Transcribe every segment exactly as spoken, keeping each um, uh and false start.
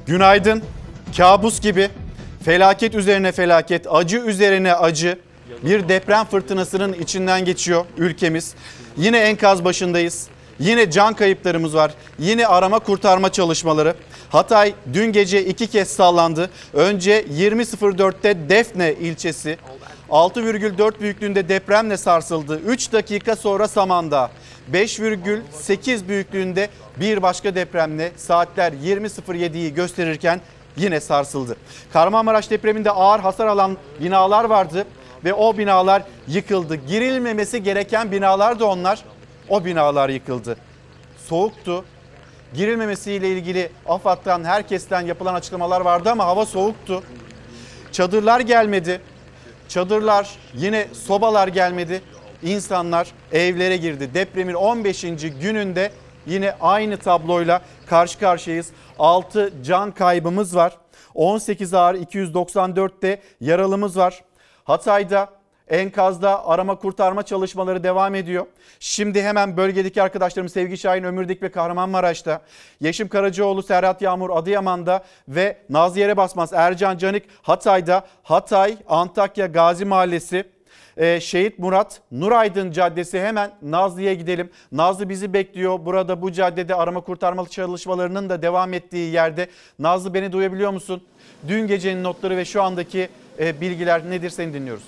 Günaydın. Kabus gibi, felaket üzerine felaket, acı üzerine acı bir deprem fırtınasının içinden geçiyor ülkemiz. Yine enkaz başındayız. Yine can kayıplarımız var. Yine arama kurtarma çalışmaları. Hatay dün gece iki kez sallandı. Önce yirmi sıfır dörtte Defne ilçesi altı virgül dört büyüklüğünde depremle sarsıldı. üç dakika sonra Samandağ beş virgül sekiz büyüklüğünde bir başka depremle saatler yirmi sıfır yediyi gösterirken yine sarsıldı. Kahramanmaraş depreminde ağır hasar alan binalar vardı ve o binalar yıkıldı. Girilmemesi gereken binalar da onlar. O binalar yıkıldı. Soğuktu. Girilmemesiyle ilgili AFAD'dan, herkesten yapılan açıklamalar vardı ama hava soğuktu. Çadırlar gelmedi. Çadırlar, yine sobalar gelmedi. İnsanlar evlere girdi. Depremin on beşinci gününde yine aynı tabloyla karşı karşıyayız. altı can kaybımız var. on sekiz ağır, iki yüz doksan dörtte yaralımız var. Hatay'da enkazda arama kurtarma çalışmaları devam ediyor. Şimdi hemen bölgedeki arkadaşlarım Sevgi Şahin, Ömürdik ve Kahramanmaraş'ta, Yeşim Karacaoğlu, Serhat Yağmur Adıyaman'da ve Nazlı Yerebasmaz, Ercan Canik Hatay'da. Hatay, Antakya, Gazi Mahallesi, Ee, Şehit Murat, Nuraydın Caddesi, hemen Nazlı'ya gidelim. Nazlı bizi bekliyor. Burada bu caddede arama kurtarma çalışmalarının da devam ettiği yerde. Nazlı, beni duyabiliyor musun? Dün gecenin notları ve şu andaki e, bilgiler nedir, seni dinliyoruz.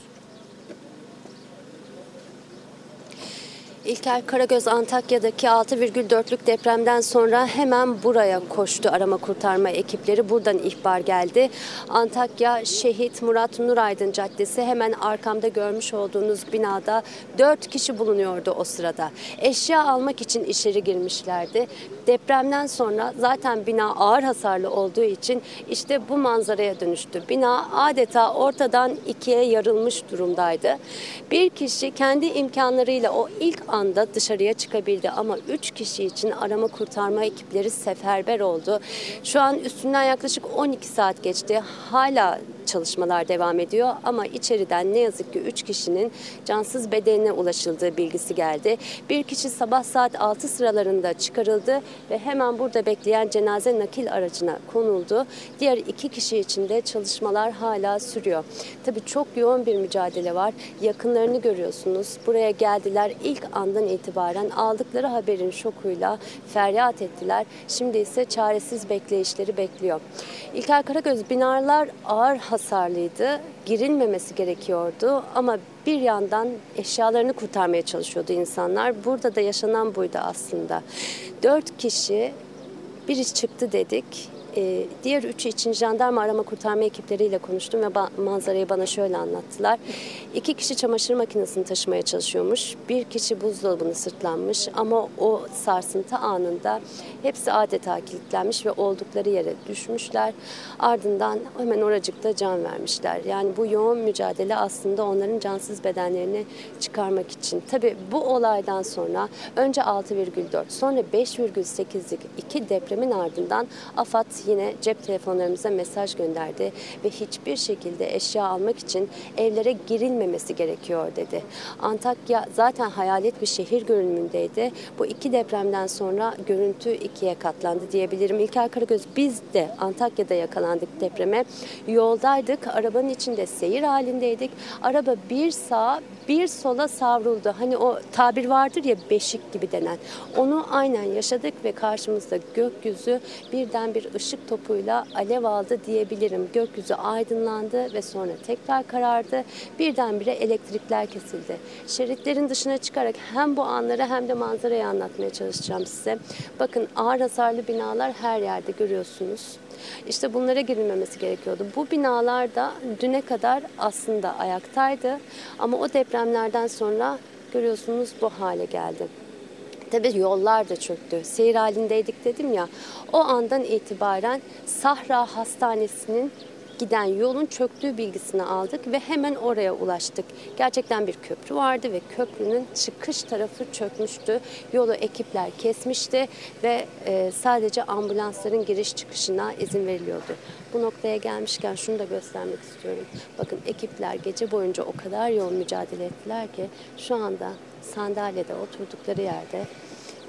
İlker Karagöz, Antakya'daki altı virgül dörtlük depremden sonra hemen buraya koştu arama kurtarma ekipleri. Buradan ihbar geldi. Antakya Şehit Murat Nuraydın Caddesi, hemen arkamda görmüş olduğunuz binada dört kişi bulunuyordu o sırada. Eşya almak için içeri girmişlerdi. Depremden sonra zaten bina ağır hasarlı olduğu için işte bu manzaraya dönüştü. Bina adeta ortadan ikiye yarılmış durumdaydı. Bir kişi kendi imkanlarıyla o ilk anda dışarıya çıkabildi ama üç kişi için arama kurtarma ekipleri seferber oldu. Şu an üstünden yaklaşık on iki saat geçti. Hala çalışmalar devam ediyor ama içeriden ne yazık ki üç kişinin cansız bedenine ulaşıldığı bilgisi geldi. Bir kişi sabah saat altı sıralarında çıkarıldı ve hemen burada bekleyen cenaze nakil aracına konuldu. Diğer iki kişi için de çalışmalar hala sürüyor. Tabii çok yoğun bir mücadele var. Yakınlarını görüyorsunuz. Buraya geldiler, ilk andan itibaren aldıkları haberin şokuyla feryat ettiler. Şimdi ise çaresiz bekleyişleri bekliyor. İlker Karagöz, binalar ağır hasarlıydı. Girilmemesi gerekiyordu ama bir yandan eşyalarını kurtarmaya çalışıyordu insanlar. Burada da yaşanan buydu aslında. Dört kişi, biri çıktı dedik. Ee, diğer üçü için jandarma arama kurtarma ekipleriyle konuştum ve ba- manzarayı bana şöyle anlattılar. İki kişi çamaşır makinesini taşımaya çalışıyormuş. Bir kişi buzdolabını sırtlanmış ama o sarsıntı anında hepsi adeta kilitlenmiş ve oldukları yere düşmüşler. Ardından hemen oracıkta can vermişler. Yani bu yoğun mücadele aslında onların cansız bedenlerini çıkarmak için. Tabii bu olaydan sonra önce altı virgül dört sonra beş virgül sekizlik iki depremin ardından AFAD yine cep telefonlarımıza mesaj gönderdi ve hiçbir şekilde eşya almak için evlere girilmemesi gerekiyor dedi. Antakya zaten hayalet bir şehir görünümündeydi. Bu iki depremden sonra görüntü ikiye katlandı diyebilirim. İlker Karagöz, biz de Antakya'da yakalandık depreme. Yoldaydık, arabanın içinde seyir halindeydik. Araba bir sağa bir sola savruldu. Hani o tabir vardır ya, beşik gibi denen. Onu aynen yaşadık ve karşımızda gökyüzü birden bir ışık topuyla alev aldı diyebilirim. Gökyüzü aydınlandı ve sonra tekrar karardı. Birdenbire elektrikler kesildi. Şeritlerin dışına çıkarak hem bu anları hem de manzarayı anlatmaya çalışacağım size. Bakın, ağır hasarlı binalar her yerde görüyorsunuz. İşte bunlara girilmemesi gerekiyordu. Bu binalar da düne kadar aslında ayaktaydı ama o depremlerden sonra görüyorsunuz bu hale geldi. Tabii yollar da çöktü. Seyir halindeydik dedim ya. O andan itibaren Sahra Hastanesi'nin giden yolun çöktüğü bilgisini aldık ve hemen oraya ulaştık. Gerçekten bir köprü vardı ve köprünün çıkış tarafı çökmüştü. Yolu ekipler kesmişti ve e, sadece ambulansların giriş çıkışına izin veriliyordu. Bu noktaya gelmişken şunu da göstermek istiyorum. Bakın, ekipler gece boyunca o kadar yoğun mücadele ettiler ki şu anda sandalyede oturdukları yerde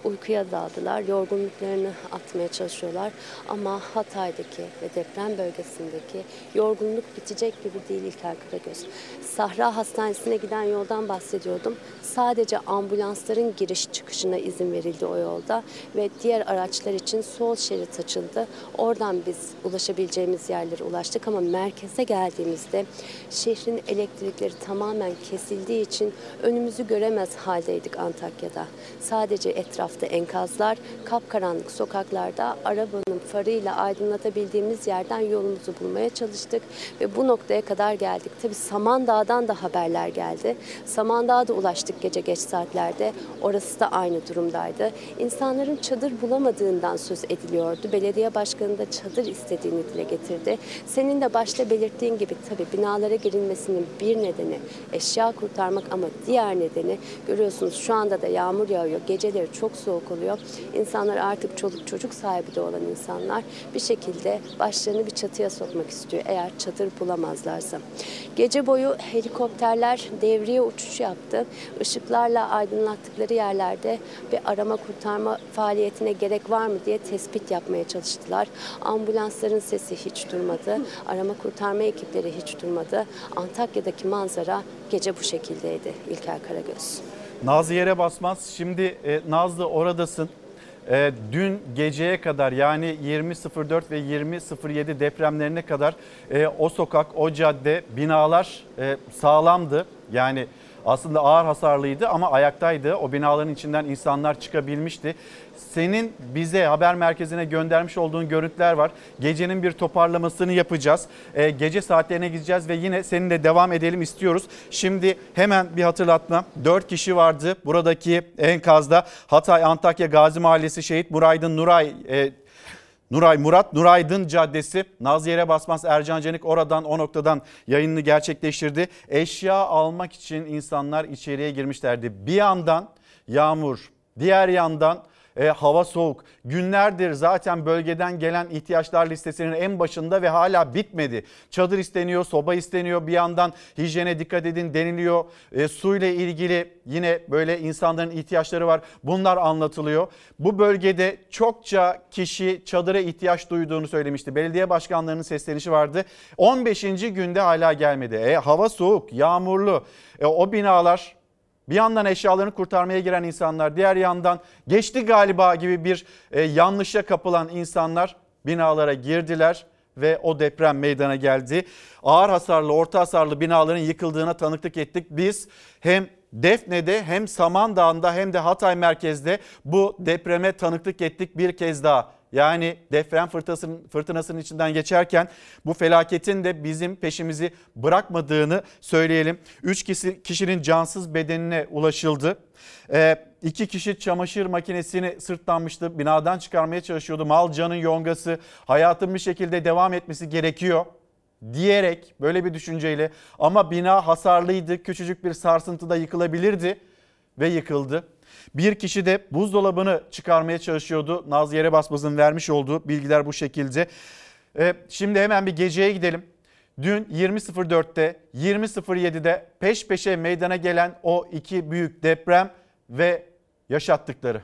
uykuya daldılar, yorgunluklarını atmaya çalışıyorlar. Ama Hatay'daki ve deprem bölgesindeki yorgunluk bitecek gibi değil İlker Karagöz. Sahra Hastanesi'ne giden yoldan bahsediyordum. Sadece ambulansların giriş çıkışına izin verildi o yolda ve diğer araçlar için sol şerit açıldı. Oradan biz ulaşabileceğimiz yerlere ulaştık ama merkeze geldiğimizde şehrin elektrikleri tamamen kesildiği için önümüzü göremez haldeydik Antakya'da. Sadece etrafta enkazlar, kapkaranlık sokaklarda arabanın farıyla aydınlatabildiğimiz yerden yolumuzu bulmaya çalıştık ve bu noktaya kadar geldik. Tabii Samandağ'dan da haberler geldi. Samandağ'a da ulaştık gece geç saatlerde. Orası da aynı durumdaydı. İnsanların çadır bulamadığından söz ediliyordu. Belediye başkanı da çadır istediğini dile getirdi. Senin de başta belirttiğin gibi tabii binalara girilmesinin bir nedeni eşya kurtarmak ama diğer nedeni görüyorsunuz şu anda da yağmur yağıyor. Geceleri çok soğuk oluyor. İnsanlar artık çoluk çocuk sahibi de olan insanlar bir şekilde başlarını bir çatıya sokmak istiyor eğer çadır bulamazlarsa. Gece boyu helikopterler devriye uçuş yaptı. Işıklarla aydınlattıkları yerlerde bir arama kurtarma faaliyetine gerek var mı diye tespit yapmaya çalıştılar. Ambulansların sesi hiç durmadı. Arama kurtarma ekipleri hiç durmadı. Antakya'daki manzara gece bu şekildeydi İlker Karagöz. Nazlı yere basmaz. Şimdi e, Nazlı oradasın. E, dün geceye kadar yani yirmi sıfır dört ve yirmi sıfır yedi depremlerine kadar e, o sokak, o cadde, binalar e, sağlamdı. Yani aslında ağır hasarlıydı ama ayaktaydı. O binaların içinden insanlar çıkabilmişti. Senin bize haber merkezine göndermiş olduğun görüntüler var. Gecenin bir toparlamasını yapacağız. E, gece saatlerine gideceğiz ve yine seninle devam edelim istiyoruz. Şimdi hemen bir hatırlatma. dört kişi vardı buradaki enkazda. Hatay, Antakya, Gazi Mahallesi, Şehit Muraydın Nuray... E, Nuray Murat Nuraydın Caddesi, Nazlı Yere Basmaz, Ercan Canik oradan o noktadan yayınını gerçekleştirdi. Eşya almak için insanlar içeriye girmişlerdi. Bir yandan yağmur, diğer yandan e, hava soğuk. Günlerdir zaten bölgeden gelen ihtiyaçlar listesinin en başında ve hala bitmedi. Çadır isteniyor, soba isteniyor. Bir yandan hijyene dikkat edin deniliyor. E, suyla ilgili yine böyle insanların ihtiyaçları var. Bunlar anlatılıyor. Bu bölgede çokça kişi çadıra ihtiyaç duyduğunu söylemişti. Belediye başkanlarının seslenişi vardı. on beşinci günde hala gelmedi. E, hava soğuk, yağmurlu. E, o binalar... Bir yandan eşyalarını kurtarmaya giren insanlar, diğer yandan geçti galiba gibi bir e, yanlışa kapılan insanlar binalara girdiler ve o deprem meydana geldi. Ağır hasarlı, orta hasarlı binaların yıkıldığına tanıklık ettik. Biz hem Defne'de hem Samandağ'da hem de Hatay merkezde bu depreme tanıklık ettik bir kez daha. Yani deprem fırtınasının, fırtınasının içinden geçerken bu felaketin de bizim peşimizi bırakmadığını söyleyelim. Üç kişi, kişinin cansız bedenine ulaşıldı. Ee, iki kişi çamaşır makinesini sırtlanmıştı. Binadan çıkarmaya çalışıyordu. Mal canın yongası, hayatın bir şekilde devam etmesi gerekiyor diyerek böyle bir düşünceyle, ama bina hasarlıydı. Küçücük bir sarsıntıda yıkılabilirdi ve yıkıldı. Bir kişi de buzdolabını çıkarmaya çalışıyordu. Nazlı Yere Basmaz'ın vermiş olduğu bilgiler bu şekilde. Ee, şimdi hemen bir geceye gidelim. Dün yirmi sıfır dörtte, yirmi sıfır yedide peş peşe meydana gelen o iki büyük deprem ve yaşattıkları.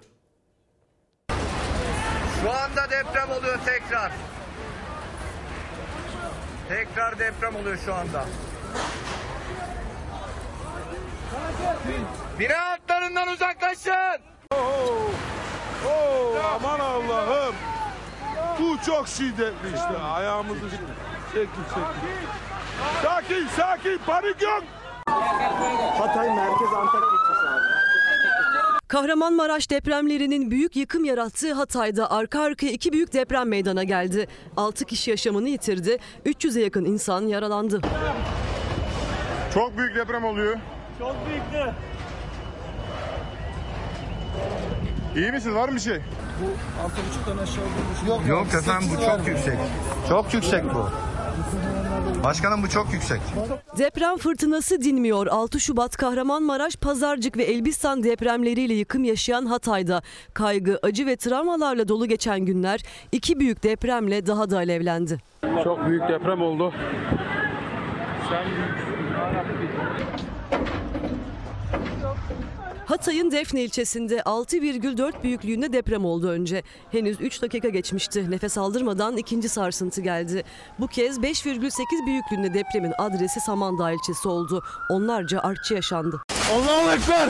Şu anda deprem oluyor tekrar. Tekrar deprem oluyor şu anda. Bina altlarından uzaklaşın. Oo, oo, aman Allah'ım. Bu çok şiddetli işte. Ayağımızı çekil çekil. Sakin sakin, panik yok. Hatay merkez Antakya ilçesi abi. Kahramanmaraş depremlerinin büyük yıkım yarattığı Hatay'da arka arkaya iki büyük deprem meydana geldi. altı kişi yaşamını yitirdi, üç yüze yakın insan yaralandı. Çok büyük deprem oluyor. Çok büyüktü. İyi misiniz? Var mı bir şey? Bu altı buçuktan aşağı olduğunu Yok, Yok efendim bu çok yüksek. Çok yüksek bu. Başkanım bu çok yüksek. Deprem fırtınası dinmiyor. altı Şubat Kahramanmaraş, Pazarcık ve Elbistan depremleriyle yıkım yaşayan Hatay'da kaygı, acı ve travmalarla dolu geçen günler iki büyük depremle daha da alevlendi. Çok büyük deprem oldu. Hatay'ın Defne ilçesinde altı virgül dört büyüklüğünde deprem oldu önce. Henüz üç dakika geçmişti. Nefes aldırmadan ikinci sarsıntı geldi. Bu kez beş virgül sekiz büyüklüğünde depremin adresi Samandağ ilçesi oldu. Onlarca artçı yaşandı. Allahu Ekber.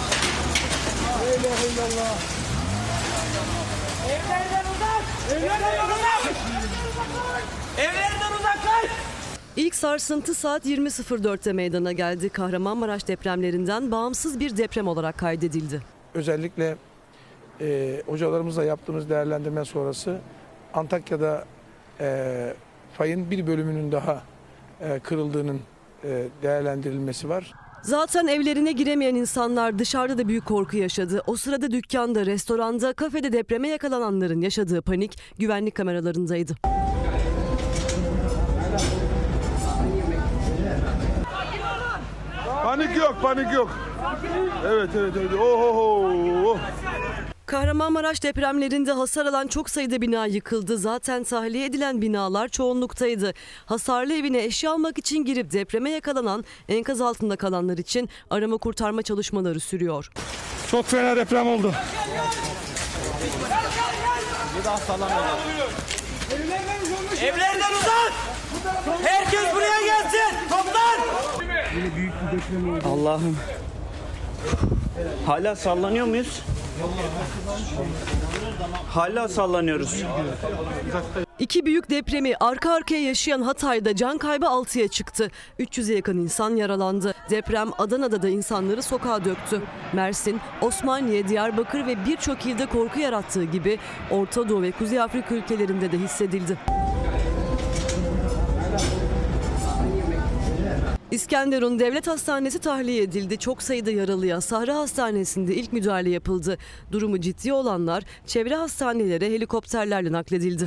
Evlerden uzak! Evlerden uzak! Evlerden uzaklaş! İlk sarsıntı saat yirmi sıfır dörtte meydana geldi. Kahramanmaraş depremlerinden bağımsız bir deprem olarak kaydedildi. Özellikle e, hocalarımızla yaptığımız değerlendirme sonrası Antakya'da e, fayın bir bölümünün daha e, kırıldığının e, değerlendirilmesi var. Zaten evlerine giremeyen insanlar dışarıda da büyük korku yaşadı. O sırada dükkanda, restoranda, kafede depreme yakalananların yaşadığı panik güvenlik kameralarındaydı. Panik yok, panik yok. Evet, evet, evet. Oho. Kahramanmaraş depremlerinde hasar alan çok sayıda bina yıkıldı. Zaten tahliye edilen binalar çoğunluktaydı. Hasarlı evine eşya almak için girip depreme yakalanan, enkaz altında kalanlar için arama kurtarma çalışmaları sürüyor. Çok fena deprem oldu. Evlerden uzak! Herkes buraya gelsin! Toplan! Allah'ım. Hala sallanıyor muyuz? Hala sallanıyoruz. İki büyük depremi arka arkaya yaşayan Hatay'da can kaybı altıya çıktı. üç yüze yakın insan yaralandı. Deprem Adana'da da insanları sokağa döktü. Mersin, Osmaniye, Diyarbakır ve birçok ilde korku yarattığı gibi Orta Doğu ve Kuzey Afrika ülkelerinde de hissedildi. İskenderun Devlet Hastanesi tahliye edildi. Çok sayıda yaralıya Sahra Hastanesi'nde ilk müdahale yapıldı. Durumu ciddi olanlar çevre hastanelere helikopterlerle nakledildi.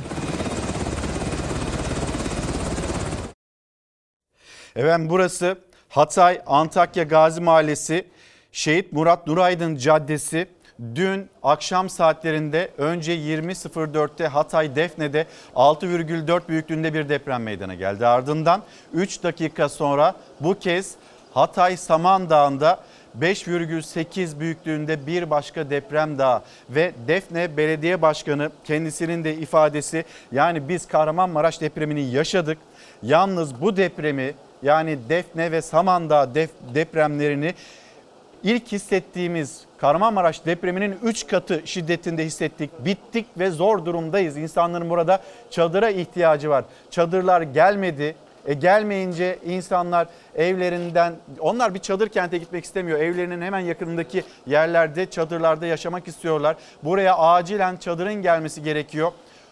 Efendim burası Hatay Antakya Gazi Mahallesi Şehit Murat Nuraydın Caddesi. Dün akşam saatlerinde önce yirmi sıfır dörtte Hatay Defne'de altı virgül dört büyüklüğünde bir deprem meydana geldi. Ardından üç dakika sonra bu kez Hatay Samandağ'ında beş virgül sekiz büyüklüğünde bir başka deprem daha ve Defne Belediye Başkanı kendisinin de ifadesi, yani biz Kahramanmaraş depremini yaşadık. Yalnız bu depremi, yani Defne ve Samandağ depremlerini İlk hissettiğimiz Kahramanmaraş depreminin üç katı şiddetinde hissettik. Bittik ve zor durumdayız. İnsanların burada çadıra ihtiyacı var. Çadırlar gelmedi. E gelmeyince insanlar evlerinden, onlar bir çadır kente gitmek istemiyor. Evlerinin hemen yakınındaki yerlerde, çadırlarda yaşamak istiyorlar. Buraya acilen çadırın gelmesi gerekiyor.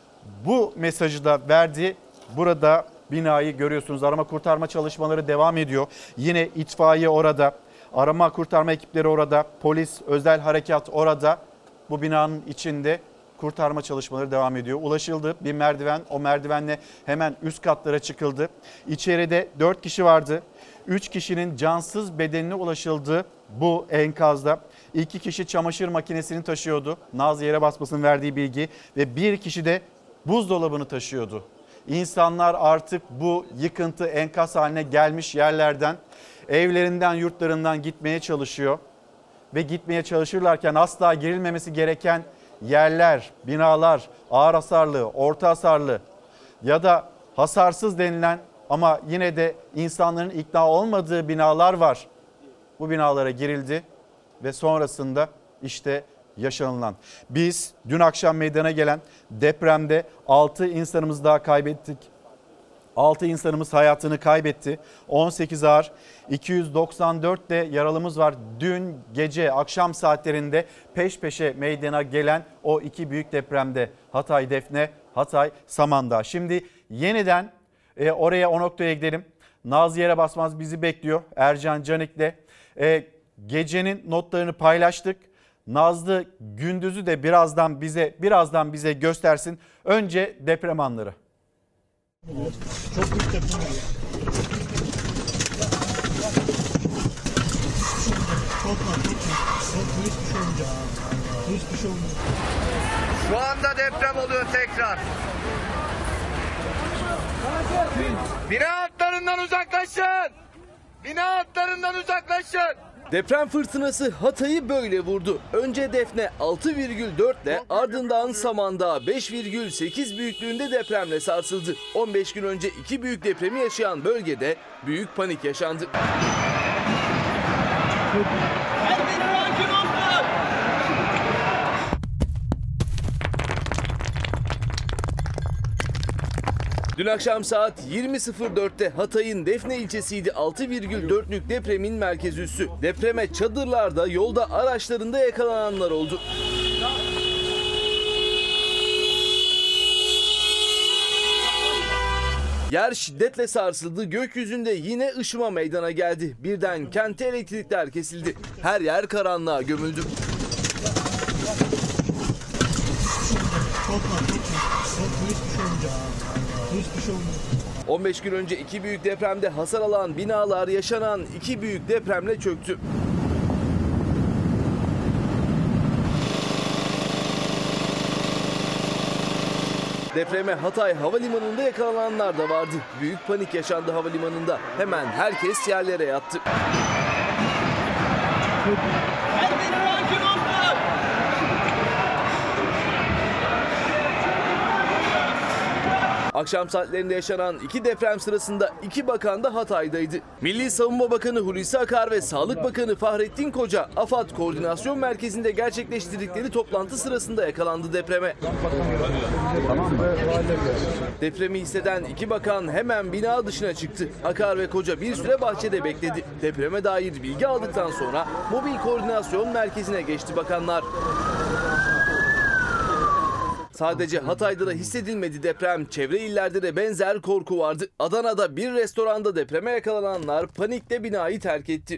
Bu mesajı da verdi. Burada binayı görüyorsunuz. Arama kurtarma çalışmaları devam ediyor. Yine itfaiye orada. Arama kurtarma ekipleri orada, polis, özel harekat orada. Bu binanın içinde kurtarma çalışmaları devam ediyor. Ulaşıldı bir merdiven, o merdivenle hemen üst katlara çıkıldı. İçeride dört kişi vardı. üç kişinin cansız bedenine ulaşıldı bu enkazda. iki kişi çamaşır makinesini taşıyordu. Naz Yere Basmas'ın verdiği bilgi ve bir kişi de buzdolabını taşıyordu. İnsanlar artık bu yıkıntı enkaz haline gelmiş yerlerden, evlerinden, yurtlarından gitmeye çalışıyor ve gitmeye çalışırlarken asla girilmemesi gereken yerler, binalar, ağır hasarlı, orta hasarlı ya da hasarsız denilen ama yine de insanların ikna olmadığı binalar var. Bu binalara girildi ve sonrasında işte yaşanılan. Biz dün akşam meydana gelen depremde altı insanımız daha kaybettik. altı insanımız hayatını kaybetti. on sekiz ağır, iki yüz doksan dört de yaralımız var. Dün gece akşam saatlerinde peş peşe meydana gelen o iki büyük depremde Hatay Defne, Hatay Samandağ. Şimdi yeniden e, oraya, o noktaya gidelim. Naz Yere Basmaz bizi bekliyor Ercan Canik'le. E, gecenin notlarını paylaştık. Nazlı gündüzü de birazdan bize birazdan bize göstersin. Önce deprem anları. Çok büyük deprem oluyor. Korkma, korkma. Korkma, hiçbir şey olmayacak. Hiçbir şey olmayacak. Şu anda deprem oluyor tekrar. Bina hatlarından uzaklaşın. Bina hatlarından uzaklaşın. Deprem fırtınası Hatay'ı böyle vurdu. Önce Defne altı virgül dört ile ardından Samandağ beş virgül sekiz büyüklüğünde depremle sarsıldı. on beş gün önce iki büyük depremi yaşayan bölgede büyük panik yaşandı. Dün akşam saat yirmi sıfır dörtte Hatay'ın Defne ilçesiydi altı virgül dörtlük depremin merkez üssü. Depreme çadırlarda, yolda, araçlarında yakalananlar oldu. Yer şiddetle sarsıldı, gökyüzünde yine ışıma meydana geldi. Birden kente elektrikler kesildi. Her yer karanlığa gömüldü. on beş gün önce iki büyük depremde hasar alan binalar yaşanan iki büyük depremle çöktü. Depreme Hatay Havalimanı'nda yakalananlar da vardı. Büyük panik yaşandı havalimanında. Hemen herkes yerlere yattı. Akşam saatlerinde yaşanan iki deprem sırasında iki bakan da Hatay'daydı. Milli Savunma Bakanı Hulusi Akar ve Sağlık Bakanı Fahrettin Koca, AFAD Koordinasyon Merkezi'nde gerçekleştirdikleri toplantı sırasında yakalandı depreme. Depremi hisseden iki bakan hemen bina dışına çıktı. Akar ve Koca bir süre bahçede bekledi. Depreme dair bilgi aldıktan sonra mobil koordinasyon merkezine geçti bakanlar. Sadece Hatay'da da hissedilmedi deprem, çevre illerde de benzer korku vardı. Adana'da bir restoranda depreme yakalananlar panikle binayı terk etti.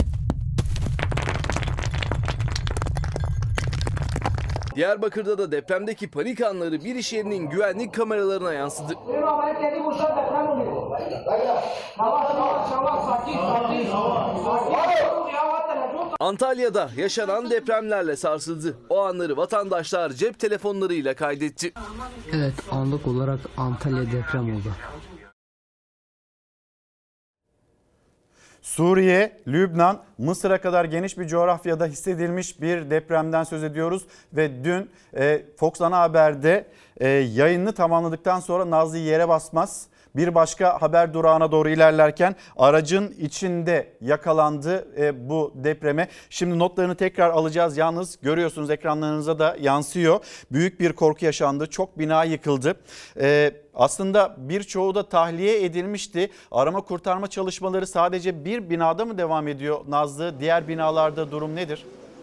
Diyarbakır'da da depremdeki panik anları bir iş yerinin güvenlik kameralarına yansıdı. Antalya'da yaşanan depremlerle sarsıldı. O anları vatandaşlar cep telefonlarıyla kaydetti. Evet, anlık olarak Antalya deprem oldu. Suriye, Lübnan, Mısır'a kadar geniş bir coğrafyada hissedilmiş bir depremden söz ediyoruz. Ve dün e, Fox Ana Haber'de e, yayını tamamladıktan sonra Nazlı yere basmaz bir başka haber durağına doğru ilerlerken aracın içinde yakalandı e, bu depreme. Şimdi notlarını tekrar alacağız. Yalnız görüyorsunuz ekranlarınıza da yansıyor. Büyük bir korku yaşandı. Çok bina yıkıldı. E, aslında birçoğu da tahliye edilmişti. Arama kurtarma çalışmaları sadece bir binada mı devam ediyor Nazlı? Diğer binalarda durum nedir?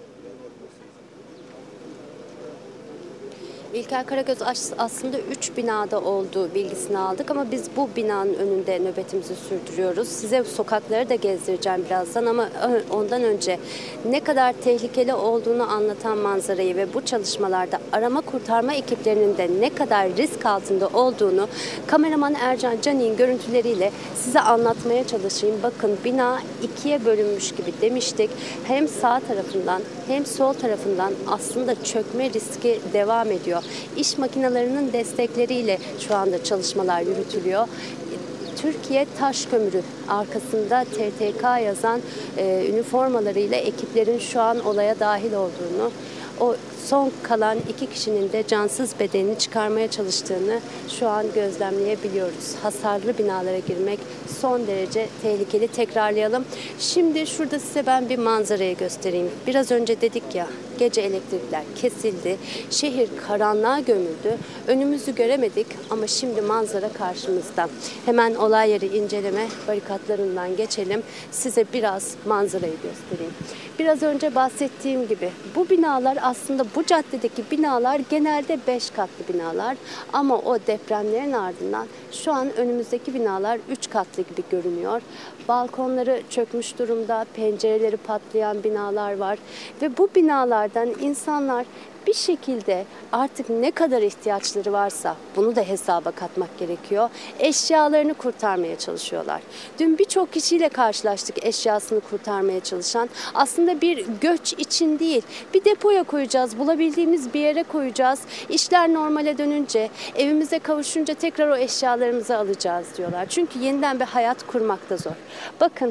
İlker Karagöz aslında üç binada olduğu bilgisini aldık ama biz bu binanın önünde nöbetimizi sürdürüyoruz. Size sokakları da gezdireceğim birazdan ama ondan önce ne kadar tehlikeli olduğunu anlatan manzarayı ve bu çalışmalarda arama kurtarma ekiplerinin de ne kadar risk altında olduğunu kameraman Ercan Canik'in görüntüleriyle size anlatmaya çalışayım. Bakın bina ikiye bölünmüş gibi demiştik. Hem sağ tarafından hem sol tarafından aslında çökme riski devam ediyor. İş makinelerinin destekleriyle şu anda çalışmalar yürütülüyor. Türkiye Taş Kömürü arkasında T T K yazan e, üniformalarıyla ekiplerin şu an olaya dahil olduğunu, o son kalan iki kişinin de cansız bedenini çıkarmaya çalıştığını şu an gözlemleyebiliyoruz. Hasarlı binalara girmek son derece tehlikeli. Tekrarlayalım. Şimdi şurada size ben bir manzarayı göstereyim. Biraz önce dedik ya, gece elektrikler kesildi. Şehir karanlığa gömüldü. Önümüzü göremedik ama şimdi manzara karşımızda. Hemen olay yeri inceleme barikatlarından geçelim. Size biraz manzarayı göstereyim. Biraz önce bahsettiğim gibi bu binalar aslında bu caddedeki binalar genelde beş katlı binalar ama o depremlerin ardından şu an önümüzdeki binalar üç katlı gibi görünüyor. Balkonları çökmüş durumda, pencereleri patlayan binalar var ve bu binalardan insanlar bir şekilde artık ne kadar ihtiyaçları varsa bunu da hesaba katmak gerekiyor. Eşyalarını kurtarmaya çalışıyorlar. Dün birçok kişiyle karşılaştık eşyasını kurtarmaya çalışan. Aslında bir göç için değil, bir depoya koyacağız, bulabildiğimiz bir yere koyacağız. İşler normale dönünce, evimize kavuşunca tekrar o eşyalarımızı alacağız diyorlar. Çünkü yeniden bir hayat kurmak da zor. Bakın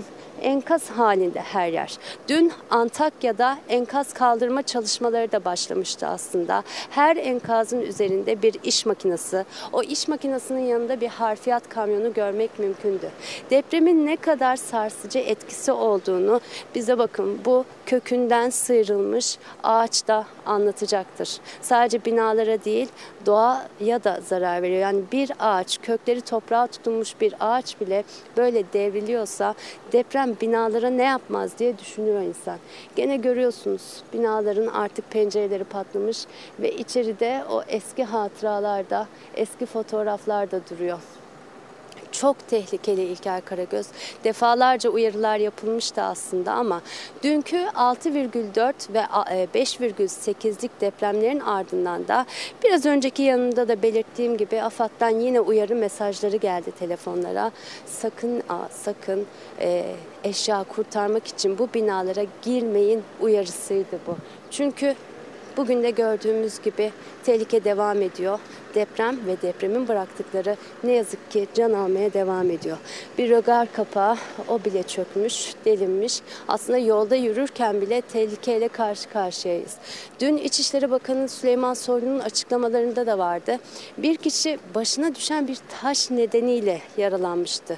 enkaz halinde her yer. Dün Antakya'da enkaz kaldırma çalışmaları da başlamıştı aslında. Her enkazın üzerinde bir iş makinesi, o iş makinesinin yanında bir harfiyat kamyonu görmek mümkündü. Depremin ne kadar sarsıcı etkisi olduğunu bize bakın bu kökünden sıyrılmış ağaç da anlatacaktır. Sadece binalara değil doğaya da zarar veriyor. Yani bir ağaç, kökleri toprağa tutunmuş bir ağaç bile böyle devriliyorsa deprem binalara ne yapmaz diye düşünüyor insan. Gene görüyorsunuz binaların artık pencereleri patlamış ve içeride o eski hatıralarda, eski fotoğraflarda duruyor. Çok tehlikeli İlker Karagöz. Defalarca uyarılar yapılmıştı aslında ama dünkü altı virgül dört ve beş virgül sekizlik depremlerin ardından da biraz önceki yanında da belirttiğim gibi AFAD'dan yine uyarı mesajları geldi telefonlara. Sakın sakın e, eşya kurtarmak için bu binalara girmeyin uyarısıydı bu. Çünkü bugün de gördüğümüz gibi tehlike devam ediyor. Deprem ve depremin bıraktıkları ne yazık ki can almaya devam ediyor. Bir rögar kapağı o bile çökmüş, delinmiş. Aslında yolda yürürken bile tehlikeyle karşı karşıyayız. Dün İçişleri Bakanı Süleyman Soylu'nun açıklamalarında da vardı. Bir kişi başına düşen bir taş nedeniyle yaralanmıştı.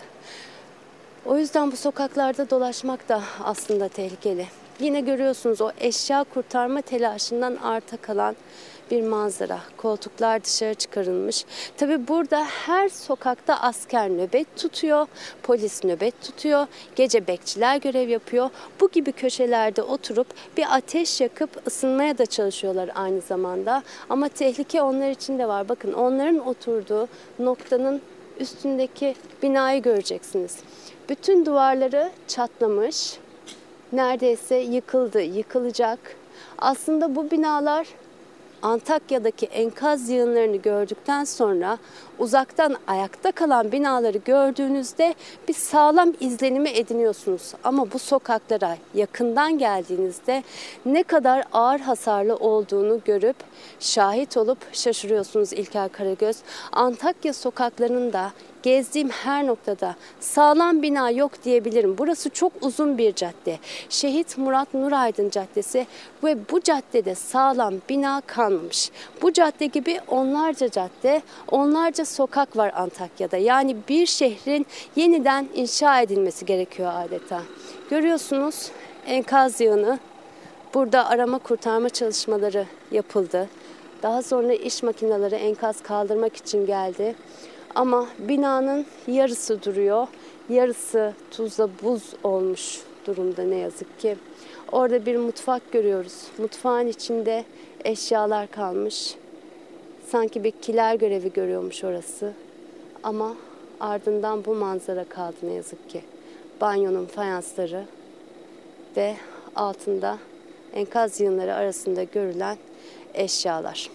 O yüzden bu sokaklarda dolaşmak da aslında tehlikeli. Yine görüyorsunuz o eşya kurtarma telaşından arta kalan bir manzara. Koltuklar dışarı çıkarılmış. Tabii burada her sokakta asker nöbet tutuyor, polis nöbet tutuyor, gece bekçiler görev yapıyor. Bu gibi köşelerde oturup bir ateş yakıp ısınmaya da çalışıyorlar aynı zamanda. Ama tehlike onlar için de var. Bakın onların oturduğu noktanın üstündeki binayı göreceksiniz. Bütün duvarları çatlamış. Neredeyse yıkıldı, yıkılacak. Aslında bu binalar Antakya'daki enkaz yığınlarını gördükten sonra uzaktan ayakta kalan binaları gördüğünüzde bir sağlam izlenimi ediniyorsunuz. Ama bu sokaklara yakından geldiğinizde ne kadar ağır hasarlı olduğunu görüp şahit olup şaşırıyorsunuz İlker Karagöz. Antakya sokaklarında gezdiğim her noktada sağlam bina yok diyebilirim. Burası çok uzun bir cadde. Şehit Murat Nuraydın Caddesi ve bu caddede sağlam bina kalmamış. Bu cadde gibi onlarca cadde, onlarca sokak var Antakya'da. Yani bir şehrin yeniden inşa edilmesi gerekiyor adeta. Görüyorsunuz enkaz yığını. Burada arama kurtarma çalışmaları yapıldı. Daha sonra iş makineleri enkaz kaldırmak için geldi. Ama binanın yarısı duruyor, yarısı tuzla buz olmuş durumda ne yazık ki. Orada bir mutfak görüyoruz. Mutfağın içinde eşyalar kalmış. Sanki bir kiler görevi görüyormuş orası. Ama ardından bu manzara kaldı ne yazık ki. Banyonun fayansları ve altında enkaz yığınları arasında görülen eşyalar.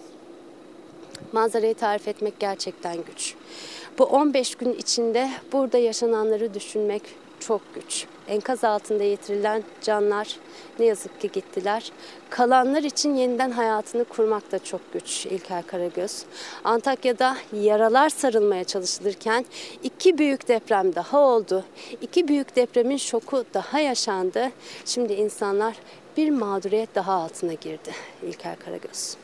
Manzarayı tarif etmek gerçekten güç. Bu on beş gün içinde burada yaşananları düşünmek çok güç. Enkaz altında yitirilen canlar ne yazık ki gittiler. Kalanlar için yeniden hayatını kurmak da çok güç İlker Karagöz. Antakya'da yaralar sarılmaya çalışılırken iki büyük deprem daha oldu. İki büyük depremin şoku daha yaşandı. Şimdi insanlar bir mağduriyet daha altına girdi İlker Karagöz.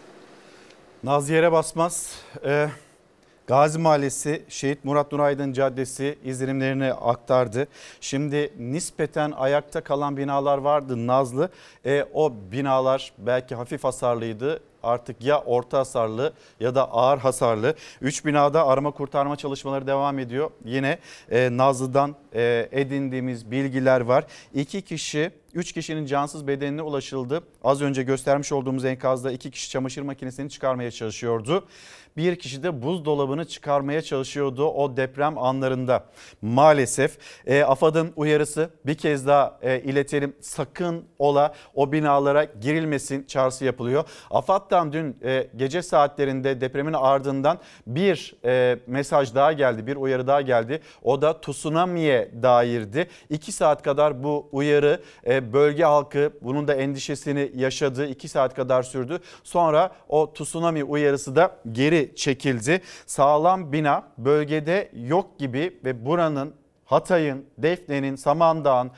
Naz yere basmaz. Ee, Gazi Mahallesi, Şehit Murat Nuraydın Caddesi izlenimlerini aktardı. Şimdi nispeten ayakta kalan binalar vardı Nazlı. Ee, o binalar belki hafif hasarlıydı. Artık ya orta hasarlı ya da ağır hasarlı. Üç binada arama kurtarma çalışmaları devam ediyor. Yine e, Nazlı'dan e, edindiğimiz bilgiler var. İki kişi, üç kişinin cansız bedenine ulaşıldı. Az önce göstermiş olduğumuz enkazda iki kişi çamaşır makinesini çıkarmaya çalışıyordu. Bir kişi de buzdolabını çıkarmaya çalışıyordu o deprem anlarında. Maalesef e, AFAD'ın uyarısı bir kez daha e, iletelim. Sakın ola o binalara girilmesin çağrısı yapılıyor. AFAD'dan dün e, gece saatlerinde depremin ardından bir e, mesaj daha geldi, bir uyarı daha geldi. O da tsunami'ye dairdi. İki saat kadar bu uyarı e, bölge halkı bunun da endişesini yaşadı. İki saat kadar sürdü. Sonra o tsunami uyarısı da geri çekildi. Sağlam bina bölgede yok gibi ve buranın, Hatay'ın, Defne'nin, Samandağ'ın,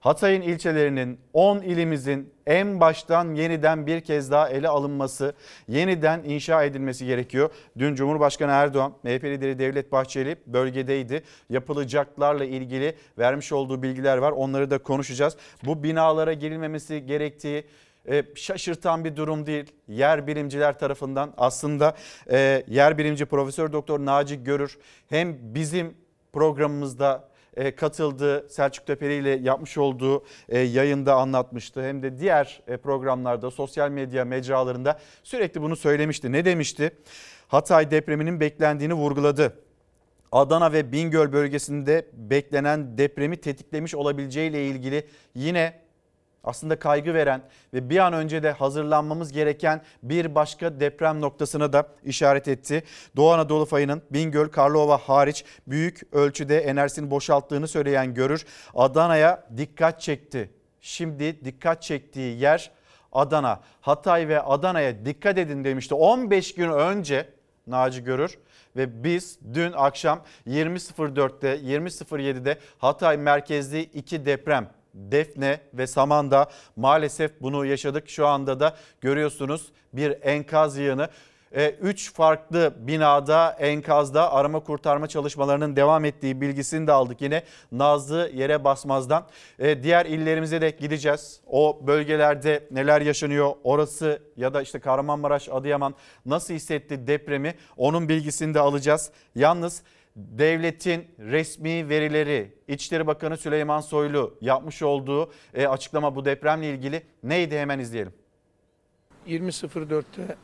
Hatay'ın ilçelerinin, on ilimizin en baştan yeniden bir kez daha ele alınması, yeniden inşa edilmesi gerekiyor. Dün Cumhurbaşkanı Erdoğan, M H P lideri Devlet Bahçeli bölgedeydi. Yapılacaklarla ilgili vermiş olduğu bilgiler var. Onları da konuşacağız. Bu binalara girilmemesi gerektiği şaşırtan bir durum değil. Yer bilimciler tarafından aslında e, yer bilimci Profesör Doktor Naci Görür hem bizim programımızda e, katıldığı Selçuk Tepeli ile yapmış olduğu e, yayında anlatmıştı. Hem de diğer e, programlarda sosyal medya mecralarında sürekli bunu söylemişti. Ne demişti? Hatay depreminin beklendiğini vurguladı. Adana ve Bingöl bölgesinde beklenen depremi tetiklemiş olabileceğiyle ilgili yine aslında kaygı veren ve bir an önce de hazırlanmamız gereken bir başka deprem noktasına da işaret etti. Doğu Anadolu fayının Bingöl, Karlova hariç büyük ölçüde enerjisini boşalttığını söyleyen Görür, Adana'ya dikkat çekti. Şimdi dikkat çektiği yer Adana. Hatay ve Adana'ya dikkat edin demişti on beş gün önce Naci Görür. Ve biz dün akşam yirmi sıfır dörtte yirmi sıfır yedide Hatay merkezli iki deprem, Defne ve Samandağ, maalesef bunu yaşadık. Şu anda da görüyorsunuz bir enkaz yığını. Üç farklı binada enkazda arama kurtarma çalışmalarının devam ettiği bilgisini de aldık yine Nazlı Yere Basmaz'dan. Diğer illerimize de gideceğiz. O bölgelerde neler yaşanıyor, orası ya da işte Kahramanmaraş, Adıyaman nasıl hissetti depremi, onun bilgisini de alacağız. Yalnız devletin resmi verileri, İçişleri Bakanı Süleyman Soylu yapmış olduğu açıklama bu depremle ilgili neydi, hemen izleyelim. yirmi sıfır dörtte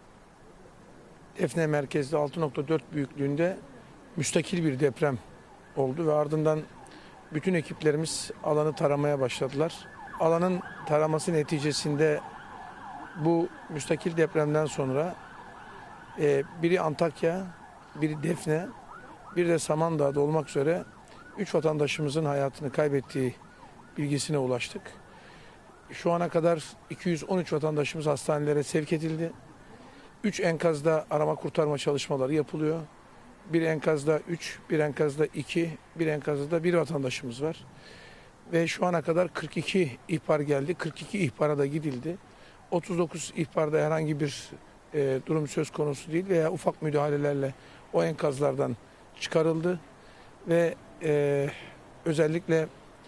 Defne merkezli altı nokta dört büyüklüğünde müstakil bir deprem oldu ve ardından bütün ekiplerimiz alanı taramaya başladılar. Alanın taraması neticesinde bu müstakil depremden sonra e, biri Antakya, biri Defne, bir de Samandağ'da olmak üzere üç vatandaşımızın hayatını kaybettiği bilgisine ulaştık. Şu ana kadar iki yüz on üç vatandaşımız hastanelere sevk edildi. üç enkazda arama kurtarma çalışmaları yapılıyor. Bir enkazda üç, bir enkazda iki, bir enkazda da bir vatandaşımız var. Ve şu ana kadar kırk iki ihbar geldi. kırk iki ihbara da gidildi. otuz dokuz ihbarda herhangi bir e, durum söz konusu değil veya ufak müdahalelerle o enkazlardan çıkarıldı. Ve e, özellikle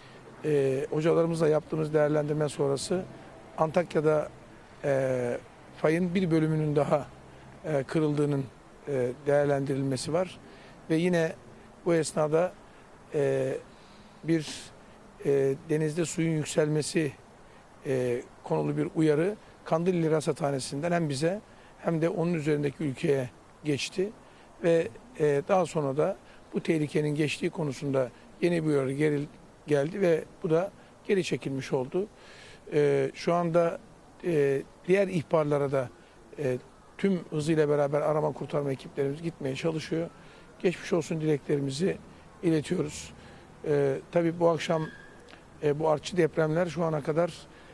e, hocalarımızla yaptığımız değerlendirme sonrası Antakya'da e, fayın bir bölümünün daha e, kırıldığının e, değerlendirilmesi var. Ve yine bu esnada e, bir e, denizde suyun yükselmesi e, konulu bir uyarı Kandilli Rasathanesi'nden hem bize hem de onun üzerindeki ülkeye geçti. Ve e, daha sonra da bu tehlikenin geçtiği konusunda yeni bir uyarı geri geldi ve bu da geri çekilmiş oldu. E, şu anda e, diğer ihbarlara da e, tüm hızıyla beraber arama kurtarma ekiplerimiz gitmeye çalışıyor. Geçmiş olsun dileklerimizi iletiyoruz. E, tabii bu akşam e, bu artçı depremler şu ana kadar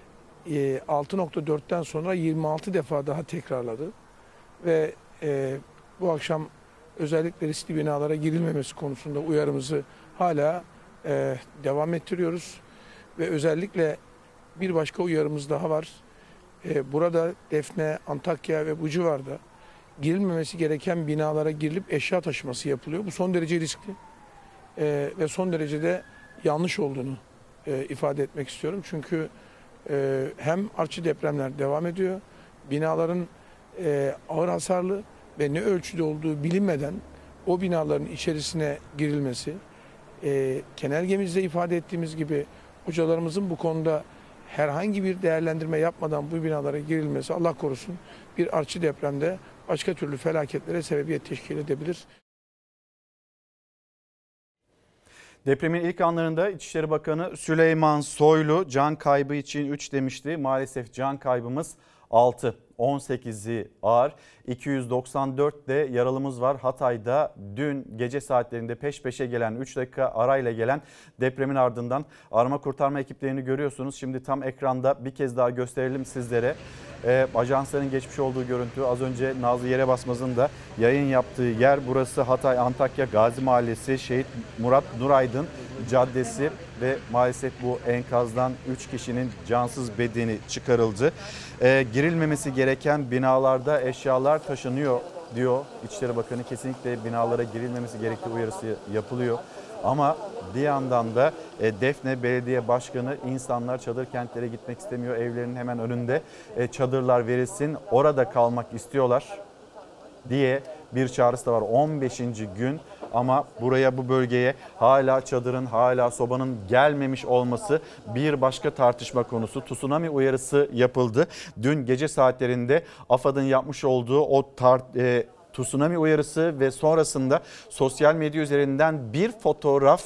e, altı nokta dörtten sonra yirmi altı defa daha tekrarladı. Ve e, bu akşam özellikle riskli binalara girilmemesi konusunda uyarımızı hala e, devam ettiriyoruz. Ve özellikle bir başka uyarımız daha var. E, burada Defne, Antakya ve bu civarda girilmemesi gereken binalara girilip eşya taşıması yapılıyor. Bu son derece riskli e, ve son derece de yanlış olduğunu e, ifade etmek istiyorum. Çünkü e, hem artçı depremler devam ediyor, binaların e, ağır hasarlı ve ne ölçüde olduğu bilinmeden o binaların içerisine girilmesi, e, genelgemizde ifade ettiğimiz gibi hocalarımızın bu konuda herhangi bir değerlendirme yapmadan bu binalara girilmesi Allah korusun bir artçı depremde başka türlü felaketlere sebebiyet teşkil edebilir. Depremin ilk anlarında İçişleri Bakanı Süleyman Soylu can kaybı için üç demişti. Maalesef can kaybımız altı. on sekizi ağır, iki yüz doksan dört de yaralımız var. Hatay'da dün gece saatlerinde peş peşe gelen üç dakika arayla gelen depremin ardından arama kurtarma ekiplerini görüyorsunuz. Şimdi tam ekranda bir kez daha gösterelim sizlere. E, ajansların geçmiş olduğu görüntü, az önce Nazlı Yere Basmaz'ın da yayın yaptığı yer burası. Hatay Antakya Gazi Mahallesi, Şehit Murat Nuraydın Caddesi ve maalesef bu enkazdan üç kişinin cansız bedeni çıkarıldı. E, girilmemesi gereken binalarda eşyalar taşınıyor diyor İçişleri Bakanı. Kesinlikle binalara girilmemesi gerektiği uyarısı yapılıyor. Ama bir yandan da e, Defne Belediye Başkanı insanlar çadır kentlere gitmek istemiyor. Evlerinin hemen önünde e, çadırlar verilsin, orada kalmak istiyorlar diye bir çağrısı da var. on beşinci gün ama buraya, bu bölgeye hala çadırın, hala sobanın gelmemiş olması bir başka tartışma konusu. Tsunami uyarısı yapıldı. Dün gece saatlerinde AFAD'ın yapmış olduğu o tar e, tsunami uyarısı ve sonrasında sosyal medya üzerinden bir fotoğraf,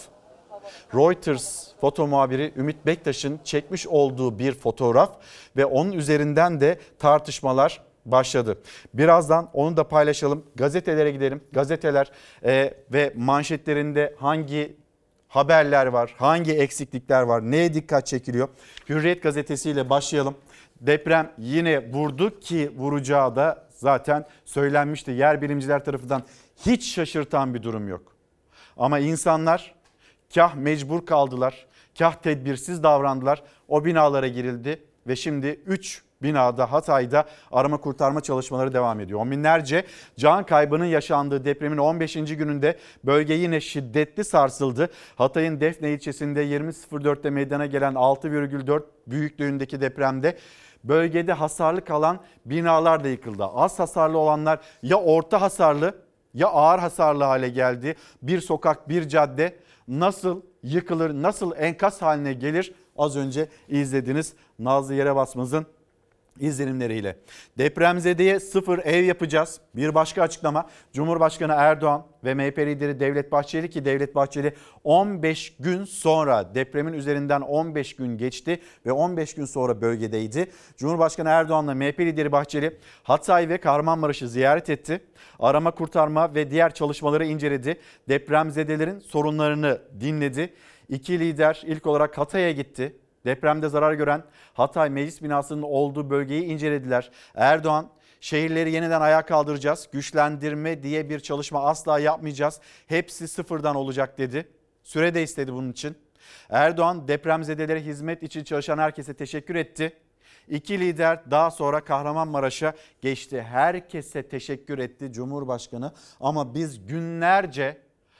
Reuters foto muhabiri Ümit Bektaş'ın çekmiş olduğu bir fotoğraf ve onun üzerinden de tartışmalar başladı. Birazdan onu da paylaşalım. Gazetelere gidelim. Gazeteler e, ve manşetlerinde hangi haberler var, hangi eksiklikler var, neye dikkat çekiliyor? Hürriyet gazetesiyle başlayalım. Deprem yine vurdu ki vuracağı da zaten söylenmişti. Yer bilimciler tarafından hiç şaşırtan bir durum yok. Ama insanlar kah mecbur kaldılar, kah tedbirsiz davrandılar. O binalara girildi ve şimdi üç binada Hatay'da arama kurtarma çalışmaları devam ediyor. On binlerce can kaybının yaşandığı depremin on beşinci gününde bölge yine şiddetli sarsıldı. Hatay'ın Defne ilçesinde yirmi sıfır dörtte meydana gelen altı virgül dört büyüklüğündeki depremde bölgede hasarlı kalan binalar da yıkıldı. Az hasarlı olanlar ya orta hasarlı ya ağır hasarlı hale geldi. Bir sokak, bir cadde nasıl yıkılır, nasıl enkaz haline gelir? Az önce izlediniz Nazlı Yere Basmaz'ın izlenimleriyle. Depremzedeye sıfır ev yapacağız. Bir başka açıklama, Cumhurbaşkanı Erdoğan ve M H P lideri Devlet Bahçeli, ki Devlet Bahçeli on beş gün sonra, depremin üzerinden on beş gün geçti ve on beş gün sonra bölgedeydi. Cumhurbaşkanı Erdoğan'la M H P lideri Bahçeli Hatay ve Kahramanmaraş'ı ziyaret etti. Arama kurtarma ve diğer çalışmaları inceledi. Depremzedelerin sorunlarını dinledi. İki lider ilk olarak Hatay'a gitti. Depremde zarar gören Hatay Meclis binasının olduğu bölgeyi incelediler. Erdoğan, şehirleri yeniden ayağa kaldıracağız, güçlendirme diye bir çalışma asla yapmayacağız, hepsi sıfırdan olacak dedi. Süre de istedi bunun için. Erdoğan, depremzedelere hizmet için çalışan herkese teşekkür etti. İki lider daha sonra Kahramanmaraş'a geçti. Herkese teşekkür etti Cumhurbaşkanı. Ama biz günlerce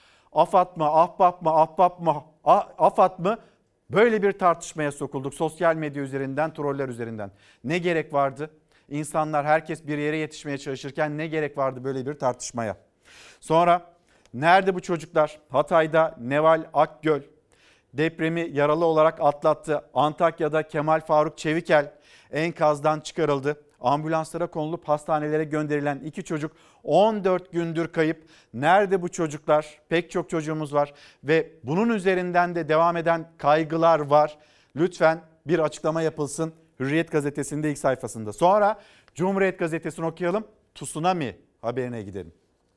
AFAD mı, Ahbap mı, Ahbap mı, AFAD mı? Böyle bir tartışmaya sokulduk sosyal medya üzerinden, troller üzerinden. Ne gerek vardı? İnsanlar, herkes bir yere yetişmeye çalışırken ne gerek vardı böyle bir tartışmaya? Sonra nerede bu çocuklar? Hatay'da Neval Akgöl depremi yaralı olarak atlattı. Antakya'da Kemal Faruk Çevikel enkazdan çıkarıldı. Ambulanslara konulup hastanelere gönderilen iki çocuk on dört gündür kayıp. Nerede bu çocuklar? Pek çok çocuğumuz var ve bunun üzerinden de devam eden kaygılar var. Lütfen bir açıklama yapılsın Hürriyet gazetesinde ilk sayfasında. Sonra Cumhuriyet gazetesini okuyalım. Tsunami haberine gidelim.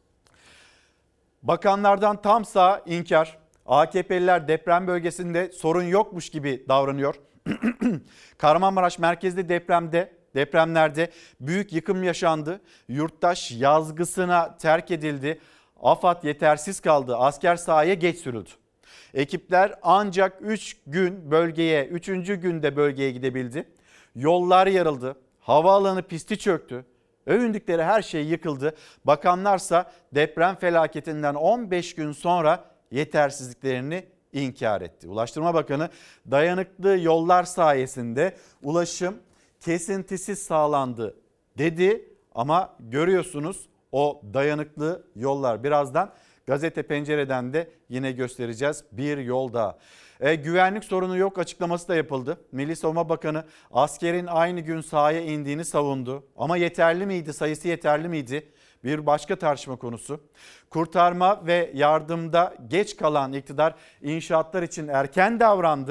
Bakanlardan tam sağ inkar. A K P'liler deprem bölgesinde sorun yokmuş gibi davranıyor. Kahramanmaraş merkezli depremde Depremlerde büyük yıkım yaşandı. Yurttaş yazgısına terk edildi. AFAD yetersiz kaldı. Asker sahaya geç sürüldü. Ekipler ancak üç gün bölgeye, üçüncü günde bölgeye gidebildi. Yollar yarıldı. Havaalanı pisti çöktü. Övündükleri her şey yıkıldı. Bakanlarsa deprem felaketinden on beş gün sonra yetersizliklerini inkar etti. Ulaştırma Bakanı, dayanıklı yollar sayesinde ulaşım kesintisiz sağlandı dedi ama görüyorsunuz o dayanıklı yollar. Birazdan Gazete Pencere'den de yine göstereceğiz bir yol daha. E, güvenlik sorunu yok açıklaması da yapıldı. Milli Savunma Bakanı askerin aynı gün sahaya indiğini savundu. Ama yeterli miydi? Sayısı yeterli miydi? Bir başka tartışma konusu. Kurtarma ve yardımda geç kalan iktidar inşaatlar için erken davrandı.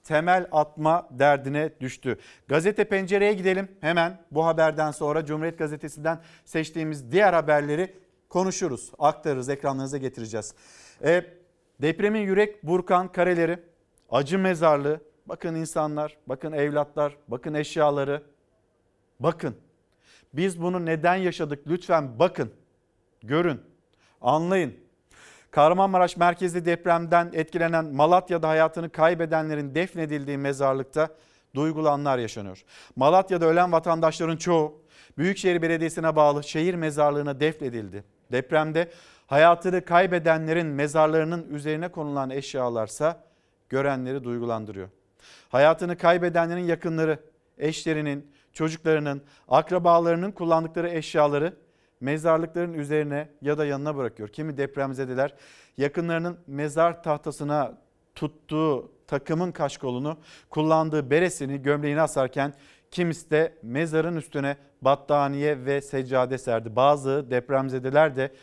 temel atma derdine düştü. Gazete Pencere'ye gidelim. Hemen bu haberden sonra Cumhuriyet Gazetesi'nden seçtiğimiz diğer haberleri konuşuruz. Aktarırız, ekranlarınıza getireceğiz. E, depremin yürek burkan kareleri, acı mezarlığı. Bakın insanlar, bakın evlatlar, bakın eşyaları. Bakın. Biz bunu neden yaşadık? Lütfen bakın, görün, anlayın. Kahramanmaraş merkezli depremden etkilenen Malatya'da hayatını kaybedenlerin defnedildiği mezarlıkta duygulu anlar yaşanıyor. Malatya'da ölen vatandaşların çoğu Büyükşehir Belediyesi'ne bağlı şehir mezarlığına defnedildi. Depremde hayatını kaybedenlerin mezarlarının üzerine konulan eşyalarsa görenleri duygulandırıyor. Hayatını kaybedenlerin yakınları, eşlerinin, çocuklarının, akrabalarının kullandıkları eşyaları mezarlıkların üzerine ya da yanına bırakıyor. Kimi depremzedeler yakınlarının mezar tahtasına tuttuğu takımın kaşkolunu, kullandığı beresini, gömleğini asarken kimisi de mezarın üstüne battaniye ve seccade serdi. Bazı depremzedeler de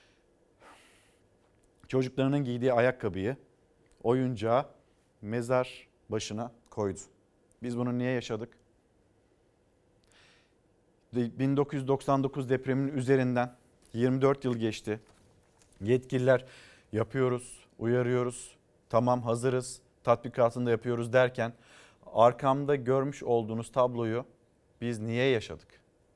çocuklarının giydiği ayakkabıyı, oyuncağı mezar başına koydu. Biz bunu niye yaşadık? bin dokuz yüz doksan dokuz depreminin üzerinden yirmi dört yıl geçti. Yetkililer yapıyoruz, uyarıyoruz, tamam hazırız, tatbikatını da yapıyoruz derken arkamda görmüş olduğunuz tabloyu biz niye yaşadık?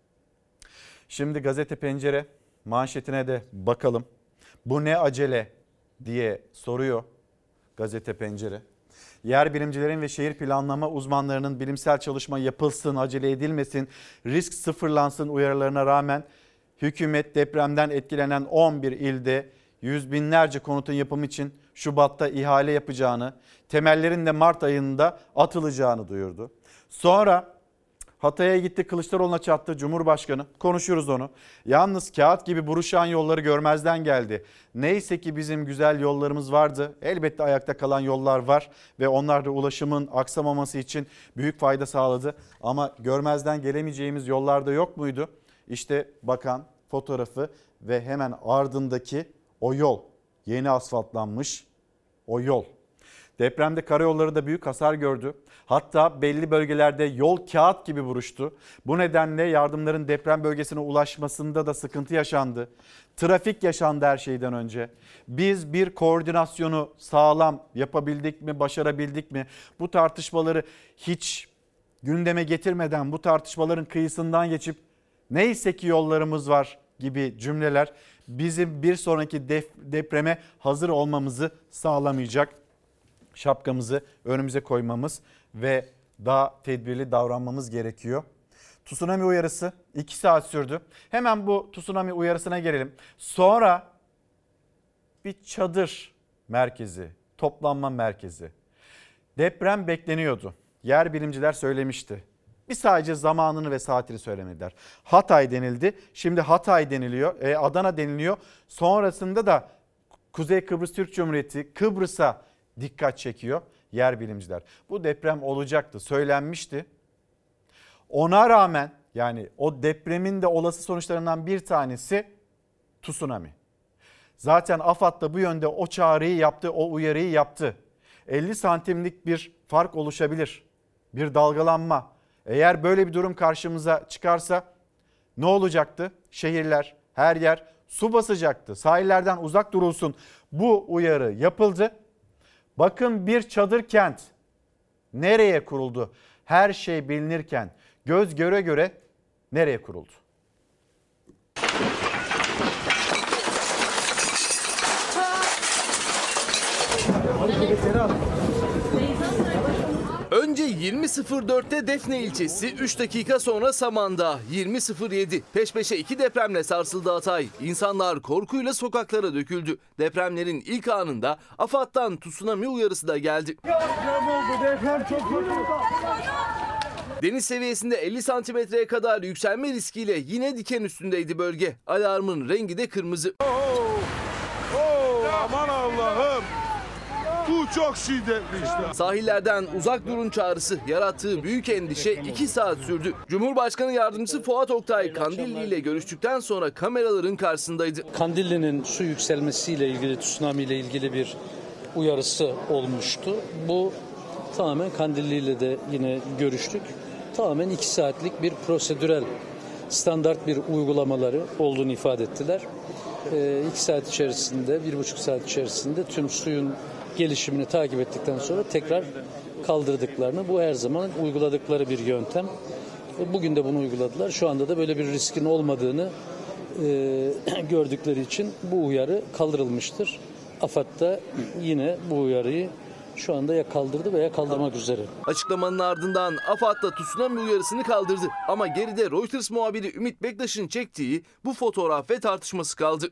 Şimdi Gazete Pencere manşetine de bakalım. Bu ne acele diye soruyor Gazete Pencere. Yer bilimcilerin ve şehir planlama uzmanlarının bilimsel çalışma yapılsın, acele edilmesin, risk sıfırlansın uyarılarına rağmen hükümet depremden etkilenen on bir ilde yüz binlerce konutun yapımı için Şubat'ta ihale yapacağını, temellerin de Mart ayında atılacağını duyurdu. Sonra Hatay'a gitti, Kılıçdaroğlu'na çattı Cumhurbaşkanı. Konuşuruz onu. Yalnız kağıt gibi buruşan yolları görmezden geldi. Neyse ki bizim güzel yollarımız vardı. Elbette ayakta kalan yollar var ve onlar da ulaşımın aksamaması için büyük fayda sağladı. Ama görmezden gelemeyeceğimiz yollarda yok muydu? İşte bakan fotoğrafı ve hemen ardındaki o yol. Yeni asfaltlanmış o yol. Depremde karayolları da büyük hasar gördü. Hatta belli bölgelerde yol kağıt gibi buruştu. Bu nedenle yardımların deprem bölgesine ulaşmasında da sıkıntı yaşandı. Trafik yaşandı her şeyden önce. Biz bir koordinasyonu sağlam yapabildik mi, başarabildik mi? Bu tartışmaları hiç gündeme getirmeden, bu tartışmaların kıyısından geçip neyse ki yollarımız var gibi cümleler bizim bir sonraki depreme hazır olmamızı sağlamayacak. Şapkamızı önümüze koymamız ve daha tedbirli davranmamız gerekiyor. Tsunami uyarısı iki saat sürdü. Hemen bu tsunami uyarısına gelelim. Sonra bir çadır merkezi, toplanma merkezi. Deprem bekleniyordu. Yer bilimciler söylemişti. Bir sadece zamanını ve saatini söylemediler. Hatay denildi. Şimdi Hatay deniliyor. E, Adana deniliyor. Sonrasında da Kuzey Kıbrıs Türk Cumhuriyeti, Kıbrıs'a dikkat çekiyor yer bilimciler. Bu deprem olacaktı, söylenmişti. Ona rağmen yani o depremin de olası sonuçlarından bir tanesi tsunami. Zaten AFAD da bu yönde o çağrıyı yaptı, o uyarıyı yaptı. elli santimlik bir fark oluşabilir, bir dalgalanma. Eğer böyle bir durum karşımıza çıkarsa ne olacaktı? Şehirler, her yer su basacaktı. Sahillerden uzak durulsun. Bu uyarı yapıldı. Bakın bir çadır kent nereye kuruldu? Her şey bilinirken göz göre göre nereye kuruldu? Önce yirmi sıfır dörtte Defne ilçesi, üç dakika sonra Saman'da, yirmi sıfır yedi peş peşe iki depremle sarsıldı Hatay. İnsanlar korkuyla sokaklara döküldü. Depremlerin ilk anında AFAD'dan tsunami uyarısı da geldi. Deprem oldu, deprem çok kötü. Deniz seviyesinde elli santimetreye kadar yükselme riskiyle yine diken üstündeydi bölge. Alarmın rengi de kırmızı. Oh, oh, aman Allah'ım. Bu çok şiddetli işte. Sahillerden uzak durun çağrısı yarattığı büyük endişe iki saat sürdü. Cumhurbaşkanı Yardımcısı Fuat Oktay Kandilli ile görüştükten sonra kameraların karşısındaydı. Kandilli'nin su yükselmesiyle ilgili, tsunami ile ilgili bir uyarısı olmuştu. Bu Tamamen Kandilli ile de yine görüştük. Tamamen iki saatlik bir prosedürel, standart bir uygulamaları olduğunu ifade ettiler. E, iki saat içerisinde, bir buçuk saat içerisinde tüm suyun gelişimini takip ettikten sonra tekrar kaldırdıklarını, bu her zaman uyguladıkları bir yöntem. Bugün de bunu uyguladılar. Şu anda da böyle bir riskin olmadığını e, gördükleri için bu uyarı kaldırılmıştır. AFAD da yine bu uyarıyı şu anda ya kaldırdı veya kaldırmak üzere. Açıklamanın ardından AFAD da tsunami uyarısını kaldırdı. Ama geride Reuters muhabiri Ümit Bektaş'ın çektiği bu fotoğraf ve tartışması kaldı.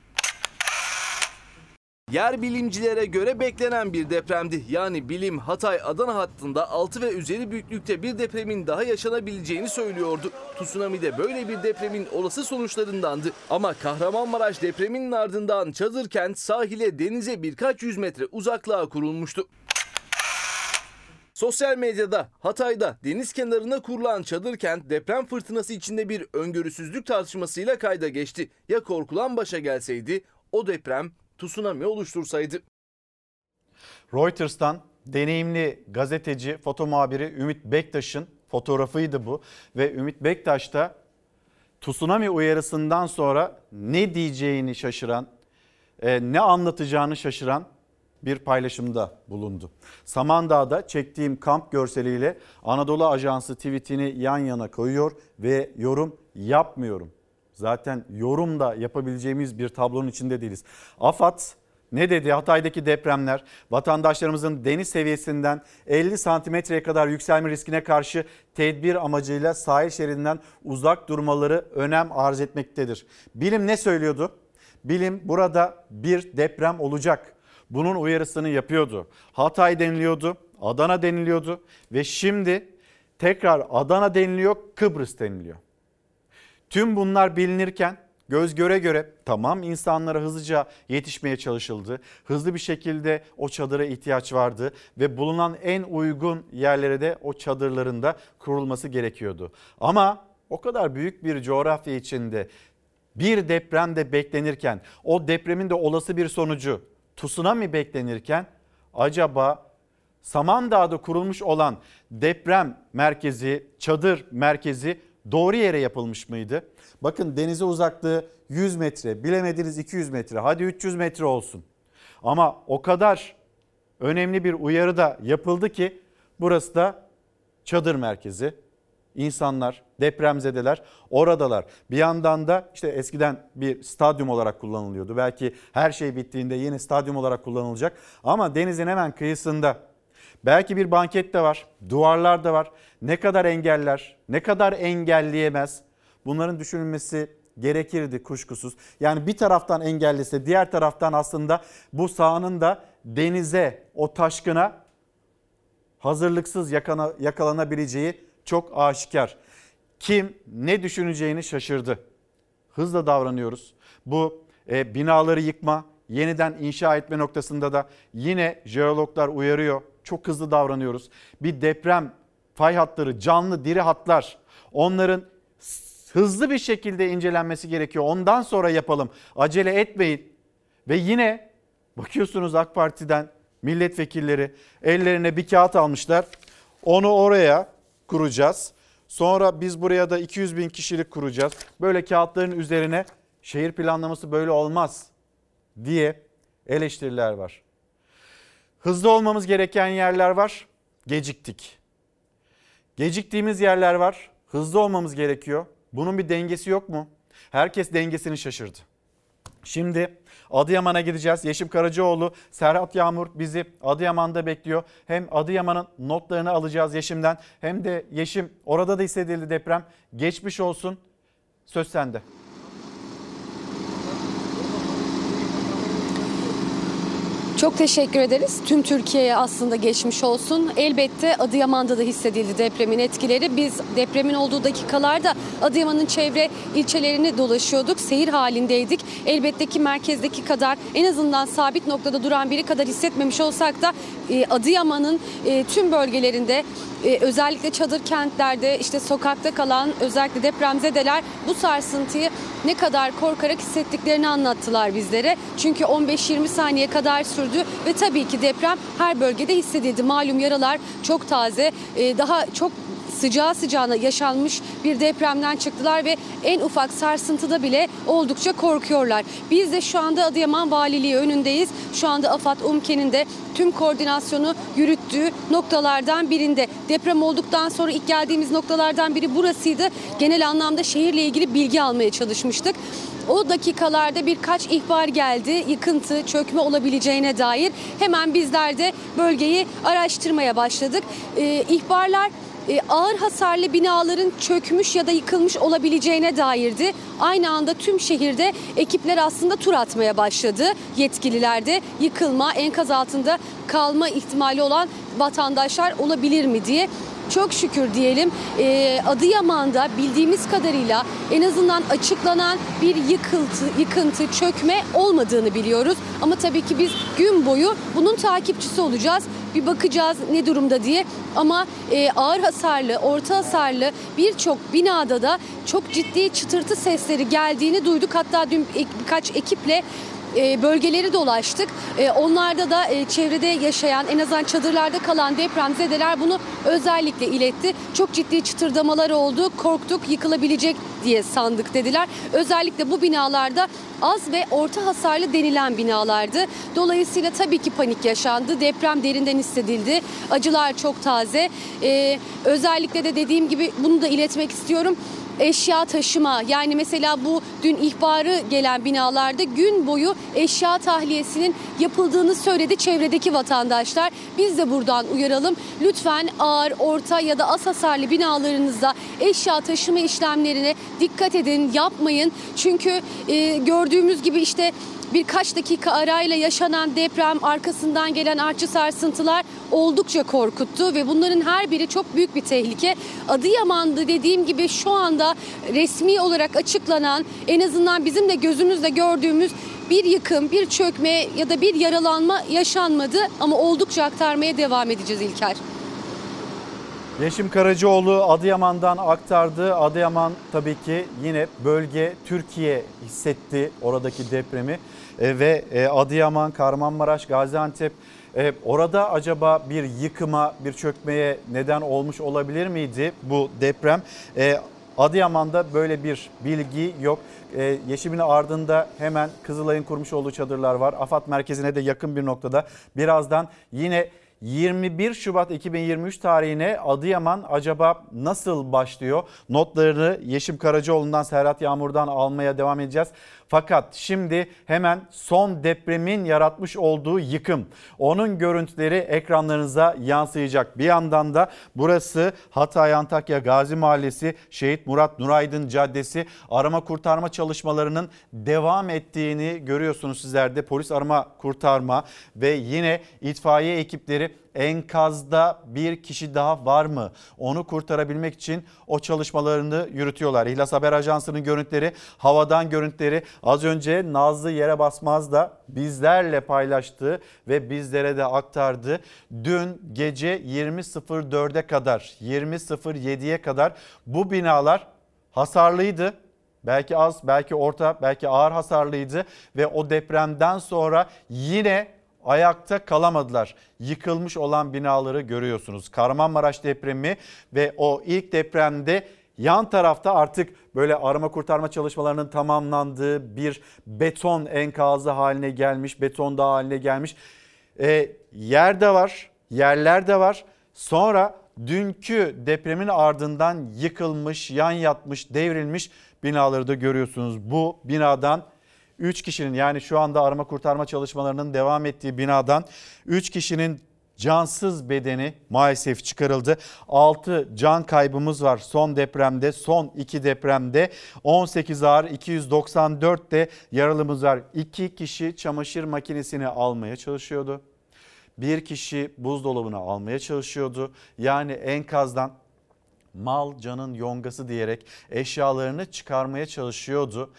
Yer bilimcilere göre beklenen bir depremdi. Yani bilim Hatay-Adana hattında altı ve üzeri büyüklükte bir depremin daha yaşanabileceğini söylüyordu. Tsunami de böyle bir depremin olası sonuçlarındandı. Ama Kahramanmaraş depreminin ardından çadır kent sahile, denize birkaç yüz metre uzaklığa kurulmuştu. Sosyal medyada Hatay'da deniz kenarına kurulan çadır kent deprem fırtınası içinde bir öngörüsüzlük tartışmasıyla kayda geçti. Ya korkulan başa gelseydi, o deprem tsunami oluştursaydı. Reuters'tan deneyimli gazeteci, foto muhabiri Ümit Bektaş'ın fotoğrafıydı bu. Ve Ümit Bektaş da tsunami uyarısından sonra ne diyeceğini şaşıran, ne anlatacağını şaşıran bir paylaşımda bulundu. Samandağ'da çektiğim kamp görseliyle Anadolu Ajansı tweetini yan yana koyuyor ve yorum yapmıyorum. Zaten yorum da yapabileceğimiz bir tablonun içinde değiliz. AFAD ne dedi? Hatay'daki depremler vatandaşlarımızın deniz seviyesinden elli santimetreye kadar yükselme riskine karşı tedbir amacıyla sahil şeridinden uzak durmaları önem arz etmektedir. Bilim ne söylüyordu? Bilim burada bir deprem olacak. Bunun uyarısını yapıyordu. Hatay deniliyordu, Adana deniliyordu ve şimdi tekrar Adana deniliyor, Kıbrıs deniliyor. Tüm bunlar bilinirken göz göre göre tamam insanlara hızlıca yetişmeye çalışıldı. Hızlı bir şekilde o çadıra ihtiyaç vardı ve bulunan en uygun yerlere de o çadırların da kurulması gerekiyordu. Ama o kadar büyük bir coğrafya içinde bir deprem de beklenirken, o depremin de olası bir sonucu tsunami beklenirken acaba Samandağ'da kurulmuş olan deprem merkezi, çadır merkezi doğru yere yapılmış mıydı? Bakın denize uzaklığı yüz metre, bilemediniz iki yüz metre, hadi üç yüz metre olsun. Ama o kadar önemli bir uyarı da yapıldı ki burası da çadır merkezi. İnsanlar, depremzedeler oradalar. Bir yandan da işte eskiden bir stadyum olarak kullanılıyordu. Belki her şey bittiğinde yeni stadyum olarak kullanılacak. Ama denizin hemen kıyısında belki bir banket de var, duvarlar da var. Ne kadar engeller, ne kadar engelleyemez, bunların düşünülmesi gerekirdi kuşkusuz. Yani bir taraftan engellese, diğer taraftan aslında bu sahanın da denize, o taşkına hazırlıksız yakana, yakalanabileceği çok aşikar. Kim ne düşüneceğini şaşırdı. Hızla davranıyoruz. Bu e, binaları yıkma, yeniden inşa etme noktasında da yine jeologlar uyarıyor. Çok hızlı davranıyoruz. Bir deprem fay hatları, canlı diri hatlar, onların hızlı bir şekilde incelenmesi gerekiyor. Ondan sonra yapalım. Acele etmeyin. Ve yine bakıyorsunuz AK Parti'den milletvekilleri ellerine bir kağıt almışlar. Onu oraya kuracağız. Sonra biz buraya da iki yüz bin kişilik kuracağız. Böyle kağıtların üzerine şehir planlaması böyle olmaz diye eleştiriler var. Hızlı olmamız gereken yerler var. Geciktik. Geciktiğimiz yerler var. Hızlı olmamız gerekiyor. Bunun bir dengesi yok mu? Herkes dengesini şaşırdı. Şimdi Adıyaman'a gideceğiz. Yeşim Karacaoğlu, Serhat Yağmur bizi Adıyaman'da bekliyor. Hem Adıyaman'ın notlarını alacağız Yeşim'den, hem de Yeşim orada da hissedildi deprem. Geçmiş olsun. Söz sende. Çok teşekkür ederiz. Tüm Türkiye'ye aslında geçmiş olsun. Elbette Adıyaman'da da hissedildi depremin etkileri. Biz depremin olduğu dakikalarda Adıyaman'ın çevre ilçelerini dolaşıyorduk. Seyir halindeydik. Elbette ki merkezdeki kadar, en azından sabit noktada duran biri kadar hissetmemiş olsak da Adıyaman'ın tüm bölgelerinde Ee, özellikle çadır kentlerde işte sokakta kalan özellikle depremzedeler bu sarsıntıyı ne kadar korkarak hissettiklerini anlattılar bizlere. Çünkü on beş yirmi saniye kadar sürdü ve tabii ki deprem her bölgede hissedildi. Malum yaralar çok taze, ee, daha çok sıcağı sıcağına yaşanmış bir depremden çıktılar ve en ufak sarsıntıda bile oldukça korkuyorlar. Biz de şu anda Adıyaman Valiliği önündeyiz. Şu anda AFAD, UMKE'nin de tüm koordinasyonu yürüttüğü noktalardan birinde. Deprem olduktan sonra ilk geldiğimiz noktalardan biri burasıydı. Genel anlamda şehirle ilgili bilgi almaya çalışmıştık. O dakikalarda birkaç ihbar geldi, yıkıntı, çökme olabileceğine dair. Hemen bizler de bölgeyi araştırmaya başladık. Ee, ihbarlar ağır hasarlı binaların çökmüş ya da yıkılmış olabileceğine dairdi. Aynı anda tüm şehirde ekipler aslında tur atmaya başladı. Yetkililer de yıkılma, enkaz altında kalma ihtimali olan vatandaşlar olabilir mi diye. Çok şükür diyelim e, Adıyaman'da bildiğimiz kadarıyla en azından açıklanan bir yıkıntı, yıkıntı, çökme olmadığını biliyoruz. Ama tabii ki biz gün boyu bunun takipçisi olacağız. Bir bakacağız ne durumda diye. Ama e, ağır hasarlı, orta hasarlı birçok binada da çok ciddi çıtırtı sesleri geldiğini duyduk. Hatta dün birkaç ekiple bölgeleri dolaştık. Onlarda da çevrede yaşayan, en azından çadırlarda kalan depremzedeler bunu özellikle iletti. Çok ciddi çıtırdamalar oldu. Korktuk, yıkılabilecek diye sandık dediler. Özellikle bu binalarda az ve orta hasarlı denilen binalardı. Dolayısıyla tabii ki panik yaşandı. Deprem derinden hissedildi. Acılar çok taze. Ee, özellikle de dediğim gibi bunu da iletmek istiyorum. Eşya taşıma, yani mesela bu dün ihbarı gelen binalarda gün boyu eşya tahliyesinin yapıldığını söyledi çevredeki vatandaşlar. Biz de buradan uyaralım. Lütfen ağır, orta ya da az hasarlı binalarınızda eşya taşıma işlemlerine dikkat edin, yapmayın. Çünkü e, gördüğümüz gibi işte birkaç dakika arayla yaşanan deprem, arkasından gelen artçı sarsıntılar oldukça korkuttu ve bunların her biri çok büyük bir tehlike. Adıyaman'da dediğim gibi şu anda resmi olarak açıklanan, en azından bizim de gözümüzle gördüğümüz bir yıkım, bir çökme ya da bir yaralanma yaşanmadı ama oldukça aktarmaya devam edeceğiz İlker. Yeşim Karacaoğlu Adıyaman'dan aktardı. Adıyaman tabii ki yine bölge, Türkiye hissetti oradaki depremi e, ve e, Adıyaman, Kahramanmaraş, Gaziantep e, orada acaba bir yıkıma, bir çökmeye neden olmuş olabilir miydi bu deprem? E, Adıyaman'da böyle bir bilgi yok. Ee, Yeşim'in ardında hemen Kızılay'ın kurmuş olduğu çadırlar var. AFAD merkezine de yakın bir noktada. Birazdan yine yirmi bir Şubat iki bin yirmi üç tarihine Adıyaman acaba nasıl başlıyor? Notlarını Yeşim Karacaoğlu'ndan, Serhat Yağmur'dan almaya devam edeceğiz. Fakat şimdi hemen son depremin yaratmış olduğu yıkım, onun görüntüleri ekranlarınıza yansıyacak. Bir yandan da burası Hatay Antakya Gazi Mahallesi, Şehit Murat Nuraydın Caddesi, arama kurtarma çalışmalarının devam ettiğini görüyorsunuz sizler de. Polis arama kurtarma ve yine itfaiye ekipleri enkazda bir kişi daha var mı? Onu kurtarabilmek için o çalışmalarını yürütüyorlar. İhlas Haber Ajansı'nın görüntüleri, havadan görüntüleri az önce Nazlı Yere Basmaz da bizlerle paylaştı ve bizlere de aktardı. Dün gece yirmi sıfır dörde kadar, yirmi sıfır yediye kadar bu binalar hasarlıydı. Belki az, belki orta, belki ağır hasarlıydı ve o depremden sonra yine ayakta kalamadılar. Yıkılmış olan binaları görüyorsunuz. Kahramanmaraş depremi ve o ilk depremde yan tarafta artık böyle arama kurtarma çalışmalarının tamamlandığı bir beton enkazı haline gelmiş, beton dağı haline gelmiş. E, yer de var, yerler de var. Sonra dünkü depremin ardından yıkılmış, yan yatmış, devrilmiş binaları da görüyorsunuz. Bu binadan üç kişinin, yani şu anda arama kurtarma çalışmalarının devam ettiği binadan üç kişinin cansız bedeni maalesef çıkarıldı. altı can kaybımız var son depremde, son iki depremde. on sekiz ağır, iki yüz doksan dört de yaralımız var. iki kişi çamaşır makinesini almaya çalışıyordu. Bir kişi buzdolabını almaya çalışıyordu. Yani enkazdan mal canın yongası diyerek eşyalarını çıkarmaya çalışıyordu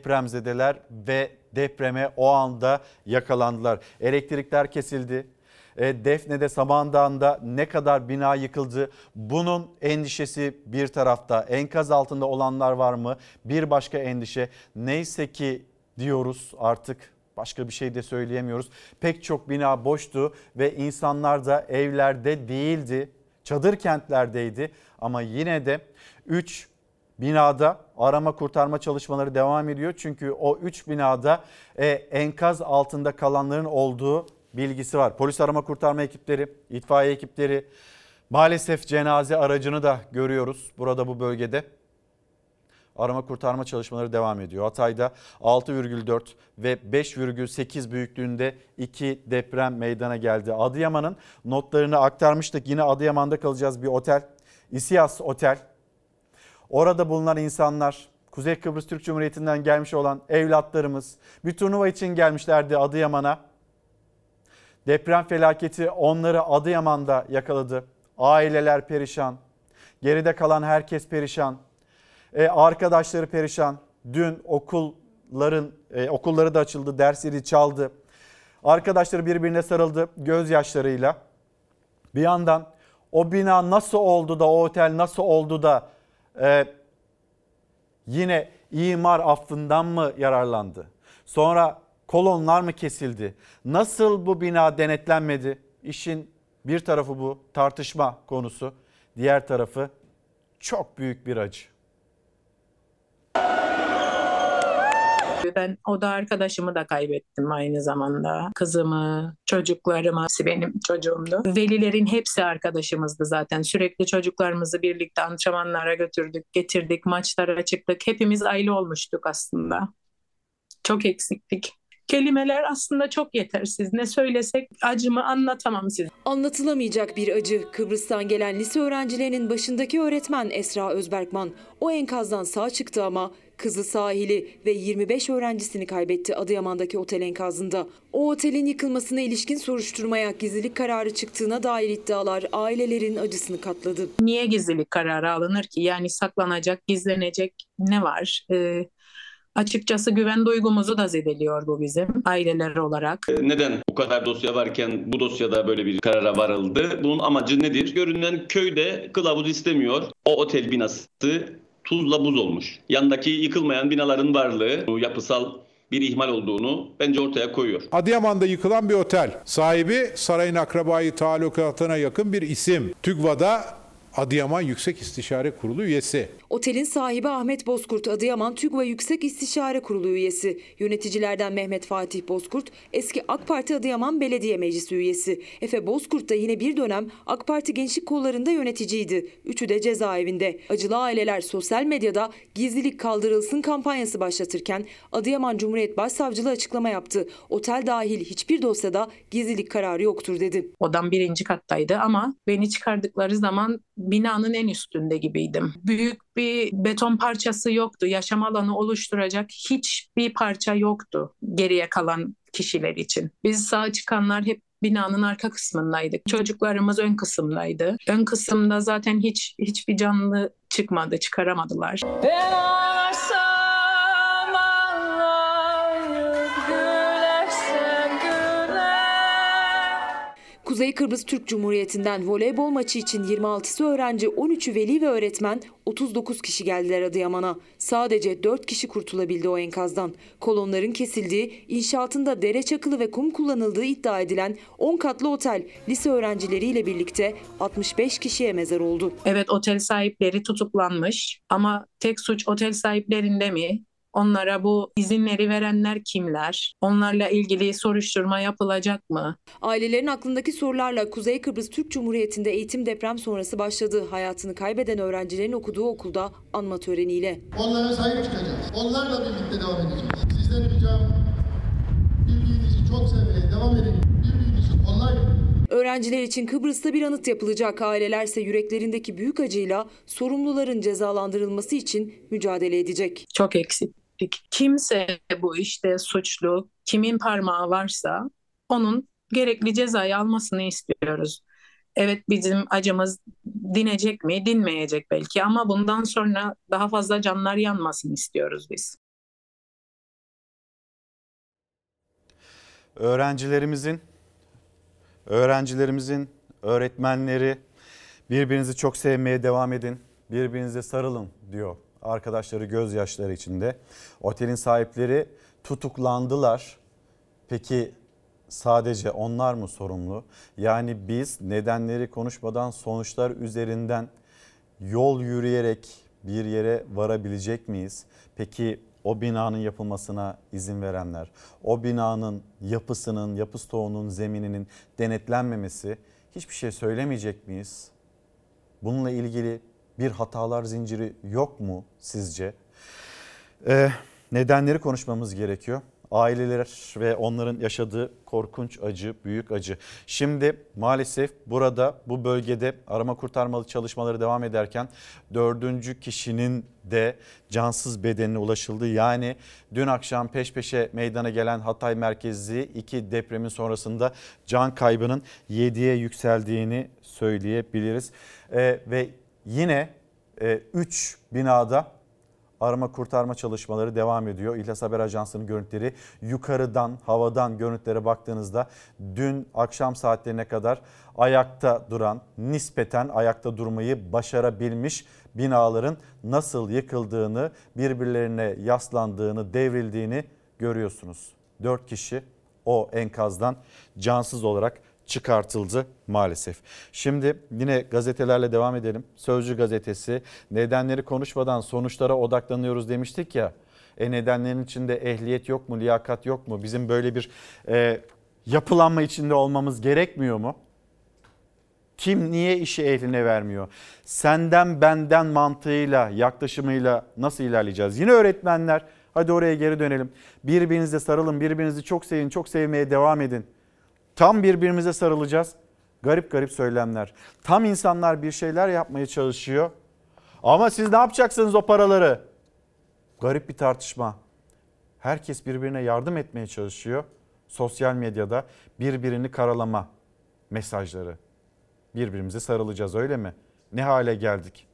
depremzedeler ve depreme o anda yakalandılar. Elektrikler kesildi. e, Defne'de, Samandağ'da ne kadar bina yıkıldı? Bunun endişesi bir tarafta. Enkaz altında olanlar var mı? Bir başka endişe. Neyse ki diyoruz artık, başka bir şey de söyleyemiyoruz. Pek çok bina boştu ve insanlar da evlerde değildi. Çadır kentlerdeydi ama yine de üç binada arama kurtarma çalışmaları devam ediyor. Çünkü o üç binada e, enkaz altında kalanların olduğu bilgisi var. Polis arama kurtarma ekipleri, itfaiye ekipleri, maalesef cenaze aracını da görüyoruz burada bu bölgede. Arama kurtarma çalışmaları devam ediyor. Hatay'da altı virgül dört ve beş virgül sekiz büyüklüğünde iki deprem meydana geldi. Adıyaman'ın notlarını aktarmıştık. Yine Adıyaman'da kalacağız, bir otel. İSİAS Otel. Orada bulunan insanlar, Kuzey Kıbrıs Türk Cumhuriyeti'nden gelmiş olan evlatlarımız bir turnuva için gelmişlerdi Adıyaman'a. Deprem felaketi onları Adıyaman'da yakaladı. Aileler perişan. Geride kalan herkes perişan. Ee, arkadaşları perişan. Dün okulların e, okulları da açıldı, dersleri çaldı. Arkadaşları birbirine sarıldı gözyaşlarıyla. Bir yandan o bina nasıl oldu da, o otel nasıl oldu da e, yine imar affından mı yararlandı? Sonra kolonlar mı kesildi? Nasıl bu bina denetlenmedi? İşin bir tarafı bu, tartışma konusu. Diğer tarafı çok büyük bir acı. Ben o da arkadaşımı da kaybettim aynı zamanda. Kızımı, çocuklarımı, hepsi benim çocuğumdu. Velilerin hepsi arkadaşımızdı zaten. Sürekli çocuklarımızı birlikte antrenmanlara götürdük, getirdik, maçlara çıktık. Hepimiz aile olmuştuk aslında. Çok eksiktik. Kelimeler aslında çok yetersiz. Ne söylesek acımı anlatamam size. Anlatılamayacak bir acı. Kıbrıs'tan gelen lise öğrencilerinin başındaki öğretmen Esra Özberkman. O enkazdan sağ çıktı ama kızı Sahil'i ve yirmi beş öğrencisini kaybetti Adıyaman'daki otel enkazında. O otelin yıkılmasına ilişkin soruşturmaya gizlilik kararı çıktığına dair iddialar ailelerin acısını katladı. Niye gizlilik kararı alınır ki? Yani saklanacak, gizlenecek ne var? Ee, Açıkçası güven duygumuzu da zedeliyor bu bizim aileler olarak. Neden bu kadar dosya varken bu dosyada böyle bir karara varıldı? Bunun amacı nedir? Görünen köyde kılavuz istemiyor. O otel binası tuzla buz olmuş. Yandaki yıkılmayan binaların varlığı, yapısal bir ihmal olduğunu bence ortaya koyuyor. Adıyaman'da yıkılan bir otel. Sahibi sarayın akrabayı talukatına yakın bir isim. TÜGVA'da Adıyaman Yüksek İstişare Kurulu üyesi. Otelin sahibi Ahmet Bozkurt, Adıyaman TÜGVA Yüksek İstişare Kurulu üyesi. Yöneticilerden Mehmet Fatih Bozkurt, eski AK Parti Adıyaman Belediye Meclisi üyesi. Efe Bozkurt da yine bir dönem AK Parti Gençlik Kolları'nda yöneticiydi. Üçü de cezaevinde. Acılı aileler sosyal medyada gizlilik kaldırılsın kampanyası başlatırken Adıyaman Cumhuriyet Başsavcılığı açıklama yaptı. Otel dahil hiçbir dosyada gizlilik kararı yoktur dedi. Odam birinci kattaydı ama beni çıkardıkları zaman binanın en üstünde gibiydim. Büyük bir beton parçası yoktu. Yaşam alanı oluşturacak hiçbir parça yoktu geriye kalan kişiler için. Biz sağ çıkanlar hep binanın arka kısmındaydık. Çocuklarımız ön kısımdaydı. Ön kısımda zaten hiç hiçbir canlı çıkmadı, çıkaramadılar. Ben ağlarsam ağlayıp gülersen güler. Kuzey Kıbrıs Türk Cumhuriyeti'nden voleybol maçı için yirmi altısı öğrenci, on üçü veli ve öğretmen, otuz dokuz kişi geldiler Adıyaman'a. Sadece dört kişi kurtulabildi o enkazdan. Kolonların kesildiği, inşaatında dere çakılı ve kum kullanıldığı iddia edilen on katlı otel lise öğrencileriyle birlikte altmış beş kişiye mezar oldu. Evet, otel sahipleri tutuklanmış ama tek suç otel sahiplerinde mi? Onlara bu izinleri verenler kimler? Onlarla ilgili soruşturma yapılacak mı? Ailelerin aklındaki sorularla Kuzey Kıbrıs Türk Cumhuriyeti'nde eğitim deprem sonrası başladı. Hayatını kaybeden öğrencilerin okuduğu okulda anma töreniyle. Onlara sahip çıkacağız. Onlarla birlikte devam edeceğiz. Sizden ricam birbirinizi çok sevmeye devam edin. Birbirinizi kollayın. Öğrenciler için Kıbrıs'ta bir anıt yapılacak. Ailelerse yüreklerindeki büyük acıyla sorumluların cezalandırılması için mücadele edecek. Çok eksik. Kimse bu işte suçlu, kimin parmağı varsa onun gerekli cezayı almasını istiyoruz. Evet, bizim acımız dinecek mi? Dinmeyecek belki ama bundan sonra daha fazla canlar yanmasını istiyoruz biz. Öğrencilerimizin öğrencilerimizin, öğretmenleri birbirinizi çok sevmeye devam edin. Birbirinize sarılın diyor arkadaşları gözyaşları içinde. Otelin sahipleri tutuklandılar. Peki sadece onlar mı sorumlu? Yani biz nedenleri konuşmadan sonuçlar üzerinden yol yürüyerek bir yere varabilecek miyiz? Peki o binanın yapılmasına izin verenler, o binanın yapısının, yapı stoğunun, zemininin denetlenmemesi, hiçbir şey söylemeyecek miyiz? Bununla ilgili bir hatalar zinciri yok mu sizce? Ee, nedenleri konuşmamız gerekiyor. Aileler ve onların yaşadığı korkunç acı, büyük acı. Şimdi maalesef burada bu bölgede arama kurtarmalı çalışmaları devam ederken dördüncü kişinin de cansız bedenine ulaşıldı. Yani dün akşam peş peşe meydana gelen Hatay merkezli iki depremin sonrasında can kaybının yediye yükseldiğini söyleyebiliriz. Ee, ve yine üç e, binada arama kurtarma çalışmaları devam ediyor. İhlas Haber Ajansı'nın görüntüleri, yukarıdan, havadan görüntülere baktığınızda dün akşam saatlerine kadar ayakta duran, nispeten ayakta durmayı başarabilmiş binaların nasıl yıkıldığını, birbirlerine yaslandığını, devrildiğini görüyorsunuz. Dört kişi o enkazdan cansız olarak çıkartıldı maalesef. Şimdi yine gazetelerle devam edelim. Sözcü gazetesi, nedenleri konuşmadan sonuçlara odaklanıyoruz demiştik ya. E nedenlerin içinde ehliyet yok mu, liyakat yok mu? Bizim böyle bir e, yapılanma içinde olmamız gerekmiyor mu? Kim niye işi ehline vermiyor? Senden benden mantığıyla, yaklaşımıyla nasıl ilerleyeceğiz? Yine öğretmenler, hadi oraya geri dönelim. Birbirinize sarılın, birbirinizi çok sevin, çok sevmeye devam edin. Tam birbirimize sarılacağız. Garip garip söylemler. Tam insanlar bir şeyler yapmaya çalışıyor. Ama siz ne yapacaksınız o paraları? Garip bir tartışma. Herkes birbirine yardım etmeye çalışıyor. Sosyal medyada birbirini karalama mesajları. Birbirimize sarılacağız, öyle mi? Ne hale geldik?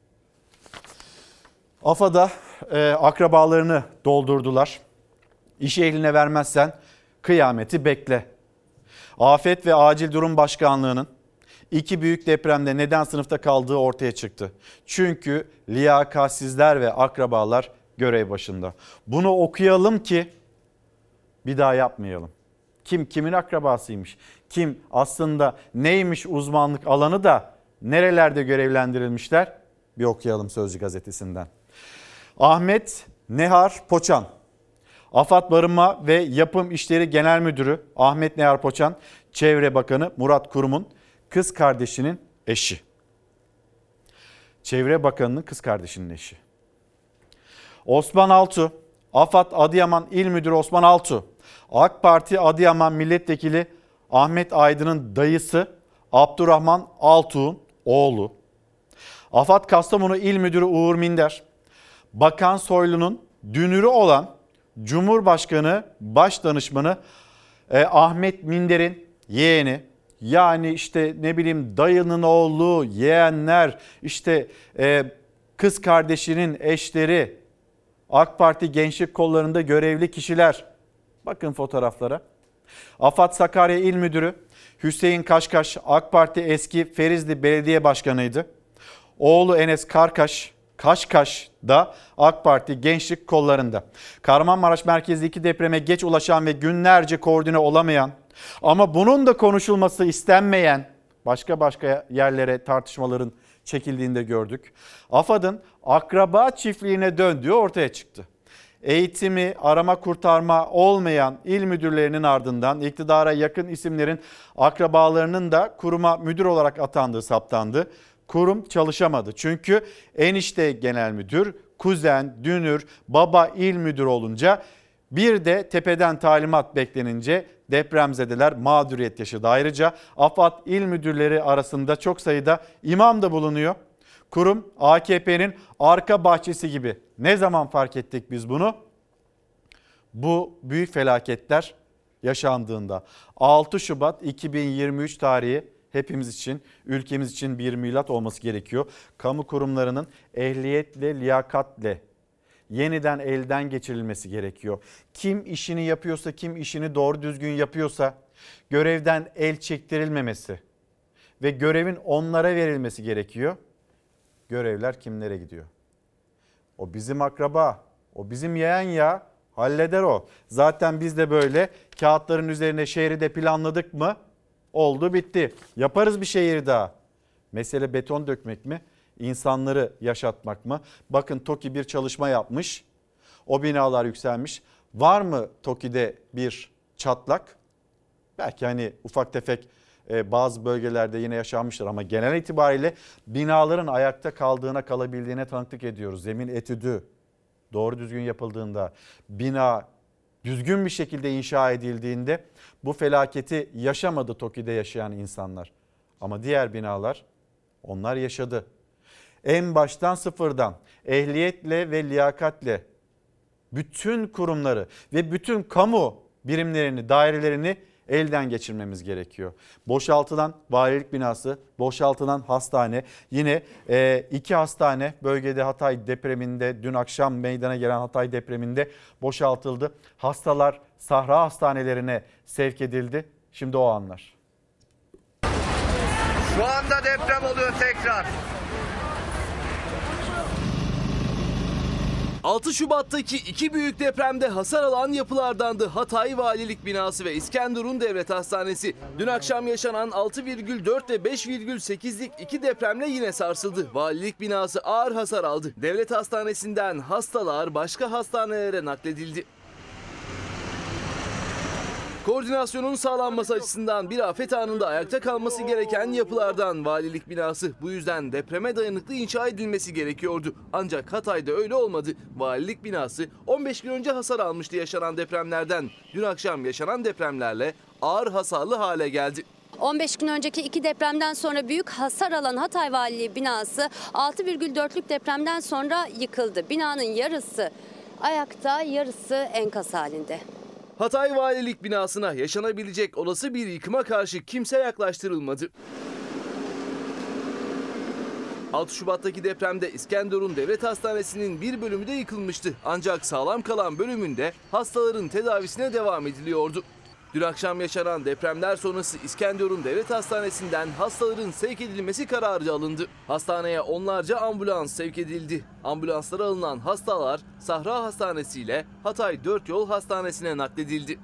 AFAD'a e, akrabalarını doldurdular. İşi eline vermezsen kıyameti bekle. Afet ve Acil Durum Başkanlığı'nın iki büyük depremde neden sınıfta kaldığı ortaya çıktı. Çünkü liyakatsizler ve akrabalar görev başında. Bunu okuyalım ki bir daha yapmayalım. Kim kimin akrabasıymış? Kim aslında neymiş uzmanlık alanı da nerelerde görevlendirilmişler? Bir okuyalım Sözcü gazetesinden. Ahmet Nehar Poçan, AFAD Barınma ve Yapım İşleri Genel Müdürü Ahmet Nehar Poçan, Çevre Bakanı Murat Kurum'un kız kardeşinin eşi. Çevre Bakanı'nın kız kardeşinin eşi. Osman Altuğ, AFAD Adıyaman İl Müdürü Osman Altuğ, AK Parti Adıyaman Milletvekili Ahmet Aydın'ın dayısı Abdurrahman Altuğ'un oğlu. AFAD Kastamonu İl Müdürü Uğur Minder, Bakan Soylu'nun dünürü olan Cumhurbaşkanı Başdanışmanı e, Ahmet Minder'in yeğeni, yani işte ne bileyim dayının oğlu, yeğenler, işte e, kız kardeşinin eşleri, AK Parti Gençlik Kolları'nda görevli kişiler. Bakın fotoğraflara. AFAD Sakarya İl Müdürü Hüseyin Kaşkaş, AK Parti eski Ferizli Belediye Başkanı'ydı. Oğlu Enes Karkaş, Kaşkaş da AK Parti Gençlik Kolları'nda. Kahramanmaraş merkezli iki depreme geç ulaşan ve günlerce koordine olamayan ama bunun da konuşulması istenmeyen başka başka yerlere tartışmaların çekildiğinde gördük. AFAD'ın akraba çiftliğine döndüğü ortaya çıktı. Eğitimi, arama kurtarma olmayan il müdürlerinin ardından iktidara yakın isimlerin akrabalarının da kuruma müdür olarak atandığı saptandı. Kurum çalışamadı çünkü enişte genel müdür, kuzen, dünür, baba il müdür olunca bir de tepeden talimat beklenince depremzedeler mağduriyet yaşadı. Ayrıca AFAD il müdürleri arasında çok sayıda imam da bulunuyor. Kurum A K P'nin arka bahçesi gibi. Ne zaman fark ettik biz bunu? Bu büyük felaketler yaşandığında. altı Şubat iki bin yirmi üç tarihi hepimiz için, ülkemiz için bir milat olması gerekiyor. Kamu kurumlarının ehliyetle, liyakatle yeniden elden geçirilmesi gerekiyor. Kim işini yapıyorsa, kim işini doğru düzgün yapıyorsa görevden el çektirilmemesi ve görevin onlara verilmesi gerekiyor. Görevler kimlere gidiyor? O bizim akraba, o bizim yeğen ya, halleder o. Zaten biz de böyle kağıtların üzerine şehri de planladık mı? Oldu bitti. Yaparız bir şehir daha. Mesele beton dökmek mi? İnsanları yaşatmak mı? Bakın TOKİ bir çalışma yapmış. O binalar yükselmiş. Var mı TOKİ'de bir çatlak? Belki hani ufak tefek bazı bölgelerde yine yaşanmıştır ama genel itibariyle binaların ayakta kaldığına, kalabildiğine tanıklık ediyoruz. Zemin etüdü doğru düzgün yapıldığında, bina düzgün bir şekilde inşa edildiğinde bu felaketi yaşamadı TOKİ'de yaşayan insanlar. Ama diğer binalar, onlar yaşadı. En baştan sıfırdan ehliyetle ve liyakatle bütün kurumları ve bütün kamu birimlerini, dairelerini elden geçirmemiz gerekiyor. Boşaltılan valilik binası, boşaltılan hastane, yine e, iki hastane bölgede Hatay depreminde, dün akşam meydana gelen Hatay depreminde boşaltıldı. Hastalar Sahra hastanelerine sevk edildi. Şimdi o anlar. Şu anda deprem oluyor tekrar. altı Şubat'taki iki büyük depremde hasar alan yapılardandı Hatay Valilik Binası ve İskenderun Devlet Hastanesi. Dün akşam yaşanan altı virgül dört ve beş virgül sekizlik iki depremle yine sarsıldı. Valilik binası ağır hasar aldı. Devlet Hastanesi'nden hastalar başka hastanelere nakledildi. Koordinasyonun sağlanması açısından bir afet anında ayakta kalması gereken yapılardan valilik binası. Bu yüzden depreme dayanıklı inşa edilmesi gerekiyordu. Ancak Hatay'da öyle olmadı. Valilik binası on beş gün önce hasar almıştı yaşanan depremlerden. Dün akşam yaşanan depremlerle ağır hasarlı hale geldi. on beş gün önceki iki depremden sonra büyük hasar alan Hatay Valiliği binası altı virgül dörtlük depremden sonra yıkıldı. Binanın yarısı ayakta, yarısı enkaz halinde. Hatay Valilik binasına yaşanabilecek olası bir yıkıma karşı kimse yaklaştırılmadı. altı Şubat'taki depremde İskenderun Devlet Hastanesi'nin bir bölümü de yıkılmıştı. Ancak sağlam kalan bölümünde hastaların tedavisine devam ediliyordu. Dün akşam yaşanan depremler sonrası İskenderun Devlet Hastanesi'nden hastaların sevk edilmesi kararı alındı. Hastaneye onlarca ambulans sevk edildi. Ambulanslara alınan hastalar Sahra Hastanesi ile Hatay Dört Yol Hastanesi'ne nakledildi.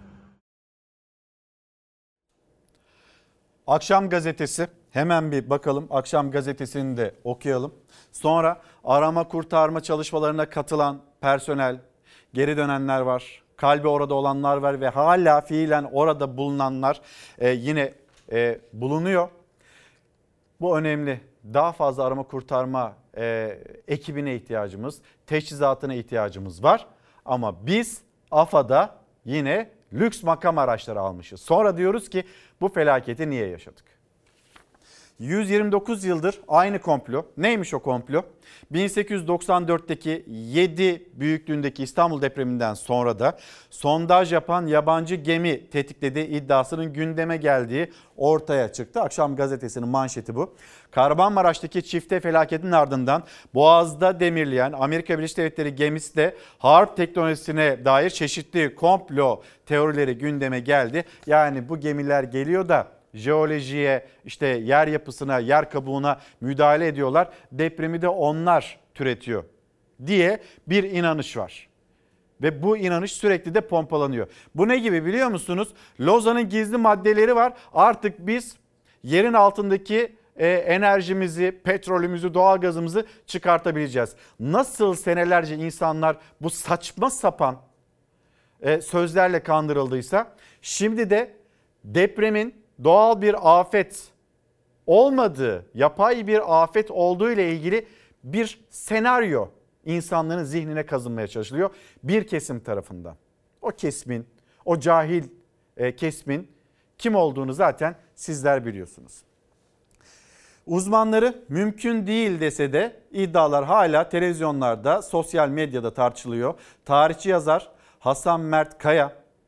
Akşam gazetesi, hemen bir bakalım, akşam gazetesini de okuyalım. Sonra arama kurtarma çalışmalarına katılan personel, geri dönenler var. Kalbi orada olanlar var ve hala fiilen orada bulunanlar e, yine e, bulunuyor. Bu önemli. Daha fazla arama kurtarma e, ekibine ihtiyacımız, teçhizatına ihtiyacımız var. Ama biz AFAD'a yine lüks makam araçları almışız. Sonra diyoruz ki bu felaketi niye yaşadık? yüz yirmi dokuz yıldır aynı komplo. Neymiş o komplo? bin sekiz yüz doksan dörtteki yedi büyüklüğündeki İstanbul depreminden sonra da sondaj yapan yabancı gemi tetiklediği iddiasının gündeme geldiği ortaya çıktı. Akşam gazetesinin manşeti bu. Kahramanmaraş'taki çifte felaketin ardından Boğaz'da demirleyen Amerika Birleşik Devletleri gemisi de harp teknolojisine dair çeşitli komplo teorileri gündeme geldi. Yani bu gemiler geliyor da jeolojiye, işte yer yapısına, yer kabuğuna müdahale ediyorlar. Depremi de onlar türetiyor diye bir inanış var. Ve bu inanış sürekli de pompalanıyor. Bu ne gibi biliyor musunuz? Lozan'ın gizli maddeleri var. Artık biz yerin altındaki e, enerjimizi, petrolümüzü, doğalgazımızı çıkartabileceğiz. Nasıl senelerce insanlar bu saçma sapan e, sözlerle kandırıldıysa, şimdi de depremin doğal bir afet olmadığı, yapay bir afet olduğu ile ilgili bir senaryo insanların zihnine kazınmaya çalışılıyor bir kesim tarafından. O kesimin, o cahil e, kesimin kim olduğunu zaten sizler biliyorsunuz. Uzmanları mümkün değil dese de iddialar hala televizyonlarda, sosyal medyada tartışılıyor. Tarihçi yazar Hasan Mert Kaya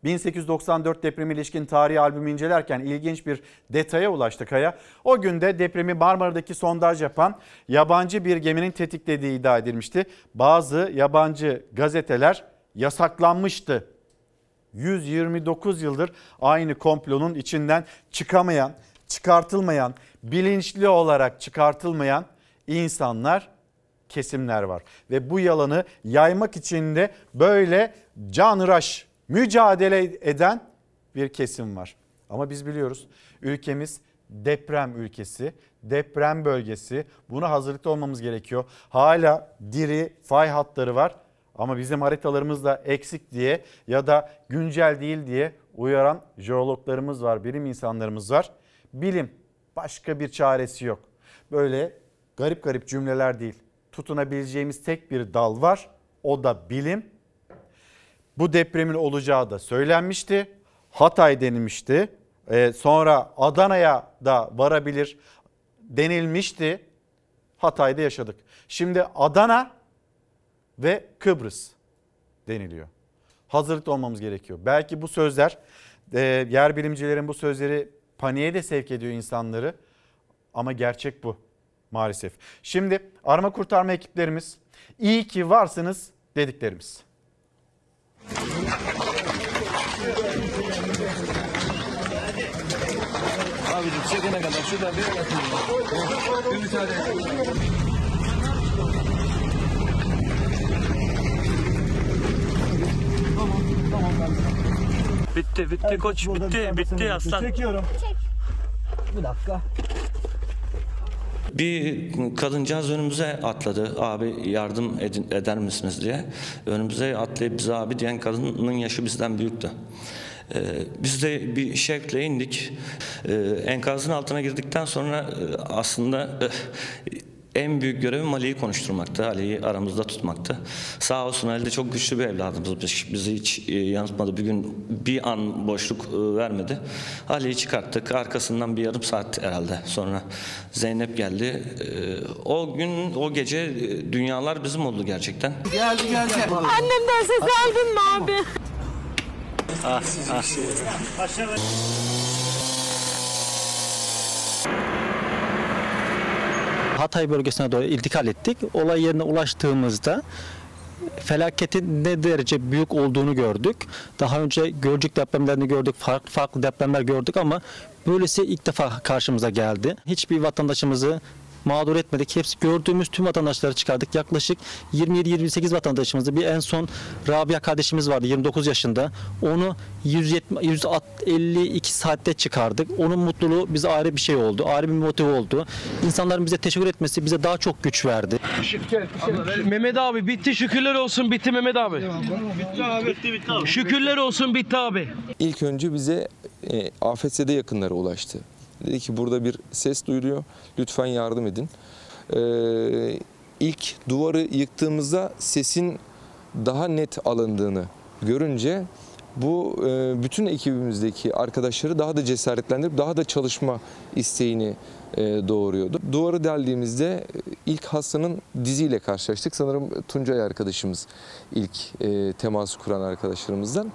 bin sekiz yüz doksan dört depremi ilişkin tarihi albümü incelerken ilginç bir detaya ulaştı Kaya. O günde depremi Marmara'daki sondaj yapan yabancı bir geminin tetiklediği iddia edilmişti. Bazı yabancı gazeteler yasaklanmıştı. yüz yirmi dokuz yıldır aynı komplonun içinden çıkamayan, çıkartılmayan, bilinçli olarak çıkartılmayan insanlar, kesimler var. Ve bu yalanı yaymak için de böyle canhıraş mücadele eden bir kesim var. Ama biz biliyoruz, ülkemiz deprem ülkesi, deprem bölgesi. Buna hazırlıklı olmamız gerekiyor. Hala diri fay hatları var ama bizim haritalarımız da eksik diye ya da güncel değil diye uyaran jeologlarımız var, bilim insanlarımız var. Bilim, başka bir çaresi yok. Böyle garip garip cümleler değil. Tutunabileceğimiz tek bir dal var. O da bilim. Bu depremin olacağı da söylenmişti. Hatay denilmişti. Ee, sonra Adana'ya da varabilir denilmişti. Hatay'da yaşadık. Şimdi Adana ve Kıbrıs deniliyor. Hazırlıklı olmamız gerekiyor. Belki bu sözler, e, yer bilimcilerin bu sözleri paniğe de sevk ediyor insanları. Ama gerçek bu maalesef. Şimdi arama kurtarma ekiplerimiz, iyi ki varsınız dediklerimiz. Abicim çekene kadar şurada bir bir müsaade edin. Bitti bitti koç bitti bitti aslan. Çekiyorum. Bir dakika. Bir kadıncağız önümüze atladı. Abi yardım edin, eder misiniz diye. Önümüze atlayıp bize abi diyen kadının yaşı bizden büyüktü. Ee, biz de bir şevkle indik. Ee, enkazın altına girdikten sonra e, aslında e, en büyük görevim Ali'yi konuşturmaktı. Ali'yi aramızda tutmaktı. Sağ olsun Ali de çok güçlü bir evladımız. Bizi hiç e, yanıltmadı. Bir gün bir an boşluk e, vermedi. Ali'yi çıkarttık. Arkasından bir yarım saat herhalde sonra Zeynep geldi. E, o gün, o gece e, dünyalar bizim oldu gerçekten. Geldi geldi. Annemden ses aldın mı abi? Ah, ah. Hatay bölgesine doğru intikal ettik. Olay yerine ulaştığımızda felaketin ne derece büyük olduğunu gördük. Daha önce Gölcük depremlerini gördük, farklı farklı depremler gördük ama böylesi ilk defa karşımıza geldi. Hiçbir vatandaşımızı mağdur etmedik. Hepsi gördüğümüz tüm vatandaşları çıkardık. Yaklaşık yirmi yedi yirmi sekiz vatandaşımızdı. Bir en son Rabia kardeşimiz vardı yirmi dokuz yaşında. Onu yüz elli iki saatte çıkardık. Onun mutluluğu bize ayrı bir şey oldu. Ayrı bir motive oldu. İnsanların bize teşekkür etmesi bize daha çok güç verdi. Mehmet abi bitti, şükürler olsun, bitti Mehmet abi. Bitti abi. Bitti bitti abi. Şükürler olsun, bitti abi. İlk önce bize e, afetzede yakınları ulaştı. Dedi ki burada bir ses duyuluyor, lütfen yardım edin. Ee, ilk duvarı yıktığımızda sesin daha net alındığını görünce bu e, bütün ekibimizdeki arkadaşları daha da cesaretlendirip daha da çalışma isteğini e, doğuruyordu. Duvarı deldiğimizde ilk hastanın diziyle karşılaştık. Sanırım Tuncay arkadaşımız ilk e, teması kuran arkadaşlarımızdan.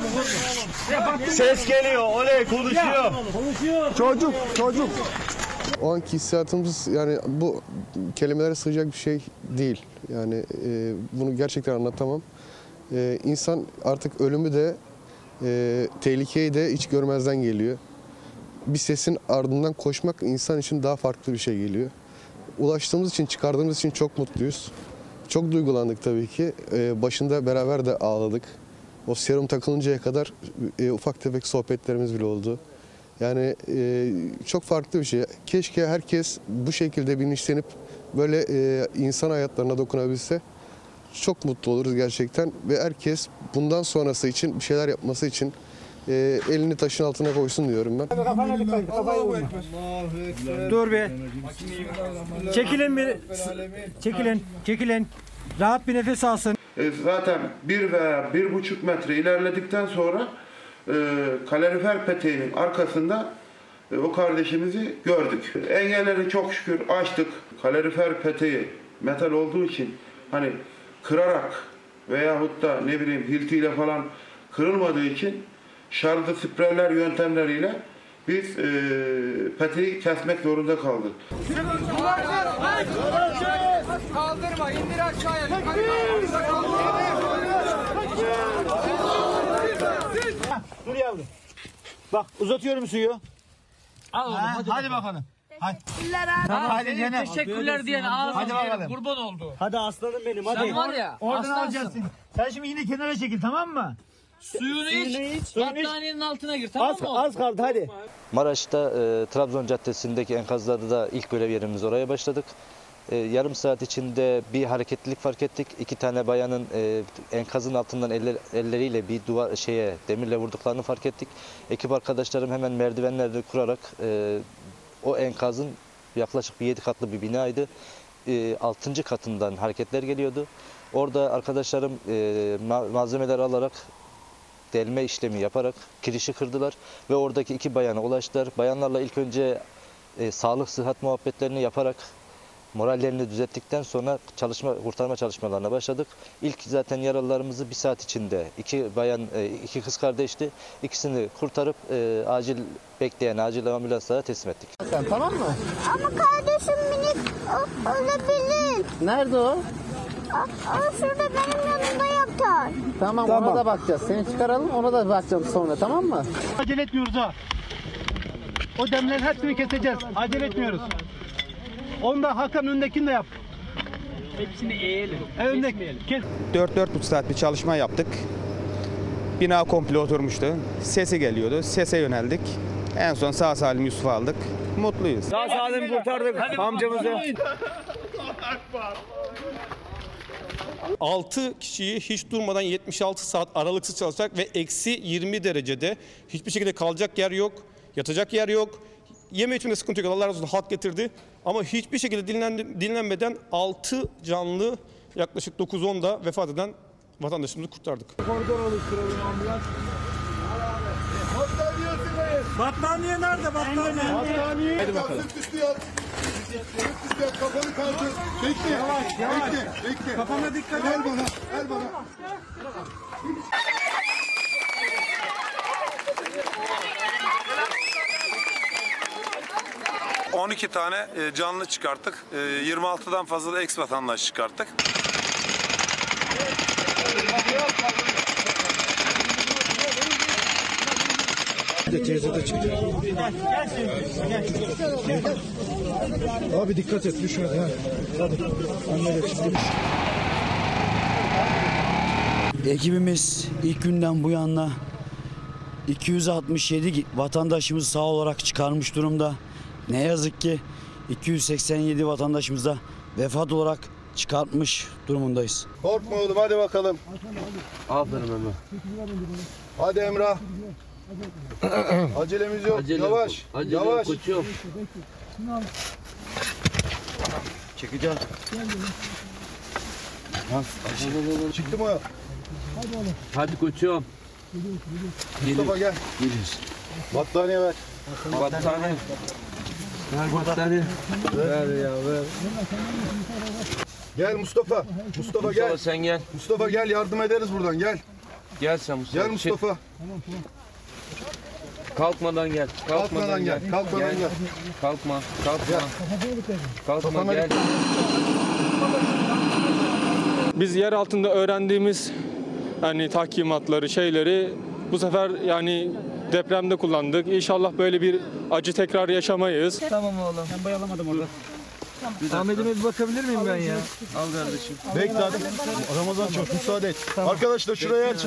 Ses geliyor, oley konuşuyor. Çocuk, çocuk. O anki hissiyatımız yani bu kelimelere sığacak bir şey değil. Yani e, bunu gerçekten anlatamam. E, insan artık ölümü de e, tehlikeyi de hiç görmezden geliyor. Bir sesin ardından koşmak insan için daha farklı bir şey geliyor. Ulaştığımız için, çıkardığımız için çok mutluyuz. Çok duygulandık tabii ki. E, başında beraber de ağladık. O serum takılıncaya kadar e, ufak tefek sohbetlerimiz bile oldu. Yani e, çok farklı bir şey. Keşke herkes bu şekilde bilinçlenip böyle e, insan hayatlarına dokunabilse çok mutlu oluruz gerçekten. Ve herkes bundan sonrası için bir şeyler yapması için e, elini taşın altına koysun diyorum ben. Kafana dikkat, kafayı vurma. Dur bir. Çekilin bir. Çekilin, çekilin. Rahat bir nefes alsın. E, zaten bir veya bir buçuk metre ilerledikten sonra e, kalorifer peteğinin arkasında e, o kardeşimizi gördük. Engelleri çok şükür aştık. Kalorifer peteği metal olduğu için hani kırarak veyahut da ne bileyim hiltiyle falan kırılmadığı için şarjlı spreyler yöntemleriyle biz e, peteği kesmek zorunda kaldık. Kaldırma, indir aşağıya. Dur yavrum. Bak uzatıyorum suyu. Al oğlum, ha, hadi, hadi bakalım. Hadi. Tamam, hadi canım. teşekkürler diyen ağzını hadi bakalım. kurban oldu. Hadi aslanım benim hadi. Sen var ya, oradan aslansın. alacaksın. Sen şimdi yine kenara çekil, tamam mı? Suyunu iç, battaniyenin altına gir, az, tamam mı? Az kaldı hadi. Maraş'ta e, Trabzon Caddesi'ndeki enkazlarda da ilk görev yerimiz oraya başladık. E, yarım saat içinde bir hareketlilik fark ettik. İki tane bayanın e, enkazın altından eller, elleriyle bir duvar şeye demirle vurduklarını fark ettik. Ekip arkadaşlarım hemen merdivenleri kurarak e, o enkazın yaklaşık bir yedi katlı bir binaydı. E, altıncı katından hareketler geliyordu. Orada arkadaşlarım e, malzemeler alarak delme işlemi yaparak kirişi kırdılar ve oradaki iki bayana ulaştılar. Bayanlarla ilk önce e, sağlık sıhhat muhabbetlerini yaparak morallerini düzelttikten sonra çalışma kurtarma çalışmalarına başladık. İlk zaten yaralılarımızı bir saat içinde iki bayan e, iki kız kardeşti. İkisini kurtarıp e, acil bekleyen acil ambulanslara teslim ettik. Sen tamam mı? Ama kardeşim minik o, olabilir. Nerede o? O, o şurada benim yanımda yatar. Tamam, tamam, ona da bakacağız. Seni çıkaralım, ona da bakacağım sonra, tamam mı? Acele etmiyoruz ha. O demlerin hepsini keseceğiz. Acele etmiyoruz. Onu da Hakan öndekini de yap. Hepsini eğelim. E, öndeki kes. dört dört buçuk saat bir çalışma yaptık. Bina komple oturmuştu. Sesi geliyordu. Sese yöneldik. En son sağ salim Yusuf'u aldık. Mutluyuz. Sağ salim kurtardık amcamızı. altı kişiyi hiç durmadan yetmiş altı saat aralıksız çalışacak ve eksi yirmi derecede hiçbir şekilde kalacak yer yok, yatacak yer yok. Yeme içmede sıkıntı yok. Allah razı olsun, halk getirdi. Ama hiçbir şekilde dinlen, dinlenmeden altı canlı yaklaşık dokuz onda vefat eden vatandaşımızı kurtardık. Koridor oluşturalım ambulans. Battaniye nerede? Battaniye. Battaniye. Hadi bakalım. Üstü yat. Üstü yat. Kafanı kaldır. Bekle. Yavaş yavaş. Bekle. Bekle. Kafana dikkat et. Ver bana. Ver bana. on iki tane canlı çıkarttık. yirmi altıdan fazla da ex vatandaş çıkarttık. Teyze çıktı. Abi dikkat et düşme ya. Hadi. Anne de çıktı. Ekibimiz ilk günden bu yana iki yüz altmış yedi vatandaşımızı sağ olarak çıkarmış durumda. Ne yazık ki iki yüz seksen yedi vatandaşımız da vefat olarak çıkartmış durumundayız. Korkma oğlum, hadi bakalım. Aferin Emre. Hadi Emrah. Acelemiz yok. Acele yavaş. yok. Acele yavaş. yok, koçum. Çekeceğim. Çıktı mı? Hadi koçum. Mustafa gel. Geliyoruz. Battaniye ver. Battaniye. Ver battaniye. Ver ya ver. Gel Mustafa. Mustafa gel. Mustafa sen gel. Mustafa gel, yardım ederiz buradan, gel. Gel sen Mustafa. Gel Mustafa. Kalkmadan gel. Kalkmadan, Kalkmadan gel. Kalkmadan gel. Kalkma. Kalkma. Kalkma Kafana gel. Biz yer altında öğrendiğimiz hani tahkimatları, şeyleri bu sefer yani depremde kullandık. İnşallah böyle bir acı tekrar yaşamayız. Tamam oğlum. Ben bayalamadım orada. Ahmet'ime bir bakabilir miyim ben ya? Al kardeşim. Bekle hadi. Ramazan çok müsaade et. Arkadaşlar şuraya aç.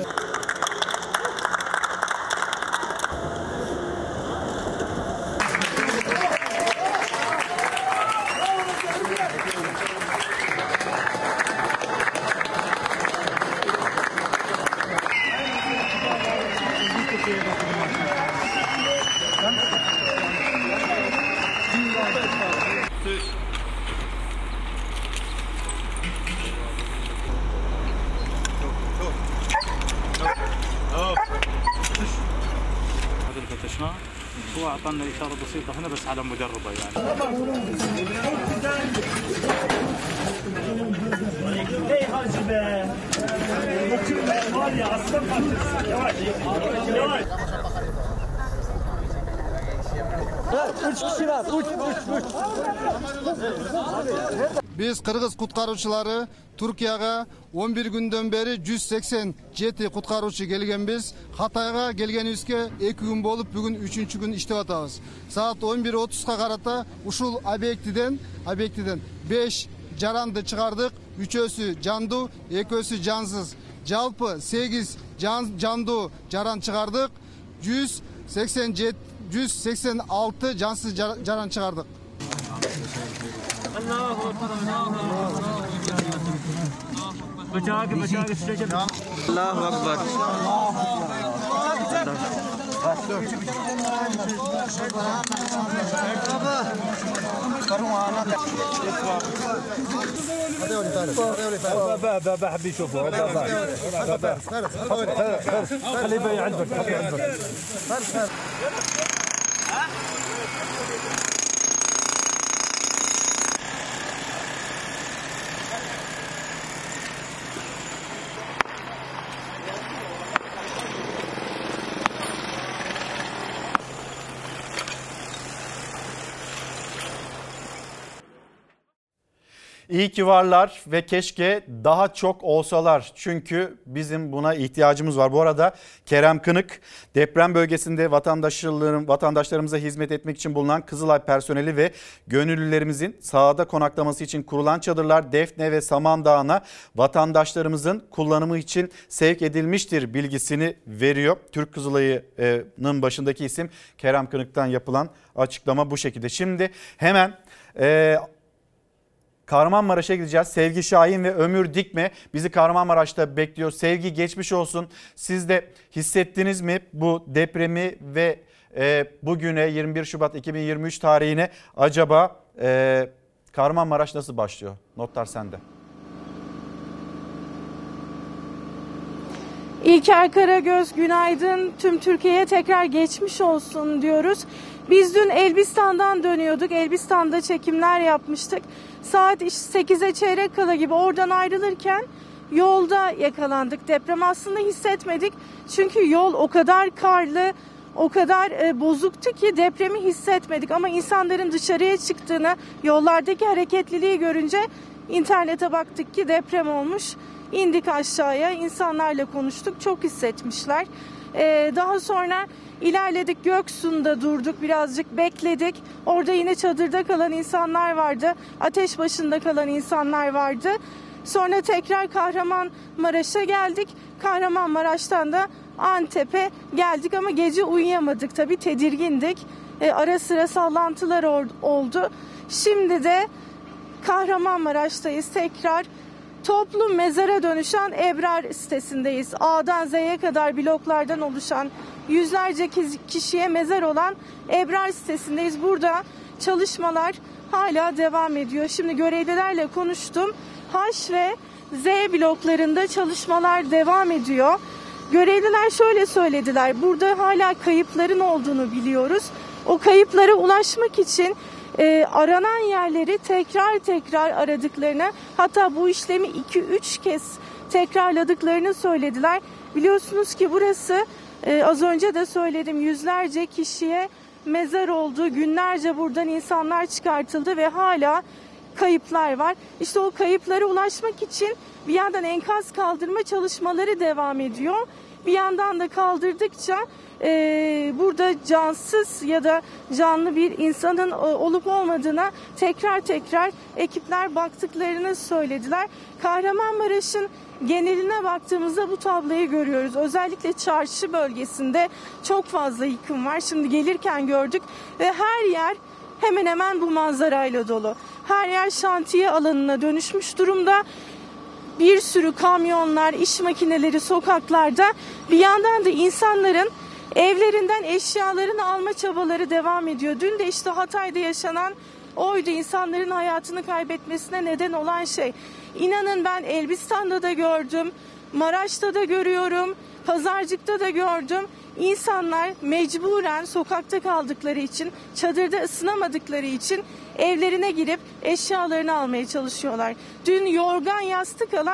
هذا اللي فتشناه هو اعطانا اشاره بسيطه هنا بس على مجربه يعني. Hey hacı be. Üç kişi var. Uç, uç, uç. Biz Kırgız kutkarıcıları Türkiye'ye on bir günden beri yüz seksen yedi kutkarıcı gelgenbiz. Hatay'a gelgenibizge iki gün bolup bugün üçüncü gün iştep atabız. Saat on bir otuzga karata uşul obyektiden obyektiden beş jaranды çıkardık. Üçösü jandu, ekөөsü jansız. Jalpı sekiz can, jandu jaran çıkardık. yüz seksen yedi yüz seksen altı cansız jaran çıkardık. Allahu Ekber, Allahu Ekber. Bıçağı, bıçağı süreceğim. Allahu Ekber. بابا بابا حبي يشوفه بابا بابا خليه يبيع عندك خليه عندك İyi ki varlar ve keşke daha çok olsalar. Çünkü bizim buna ihtiyacımız var. Bu arada Kerem Kınık deprem bölgesinde vatandaşlarım, vatandaşlarımıza hizmet etmek için bulunan Kızılay personeli ve gönüllülerimizin sahada konaklaması için kurulan çadırlar Defne ve Samandağ'ına vatandaşlarımızın kullanımı için sevk edilmiştir bilgisini veriyor. Türk Kızılayı'nın başındaki isim Kerem Kınık'tan yapılan açıklama bu şekilde. Şimdi hemen E, Kahramanmaraş'a gideceğiz. Sevgi Şahin ve Ömür Dikme bizi Kahramanmaraş'ta bekliyor. Sevgi, geçmiş olsun. Siz de hissettiniz mi bu depremi ve e, bugüne yirmi bir Şubat iki bin yirmi üç tarihine acaba e, Kahramanmaraş nasıl başlıyor? Notlar sende. İlker Karagöz, günaydın. Tüm Türkiye'ye tekrar geçmiş olsun diyoruz. Biz dün Elbistan'dan dönüyorduk. Elbistan'da çekimler yapmıştık. Saat sekize çeyrek kala gibi oradan ayrılırken yolda yakalandık. Deprem aslında hissetmedik. Çünkü yol o kadar karlı, o kadar e, bozuktu ki depremi hissetmedik. Ama insanların dışarıya çıktığını, yollardaki hareketliliği görünce internete baktık ki deprem olmuş. İndik aşağıya, insanlarla konuştuk. Çok hissetmişler. Ee, daha sonra ilerledik, Göksu'nda durduk, birazcık bekledik. Orada yine çadırda kalan insanlar vardı. Ateş başında kalan insanlar vardı. Sonra tekrar Kahramanmaraş'a geldik. Kahramanmaraş'tan da Antep'e geldik ama gece uyuyamadık tabii, tedirgindik. Ee, ara sıra sallantılar oldu. Şimdi de Kahramanmaraş'tayız tekrar. Toplu mezara dönüşen Ebrar sitesindeyiz. A'dan Z'ye kadar bloklardan oluşan yüzlerce kişiye mezar olan Ebrar sitesindeyiz. Burada çalışmalar hala devam ediyor. Şimdi görevlilerle konuştum. H ve Z bloklarında çalışmalar devam ediyor. Görevliler şöyle söylediler. Burada hala kayıpların olduğunu biliyoruz. O kayıplara ulaşmak için E, aranan yerleri tekrar tekrar aradıklarını, hatta bu işlemi iki üç kez tekrarladıklarını söylediler. Biliyorsunuz ki burası e, az önce de söyledim, yüzlerce kişiye mezar oldu. Günlerce buradan insanlar çıkartıldı ve hala kayıplar var. İşte o kayıplara ulaşmak için bir yandan enkaz kaldırma çalışmaları devam ediyor. Bir yandan da kaldırdıkça Ee, burada cansız ya da canlı bir insanın olup olmadığına tekrar tekrar ekipler baktıklarını söylediler. Kahramanmaraş'ın geneline baktığımızda bu tabloyu görüyoruz. Özellikle çarşı bölgesinde çok fazla yıkım var. Şimdi gelirken gördük ve her yer hemen hemen bu manzarayla dolu. Her yer şantiye alanına dönüşmüş durumda. Bir sürü kamyonlar, iş makineleri sokaklarda. Bir yandan da insanların evlerinden eşyalarını alma çabaları devam ediyor. Dün de işte Hatay'da yaşanan oydu, insanların hayatını kaybetmesine neden olan şey. İnanın ben Elbistan'da da gördüm, Maraş'ta da görüyorum, Pazarcık'ta da gördüm. İnsanlar mecburen sokakta kaldıkları için, çadırda ısınamadıkları için evlerine girip eşyalarını almaya çalışıyorlar. Dün yorgan yastık alan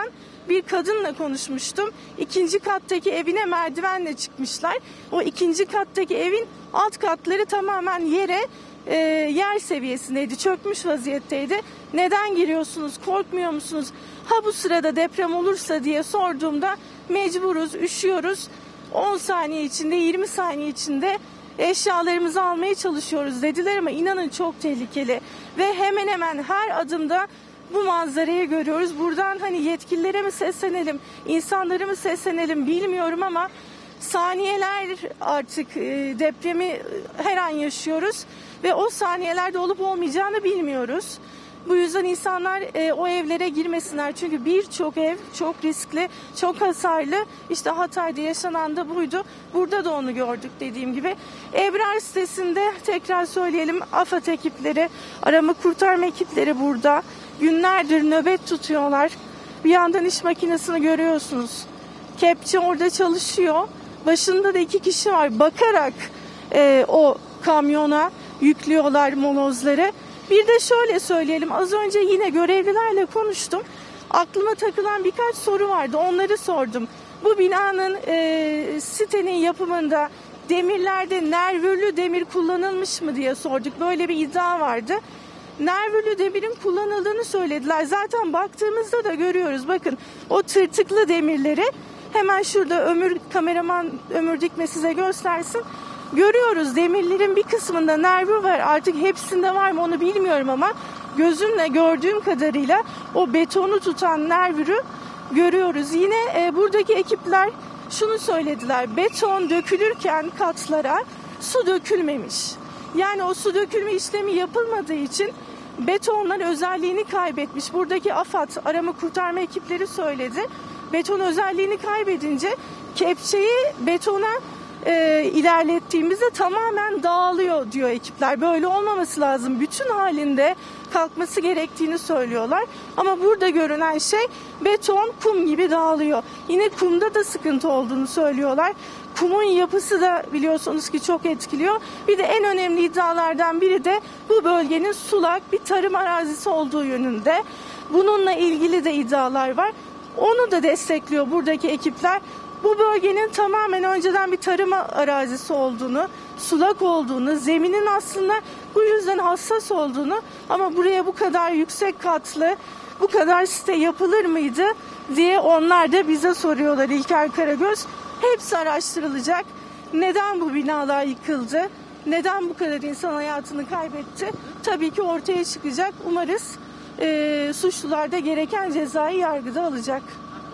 bir kadınla konuşmuştum. İkinci kattaki evine merdivenle çıkmışlar. O ikinci kattaki evin alt katları tamamen yere e, yer seviyesindeydi. Çökmüş vaziyetteydi. Neden giriyorsunuz? Korkmuyor musunuz? Ha bu sırada deprem olursa diye sorduğumda mecburuz, üşüyoruz. on saniye içinde, yirmi saniye içinde eşyalarımızı almaya çalışıyoruz dediler ama inanın çok tehlikeli. Ve hemen hemen her adımda bu manzarayı görüyoruz. Buradan hani yetkililere mi seslenelim, insanlara mı seslenelim bilmiyorum ama saniyeler artık depremi her an yaşıyoruz ve o saniyelerde olup olmayacağını bilmiyoruz. Bu yüzden insanlar e, o evlere girmesinler. Çünkü birçok ev çok riskli, çok hasarlı. İşte Hatay'da yaşanan da buydu. Burada da onu gördük dediğim gibi. Ebrar sitesinde tekrar söyleyelim, AFAD ekipleri, arama kurtarma ekipleri burada. Günlerdir nöbet tutuyorlar. Bir yandan iş makinesini görüyorsunuz. Kepçe orada çalışıyor. Başında da iki kişi var. Bakarak e, o kamyona yüklüyorlar molozları. Bir de şöyle söyleyelim, az önce yine görevlilerle konuştum. Aklıma takılan birkaç soru vardı, onları sordum. Bu binanın e, sitenin yapımında demirlerde nervürlü demir kullanılmış mı diye sorduk. Böyle bir iddia vardı. Nervürlü demirin kullanıldığını söylediler. Zaten baktığımızda da görüyoruz. Bakın o tırtıklı demirleri hemen şurada Ömür kameraman Ömür Dikme size göstersin. Görüyoruz demirlerin bir kısmında nervür var. Artık hepsinde var mı onu bilmiyorum ama gözümle gördüğüm kadarıyla o betonu tutan nervürü görüyoruz. Yine e, buradaki ekipler şunu söylediler. Beton dökülürken katlara su dökülmemiş. Yani o su dökülme işlemi yapılmadığı için betonlar özelliğini kaybetmiş. Buradaki AFAD arama kurtarma ekipleri söyledi. Beton özelliğini kaybedince kepçeyi betona e, ilerlettiğimizde tamamen dağılıyor diyor ekipler. Böyle olmaması lazım. Bütün halinde kalkması gerektiğini söylüyorlar. Ama burada görünen şey beton kum gibi dağılıyor. Yine kumda da sıkıntı olduğunu söylüyorlar. Kumun yapısı da biliyorsunuz ki çok etkiliyor. Bir de en önemli iddialardan biri de bu bölgenin sulak bir tarım arazisi olduğu yönünde. Bununla ilgili de iddialar var. Onu da destekliyor buradaki ekipler. Bu bölgenin tamamen önceden bir tarım arazisi olduğunu, sulak olduğunu, zeminin aslında bu yüzden hassas olduğunu ama buraya bu kadar yüksek katlı, bu kadar site yapılır mıydı diye onlar da bize soruyorlar İlker Karagöz. Hepsi araştırılacak. Neden bu binalar yıkıldı? Neden bu kadar insan hayatını kaybetti? Tabii ki ortaya çıkacak. Umarız e, suçlular da gereken cezayı yargıda alacak.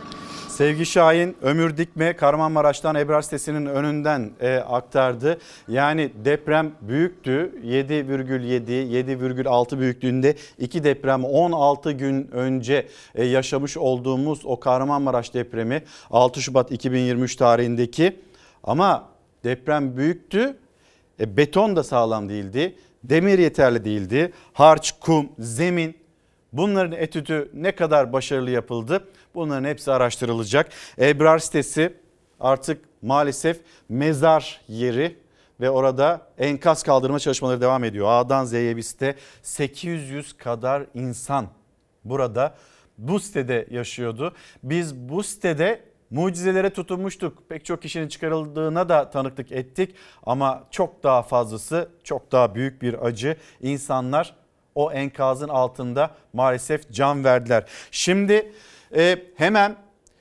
Sevgi Şahin, Ömür Dikme Kahramanmaraş'tan Ebrar sitesinin önünden e, aktardı. Yani deprem büyüktü. yedi virgül yedi, yedi virgül altı büyüklüğünde iki deprem on altı gün önce e, yaşamış olduğumuz o Kahramanmaraş depremi altı Şubat iki bin yirmi üç tarihindeki. Ama deprem büyüktü. E, beton da sağlam değildi. Demir yeterli değildi. Harç, kum, zemin. Bunların etüdü ne kadar başarılı yapıldı? Bunların hepsi araştırılacak. Ebrar sitesi artık maalesef mezar yeri ve orada enkaz kaldırma çalışmaları devam ediyor. A'dan Z'ye bir site, sekiz yüz kadar insan burada bu sitede yaşıyordu. Biz bu sitede mucizelere tutunmuştuk. Pek çok kişinin çıkarıldığına da tanıklık ettik ama çok daha fazlası, çok daha büyük bir acı. İnsanlar o enkazın altında maalesef can verdiler. Şimdi e, hemen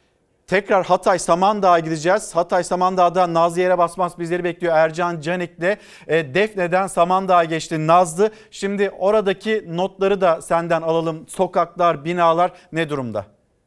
tekrar Hatay Samandağ'a gideceğiz. Hatay Samandağ'da Nazlı Yere Basmaz bizleri bekliyor. Ercan Canik'le e, Defne'den Samandağ'a geçti Nazlı. Şimdi oradaki notları da senden alalım. Sokaklar, binalar ne durumda?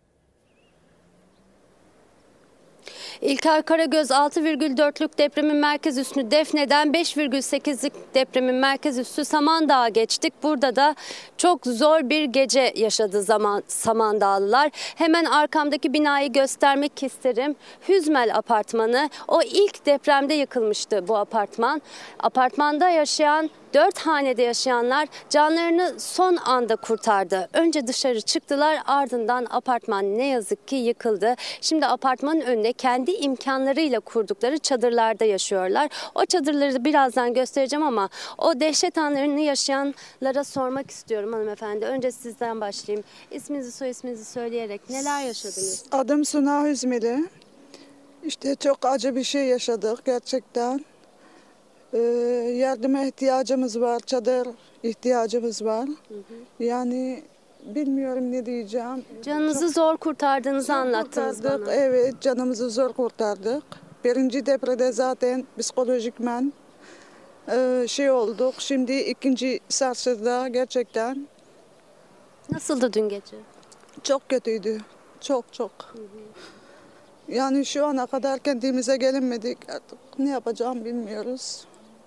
İlker Karagöz altı virgül dörtlük depremin merkez üssü Defne'den beş virgül sekizlik depremin merkez üssü Samandağ'a geçtik. Burada da çok zor bir gece yaşadı zaman Samandağlılar. Hemen arkamdaki binayı göstermek isterim. Hüzmel Apartmanı. O ilk depremde yıkılmıştı bu apartman. Apartmanda yaşayan Dört hanede yaşayanlar canlarını son anda kurtardı. Önce dışarı çıktılar, ardından apartman ne yazık ki yıkıldı. Şimdi apartmanın önünde kendi imkanlarıyla kurdukları çadırlarda yaşıyorlar. O çadırları da birazdan göstereceğim ama o dehşet anlarını yaşayanlara sormak istiyorum hanımefendi. Önce sizden başlayayım. İsminizi, soy isminizi söyleyerek neler yaşadınız? Adım Suna Hüzmeli. İşte çok acı bir şey yaşadık gerçekten. Ee, yardıma ihtiyacımız var, çadır ihtiyacımız var. Hı hı. Yani bilmiyorum ne diyeceğim. Canınızı çok zor kurtardığınızı zor anlattınız kurtardık, bana. Evet, canımızı zor kurtardık. Birinci deprede zaten psikolojikmen e, şey olduk. Şimdi ikinci sarsıda gerçekten. Nasıldı dün gece? Çok kötüydü. Çok çok. Hı hı. Yani şu ana kadar kendimize gelinmedik. Artık ne yapacağım bilmiyoruz.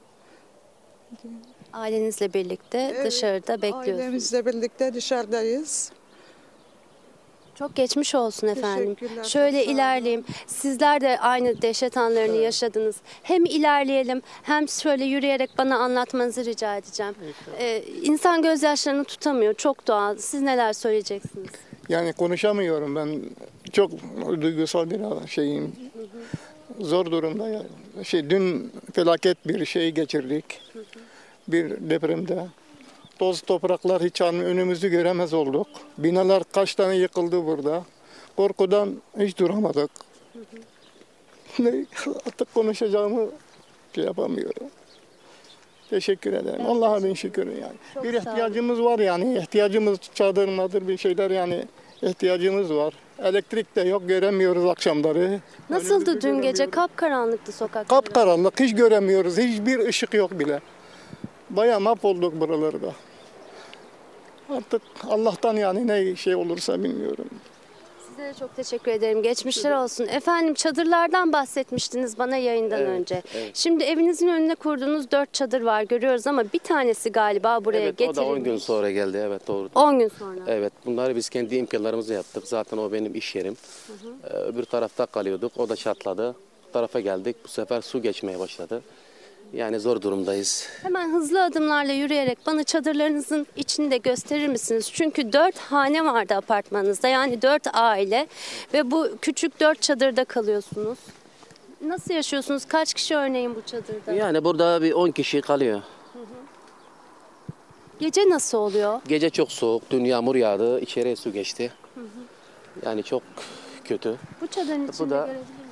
Ailenizle birlikte evet, dışarıda bekliyorsunuz. Ailemizle birlikte dışarıdayız. Çok geçmiş olsun efendim. Şöyle ilerleyeyim. Sizler de aynı dehşet anlarını evet. yaşadınız. Hem ilerleyelim hem şöyle yürüyerek bana anlatmanızı rica edeceğim. Ee, insan gözyaşlarını tutamıyor. Çok doğal. Siz neler söyleyeceksiniz? Yani konuşamıyorum ben. Çok duygusal bir şeyim. Hı hı. Zor durumda. Yani. Şey, dün felaket bir şey geçirdik. Hı hı. Bir depremde. Toz topraklar hiç önümüzü göremez olduk. Binalar kaç tane yıkıldı burada. Korkudan hiç duramadık. Hı hı. Ne, artık konuşacağımı şey yapamıyorum. Teşekkür ederim. Evet. Allah'a bin şükür yani. Çok bir ihtiyacımız var yani. İhtiyacımız çadır madır bir şeyler yani ihtiyacımız var. Elektrik de yok, göremiyoruz akşamları. Nasıldı dün gece? Kapkaranlıktı sokaklar. Kapkaranlık, hiç göremiyoruz. Hiçbir ışık yok bile. Bayağı mahvolduk buralarda. Artık Allah'tan yani ne şey olursa bilmiyorum. Size de çok teşekkür ederim. Geçmişler olsun. Efendim çadırlardan bahsetmiştiniz bana yayından evet, önce. Evet. Şimdi evinizin önüne kurduğunuz dört çadır var görüyoruz ama bir tanesi galiba buraya evet, getirilmiş. O da on gün sonra geldi. Evet doğru. on gün sonra. Evet bunları biz kendi imkanlarımızla yaptık. Zaten o benim iş yerim. Hı hı. Ee, öbür tarafta kalıyorduk. O da çatladı. Bu tarafa geldik. Bu sefer su geçmeye başladı. Yani zor durumdayız. Hemen hızlı adımlarla yürüyerek bana çadırlarınızın içini de gösterir misiniz? Çünkü dört hane vardı apartmanınızda. Yani dört aile ve bu küçük dört çadırda kalıyorsunuz. Nasıl yaşıyorsunuz? Kaç kişi örneğin bu çadırda? Yani burada bir on kişi kalıyor. Hı hı. Gece nasıl oluyor? Gece çok soğuk. Dün yağmur yağdı. İçeriye su geçti. Hı hı. Yani çok kötü. Bu çadırın içinde da... görebilir miyim?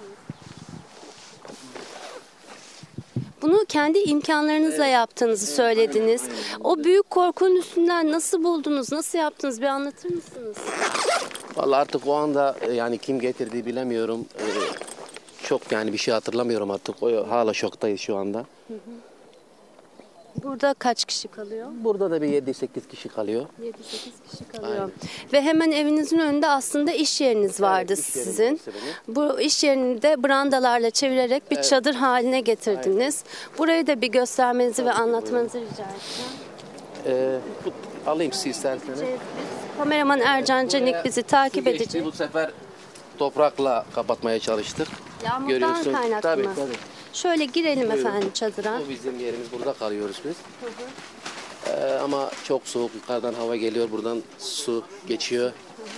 Bunu kendi imkanlarınızla evet. yaptığınızı söylediniz. Aynen, aynen. O büyük korkunun üstünden nasıl buldunuz, nasıl yaptınız bir anlatır mısınız? Vallahi artık o anda yani kim getirdiği bilemiyorum. Ee, çok yani bir şey hatırlamıyorum artık. O hala şoktayız şu anda. Hı hı. Burada kaç kişi kalıyor? Burada da bir yedi sekiz kişi kalıyor. yedi sekiz kişi kalıyor. Aynen. Ve hemen evinizin önünde aslında iş yeriniz vardı evet, iş sizin. Bu iş yerini de brandalarla çevirerek bir evet. çadır haline getirdiniz. Aynen. Burayı da bir göstermenizi Tabii ve anlatmanızı buyurun. rica edeceğim. Ee, bu, alayım siz isterseniz. Kameraman Ercan Canik bizi takip edecek. Bu sefer toprakla kapatmaya çalıştık. Yağmurdan kaynaklı tabii, mı? Tabii. Şöyle girelim Buyurun. efendim çadıra. Bu bizim yerimiz. Burada kalıyoruz biz. Hı hı. Ee, ama çok soğuk. Yukarıdan hava geliyor. Buradan su geçiyor.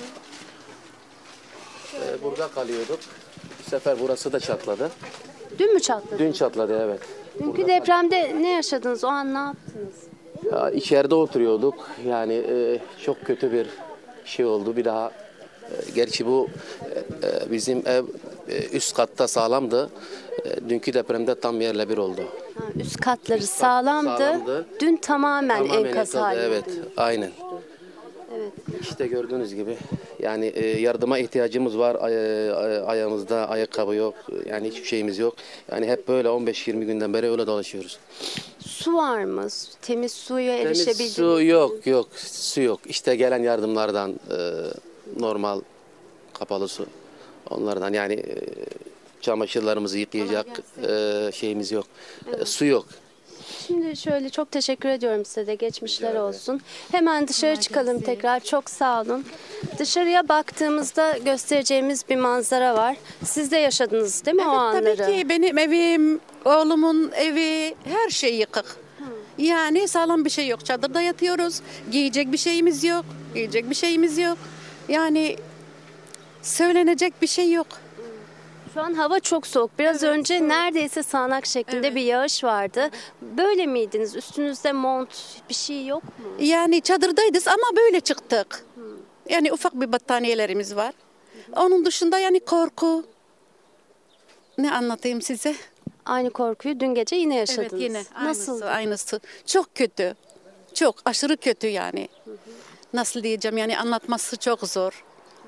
Hı hı. Ee, burada kalıyorduk. Bu sefer burası da çatladı. Dün mü çatladı? Dün çatladı evet. Dünkü burada depremde çatladı. Ne yaşadınız? O an ne yaptınız? Ya, içeride oturuyorduk. Yani e, çok kötü bir şey oldu. Bir daha e, gerçi bu e, bizim ev e, üst katta sağlamdı. E, dünkü depremde tam yerle bir oldu. Ha, üst katları üst kat sağlamdı. sağlamdı. Dün tamamen, tamamen enkaz halinde. Evet, aynen. Evet. İşte gördüğünüz gibi yani e, yardıma ihtiyacımız var. Ay, ay, ayağımızda ayakkabı yok. Yani hiçbir şeyimiz yok. Yani hep böyle on beş yirmi günden beri öyle dolaşıyoruz. Su var mı? Temiz suya erişebildiniz mi? Temiz su yok, yok. Su yok. İşte gelen yardımlardan e, normal kapalı su. Onlardan yani e, çamaşırlarımızı yıkayacak e, şeyimiz yok. Evet. E, su yok. Şimdi şöyle çok teşekkür ediyorum size de geçmişler olsun. Hemen dışarı çıkalım tekrar. Çok sağ olun. Dışarıya baktığımızda göstereceğimiz bir manzara var. Siz de yaşadınız değil mi evet, o anları? Tabii ki benim evim, oğlumun evi her şey yıkık. Hı. Yani sağlam bir şey yok. Çadırda yatıyoruz. Giyecek bir şeyimiz yok. Giyecek bir şeyimiz yok. Yani söylenecek bir şey yok. Şu an hava çok soğuk. Biraz Evet, önce soğuk. neredeyse sağanak şeklinde Evet. bir yağış vardı. Böyle miydiniz? Üstünüzde mont bir şey yok mu? Yani çadırdaydık ama böyle çıktık. Yani ufak bir battaniyelerimiz var. Onun dışında yani korku. Ne anlatayım size? Aynı korkuyu dün gece yine yaşadınız. Evet yine aynısı, Nasıl? aynısı. Çok kötü. Çok aşırı kötü yani. Nasıl diyeceğim yani anlatması çok zor.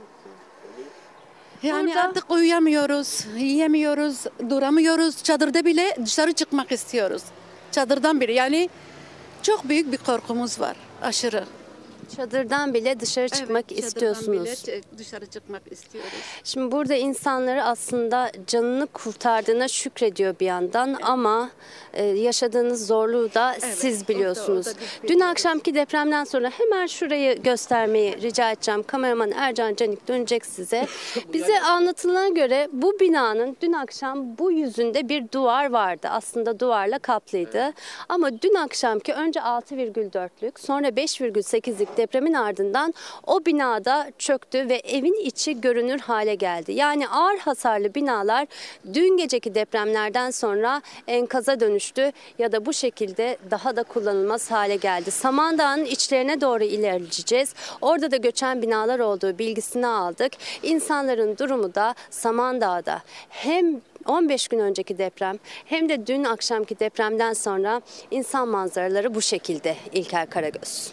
Yani Burada- artık uyuyamıyoruz, yiyemiyoruz, duramıyoruz. Çadırda bile dışarı çıkmak istiyoruz. Çadırdan bile yani çok büyük bir korkumuz var aşırı. Çadırdan bile dışarı çıkmak Evet, istiyorsunuz. çadırdan bile dışarı çıkmak istiyoruz. Şimdi burada insanları aslında canını kurtardığına şükrediyor bir yandan ama e, yaşadığınız zorluğu da siz biliyorsunuz. o da- o da biz Dün biliyoruz. akşamki depremden sonra hemen şurayı göstermeyi rica edeceğim. Kameraman Ercan Canik dönecek size. Bize anlatılana göre bu binanın dün akşam bu yüzünde bir duvar vardı. Aslında duvarla kaplıydı. Ama dün akşamki önce altı virgül dörtlük sonra beş virgül sekizlik depremin ardından o binada çöktü ve evin içi görünür hale geldi. Yani ağır hasarlı binalar dün geceki depremlerden sonra enkaza dönüştü ya da bu şekilde daha da kullanılmaz hale geldi. Samandağ'ın içlerine doğru ilerleyeceğiz. Orada da göçen binalar olduğu bilgisini aldık. İnsanların durumu da Samandağ'da hem on beş gün önceki deprem hem de dün akşamki depremden sonra insan manzaraları bu şekilde İlker Karagöz.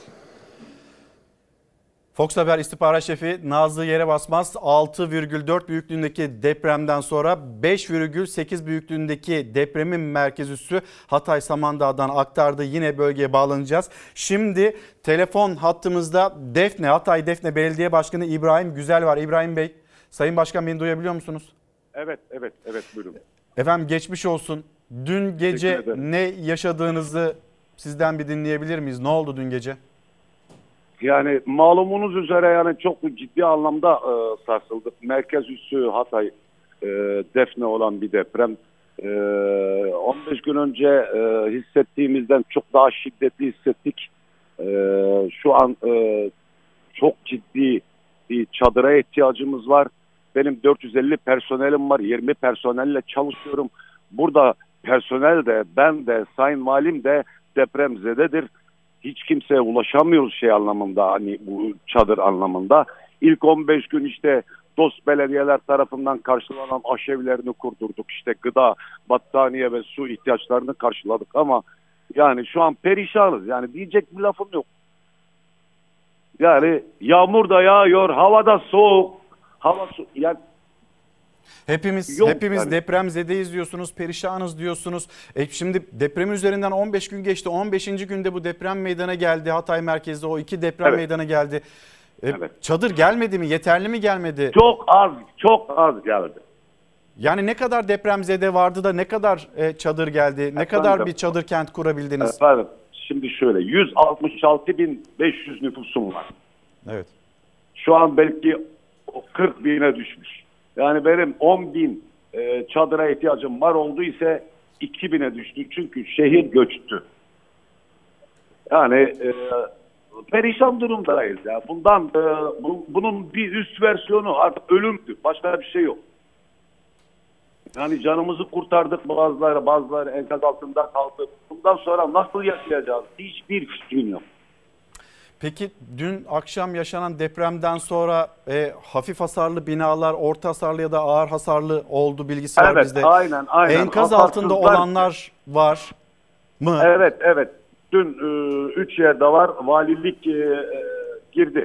Fox Haber İstihbarat Şefi Nazlı Yere Basmaz altı virgül dört büyüklüğündeki depremden sonra beş virgül sekiz büyüklüğündeki depremin merkez üssü Hatay Samandağ'dan aktardı. Yine bölgeye bağlanacağız. Şimdi telefon hattımızda Defne, Hatay Defne Belediye Başkanı İbrahim Güzel var. İbrahim Bey, Sayın Başkan beni duyabiliyor musunuz? Evet, evet, evet buyurun. Efendim geçmiş olsun. Dün gece ne yaşadığınızı sizden bir dinleyebilir miyiz? Ne oldu dün gece? Yani malumunuz üzere yani çok ciddi anlamda e, sarsıldık. Merkez üssü Hatay e, Defne olan bir deprem. E, on beş gün önce e, hissettiğimizden çok daha şiddetli hissettik. E, şu an e, çok ciddi bir çadıra ihtiyacımız var. Benim dört yüz elli personelim var. yirmi personelle çalışıyorum. Burada personel de ben de Sayın Valim de depremzededir. Hiç kimseye ulaşamıyoruz şey anlamında, hani bu çadır anlamında. İlk on beş gün işte dost belediyeler tarafından karşılanan aşevlerini kurdurduk. İşte gıda, battaniye ve su ihtiyaçlarını karşıladık ama yani şu an perişanız. Yani diyecek bir lafım yok. Yani yağmur da yağıyor, hava da soğuk. Hava so yani Hepimiz Yok hepimiz yani. depremzedeyiz diyorsunuz, perişanız diyorsunuz. E şimdi deprem üzerinden on beş gün geçti. on beşinci günde bu deprem meydana geldi. Hatay merkezde o iki deprem Evet. meydana geldi. E, Evet. Çadır gelmedi mi? Yeterli mi gelmedi? Çok az, çok az geldi. Yani ne kadar depremzede vardı da ne kadar e, çadır geldi? Ne kadar bir çadır kent kurabildiniz? Efendim şimdi şöyle yüz altmış altı bin beş yüz nüfusum var. Evet. Şu an belki kırk bine düşmüş. Yani benim on bin e, çadıra ihtiyacım var oldu ise iki bine düştü. Çünkü şehir göçtü. Yani e, perişan durumdayız. Ya. Bundan e, bu, bunun bir üst versiyonu artık ölümdü. Başka bir şey yok. Yani canımızı kurtardık bazıları, bazıları enkaz altında kaldı. Bundan sonra nasıl yaşayacağız? Hiçbir fikrim yok. Peki dün akşam yaşanan depremden sonra e, hafif hasarlı binalar, orta hasarlı ya da ağır hasarlı oldu bilgisi var Evet, bizde. aynen, aynen. Enkaz Hasarsızlar- altında olanlar var mı? Evet, evet. Dün e, üç yerde var. Valilik e, e, girdi.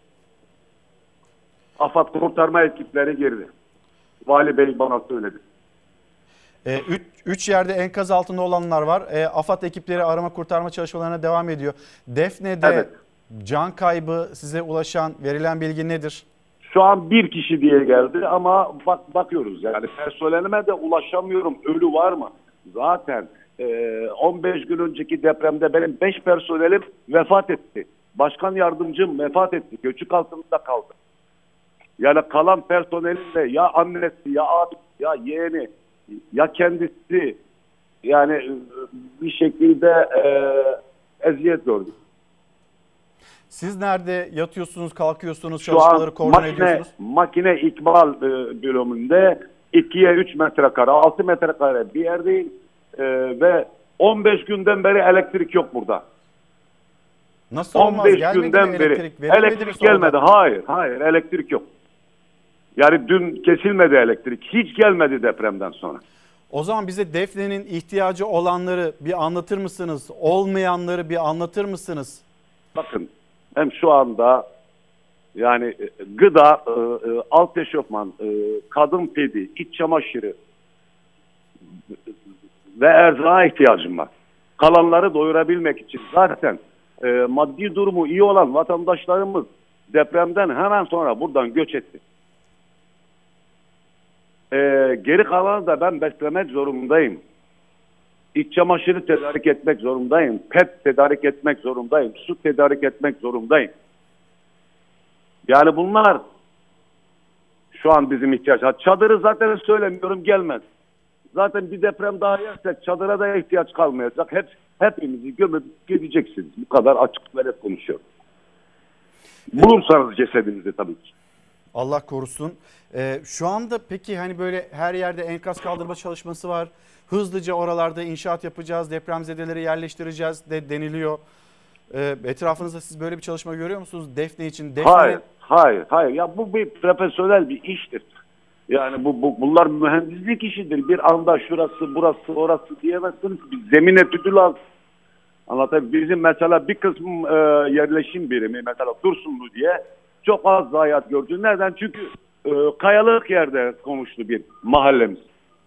AFAD kurtarma ekipleri girdi. Vali Bey bana söyledi. E, üç, üç yerde enkaz altında olanlar var. E, AFAD ekipleri arama kurtarma çalışmalarına devam ediyor. Defne'de Evet. can kaybı size ulaşan, verilen bilgi nedir? Şu an bir kişi diye geldi ama bak bakıyoruz yani personelime de ulaşamıyorum. Ölü var mı? Zaten e, on beş gün önceki depremde benim beş personelim vefat etti. Başkan yardımcım vefat etti. Göçük altında kaldı. Yani kalan personelin de ya annesi ya abi ya yeğeni ya kendisi Yani e, bir şekilde e, eziyet gördük. Siz nerede yatıyorsunuz, kalkıyorsunuz, Şu çalışmaları an koordine makine, ediyorsunuz? makine ikbal e, bölümünde ikiye üç metrekare, altı metrekare bir yerdeyim e, ve on beş günden beri elektrik yok burada. Nasıl olmaz? on beş Gelmedi mi günden beri elektrik? Verilmedi mi elektrik sonradan? gelmedi. Hayır, hayır elektrik yok. Yani dün kesilmedi elektrik. Hiç gelmedi depremden sonra. O zaman bize Defne'nin ihtiyacı olanları bir anlatır mısınız? Olmayanları bir anlatır mısınız? Bakın hem şu anda yani e, gıda, e, e, alt eşofman, e, kadın pedi, iç çamaşırı ve erzağa ihtiyacım var. Kalanları doyurabilmek için zaten e, maddi durumu iyi olan vatandaşlarımız depremden hemen sonra buradan göç etti. E, geri kalanı da ben beslemek zorundayım. İç çamaşırı tedarik etmek zorundayım. Pet tedarik etmek zorundayım. Su tedarik etmek zorundayım. Yani bunlar şu an bizim ihtiyaç. Çadırı zaten söylemiyorum, gelmez. Zaten bir deprem daha yersek çadıra da ihtiyaç kalmayacak. Hep hepimizi gömüp gideceksiniz. Bu kadar açık ve net konuşuyorum. Bulursanız cesedinizi tabii ki. Allah korusun. Ee, şu anda peki hani böyle her yerde enkaz kaldırma çalışması var. Hızlıca oralarda inşaat yapacağız, depremzedeleri yerleştireceğiz de deniliyor. Ee, etrafınızda siz böyle bir çalışma görüyor musunuz? Defne için. Defne... Hayır, hayır, hayır. Ya bu bir profesyonel bir iştir. Yani bu, bu bunlar mühendislik işidir. Bir anda şurası, burası, orası diyemezsiniz. Bir zemin etüdü lazım. Anlatayım. Bizim mesela bir kısım e, yerleşim birimi, mesela Dursunlu diye çok az zayiat gördü. Neden? Çünkü e, kayalık yerde konuştu bir mahallemiz.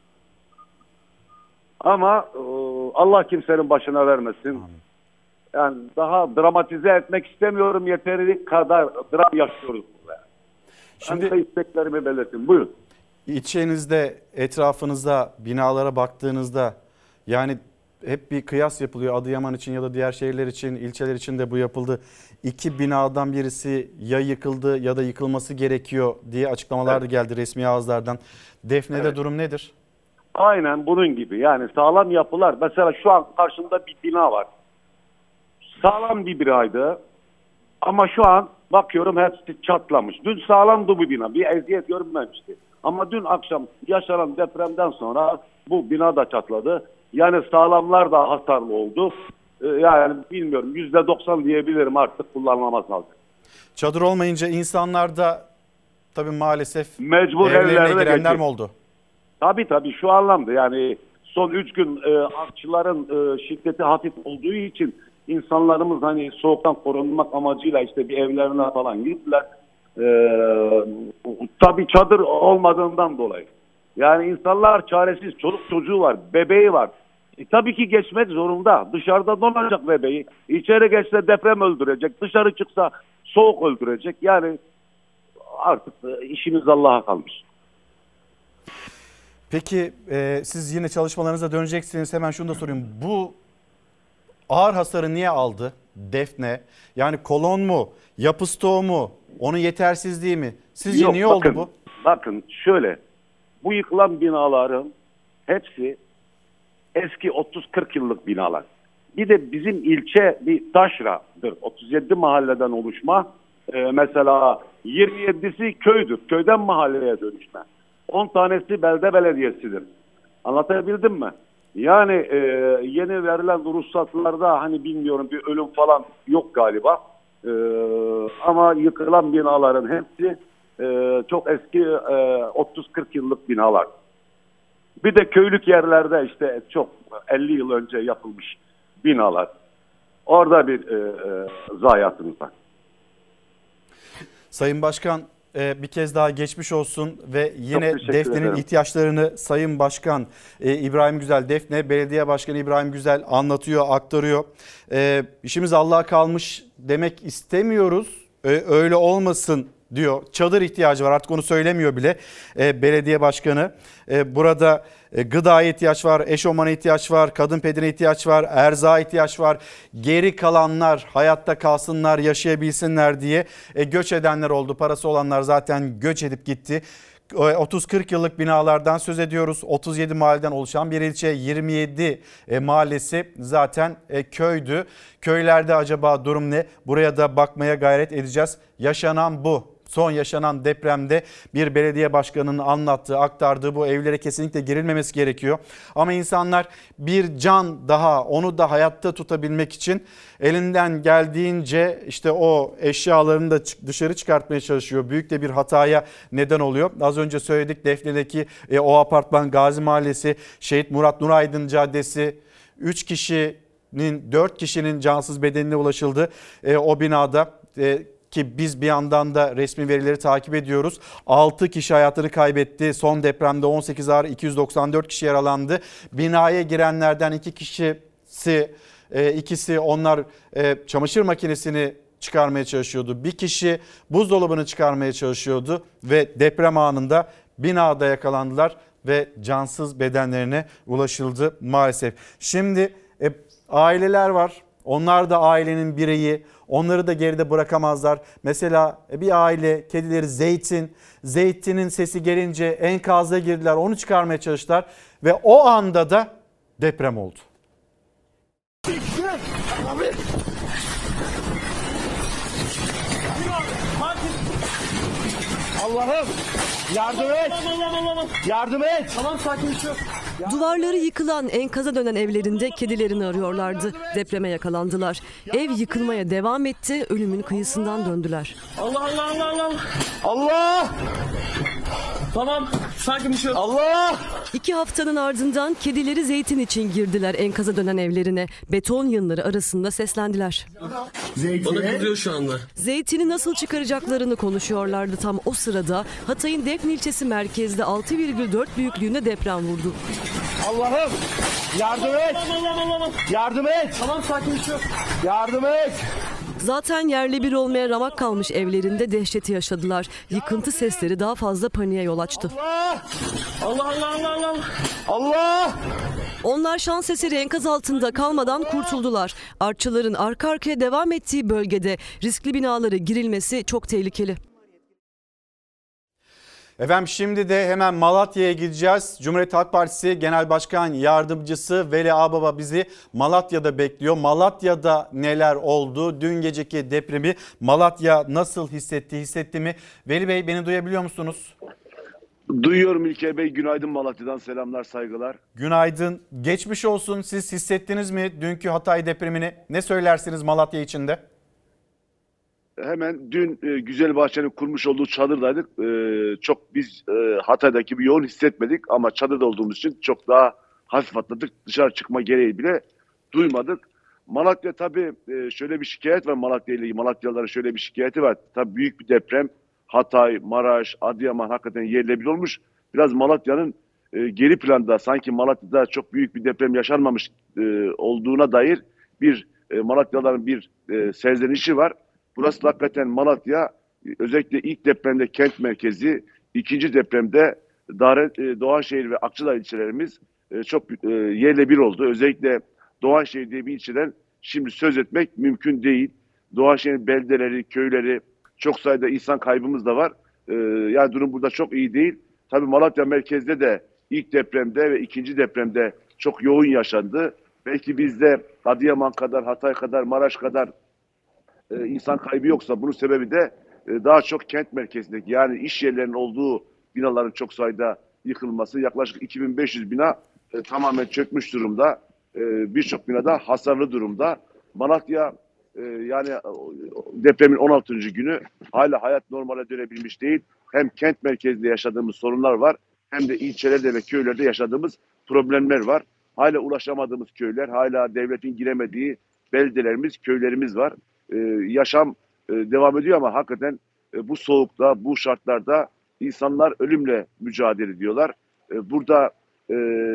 Ama e, Allah kimsenin başına vermesin. Yani daha dramatize etmek istemiyorum. Yeteri kadar dram yaşıyoruz burada. Şimdi ben de isteklerimi belirtin. Buyurun. İçinizde, etrafınızda, binalara baktığınızda yani hep bir kıyas yapılıyor. Adıyaman için ya da diğer şehirler için, ilçeler için de bu yapıldı. İki binadan birisi ya yıkıldı ya da yıkılması gerekiyor diye açıklamalar da geldi resmi ağızlardan. Defne'de evet. Durum nedir? Aynen bunun gibi. Yani sağlam yapılar. Mesela şu an karşımda bir bina var. Sağlam bir binaydı. Ama şu an bakıyorum hepsi çatlamış. Dün sağlamdı bu bina. Bir eziyet görünmemişti. Ama dün akşam yaşanan depremden sonra bu bina da çatladı. Yani sağlamlar da hasarlı oldu. Ee, yani bilmiyorum yüzde doksan diyebilirim artık kullanılamaz lazım. Çadır olmayınca insanlar da tabii maalesef mecbur evlerine girenler mi oldu? Tabii tabii şu anlamda yani son üç gün e, artçıların e, şiddeti hafif olduğu için insanlarımız hani soğuktan korunmak amacıyla işte bir evlerine falan gittiler. Ee, tabii çadır olmadığından dolayı. Yani insanlar çaresiz, çoluk çocuğu var, bebeği var. E, tabii ki geçmek zorunda. Dışarıda donacak bebeği. İçeri geçse deprem öldürecek. Dışarı çıksa soğuk öldürecek. Yani artık e, işimiz Allah'a kalmış. Peki e, siz yine çalışmalarınıza döneceksiniz. Hemen şunu da sorayım. Bu ağır hasarı niye aldı Defne? Yani kolon mu, yapı stoğu mu, onun yetersizliği mi? Sizce Yok, niye bakın, oldu bu? Bakın şöyle, bu yıkılan binaların hepsi eski otuz kırk yıllık binalar. Bir de bizim ilçe bir taşradır. otuz yedi mahalleden oluşma. Ee, mesela yirmi yedisi köydür. Köyden mahalleye dönüşme. on tanesi belde belediyesidir. Anlatabildim mi? Yani e, yeni verilen ruhsatlarda hani bilmiyorum bir ölüm falan yok galiba. E, ama yıkılan binaların hepsi e, çok eski e, otuz kırk yıllık binalar. Bir de köylük yerlerde işte çok elli yıl önce yapılmış binalar. Orada bir e, e, zayiatımız var. Sayın Başkan bir kez daha geçmiş olsun ve yine Defne'nin ederim. ihtiyaçlarını Sayın Başkan İbrahim Güzel, Defne Belediye Başkanı İbrahim Güzel anlatıyor, aktarıyor. E, işimiz Allah'a kalmış demek istemiyoruz, e, öyle olmasın diyor. Çadır ihtiyacı var, artık onu söylemiyor bile e, belediye başkanı. E, burada e, gıdaya ihtiyaç var, eşofmana ihtiyaç var, kadın pedine ihtiyaç var, erzağa ihtiyaç var. Geri kalanlar hayatta kalsınlar, yaşayabilsinler diye e, göç edenler oldu. Parası olanlar zaten göç edip gitti. otuz kırk yıllık binalardan söz ediyoruz. otuz yedi mahalleden oluşan bir ilçe, yirmi yedi mahallesi zaten köydü. Köylerde acaba durum ne? Buraya da bakmaya gayret edeceğiz. Yaşanan bu. Son yaşanan depremde bir belediye başkanının anlattığı, aktardığı bu evlere kesinlikle girilmemesi gerekiyor. Ama insanlar bir can daha, onu da hayatta tutabilmek için elinden geldiğince işte o eşyalarını da dışarı çıkartmaya çalışıyor. Büyük de bir hataya neden oluyor. Az önce söyledik, Defne'deki e, o apartman, Gazi Mahallesi, Şehit Murat Nuraydın Caddesi, üç kişinin, dört kişinin cansız bedenine ulaşıldı e, o binada. E, Ki biz bir yandan da resmi verileri takip ediyoruz. altı kişi hayatını kaybetti. Son depremde on sekiz ağır, iki yüz doksan dört kişi yaralandı. Binaya girenlerden iki kişisi, ikisi onlar çamaşır makinesini çıkarmaya çalışıyordu. Bir kişi buzdolabını çıkarmaya çalışıyordu ve deprem anında binada yakalandılar ve cansız bedenlerine ulaşıldı maalesef. Şimdi e, aileler var. Onlar da ailenin bireyi, onları da geride bırakamazlar. Mesela bir aile kedileri Zeytin, Zeytin'in sesi gelince enkaza girdiler, onu çıkarmaya çalıştılar ve o anda da deprem oldu. Allah'ım yardım et. Yardım et. Tamam, sakin şu. Duvarları yıkılan, enkaza dönen evlerinde kedilerini arıyorlardı. Depreme yakalandılar. Ev yıkılmaya devam etti, ölümün kıyısından döndüler. Allah Allah Allah Allah. Allah. Tamam, sakin şu. Allah. İki haftanın ardından kedileri Zeytin için girdiler enkaza dönen evlerine. Beton yığınları arasında seslendiler. Zeytin. Bana kızıyor şu anda. Zeytin'i nasıl çıkaracaklarını konuşuyorlardı. Tam o sırada Hatay'ın Defne ilçesi merkezde altı virgül dört büyüklüğünde deprem vurdu. Allah'ım yardım et. Yardım et. Tamam, sakin şu. Yardım et. Zaten yerle bir olmaya ramak kalmış evlerinde dehşeti yaşadılar. Yıkıntı sesleri daha fazla paniğe yol açtı. Allah! Allah Allah Allah Allah! Allah! Onlar şans eseri enkaz altında kalmadan kurtuldular. Artçıların arka arkaya devam ettiği bölgede riskli binalara girilmesi çok tehlikeli. Efendim şimdi de hemen Malatya'ya gideceğiz. Cumhuriyet Halk Partisi Genel Başkan Yardımcısı Veli Ağbaba bizi Malatya'da bekliyor. Malatya'da neler oldu? Dün geceki depremi Malatya nasıl hissetti, hissetti mi? Veli Bey, beni duyabiliyor musunuz? Duyuyorum İlker Bey. Günaydın, Malatya'dan selamlar, saygılar. Günaydın. Geçmiş olsun. Siz hissettiniz mi dünkü Hatay depremini? Ne söylersiniz Malatya için de? Hemen dün e, Güzelbahçe'nin kurmuş olduğu çadırdaydık. E, çok biz e, Hatay'daki bir yoğun hissetmedik ama çadırda olduğumuz için çok daha hafif atladık. Dışarı çıkma gereği bile duymadık. Malatya tabii e, şöyle bir şikayet var Malatya ile ilgili. Malatyalıların şöyle bir şikayeti var. Tabii büyük bir deprem. Hatay, Maraş, Adıyaman hakikaten yerle bir olmuş. Biraz Malatya'nın e, geri planda, sanki Malatya'da çok büyük bir deprem yaşanmamış e, olduğuna dair bir e, Malatyalıların bir e, serzenişi var. Burası da hakikaten Malatya, özellikle ilk depremde kent merkezi, ikinci depremde Doğanşehir ve Akçadağ ilçelerimiz çok yerle bir oldu. Özellikle Doğanşehir diye bir ilçeden şimdi söz etmek mümkün değil. Doğanşehir'in beldeleri, köyleri, çok sayıda insan kaybımız da var. Yani durum burada çok iyi değil. Tabii Malatya merkezde de ilk depremde ve ikinci depremde çok yoğun yaşandı. Belki bizde Adıyaman kadar, Hatay kadar, Maraş kadar Ee, insan kaybı yoksa bunun sebebi de e, daha çok kent merkezindeki, yani iş yerlerinin olduğu binaların çok sayıda yıkılması. Yaklaşık iki bin beş yüz bina e, tamamen çökmüş durumda. E, Birçok binada hasarlı durumda. Malatya e, yani depremin on altıncı günü hala hayat normale dönebilmiş değil. Hem kent merkezinde yaşadığımız sorunlar var, hem de ilçelerde ve köylerde yaşadığımız problemler var. Hala ulaşamadığımız köyler, hala devletin giremediği beldelerimiz, köylerimiz var. Ee, yaşam e, devam ediyor ama hakikaten e, bu soğukta, bu şartlarda insanlar ölümle mücadele ediyorlar. E, burada e,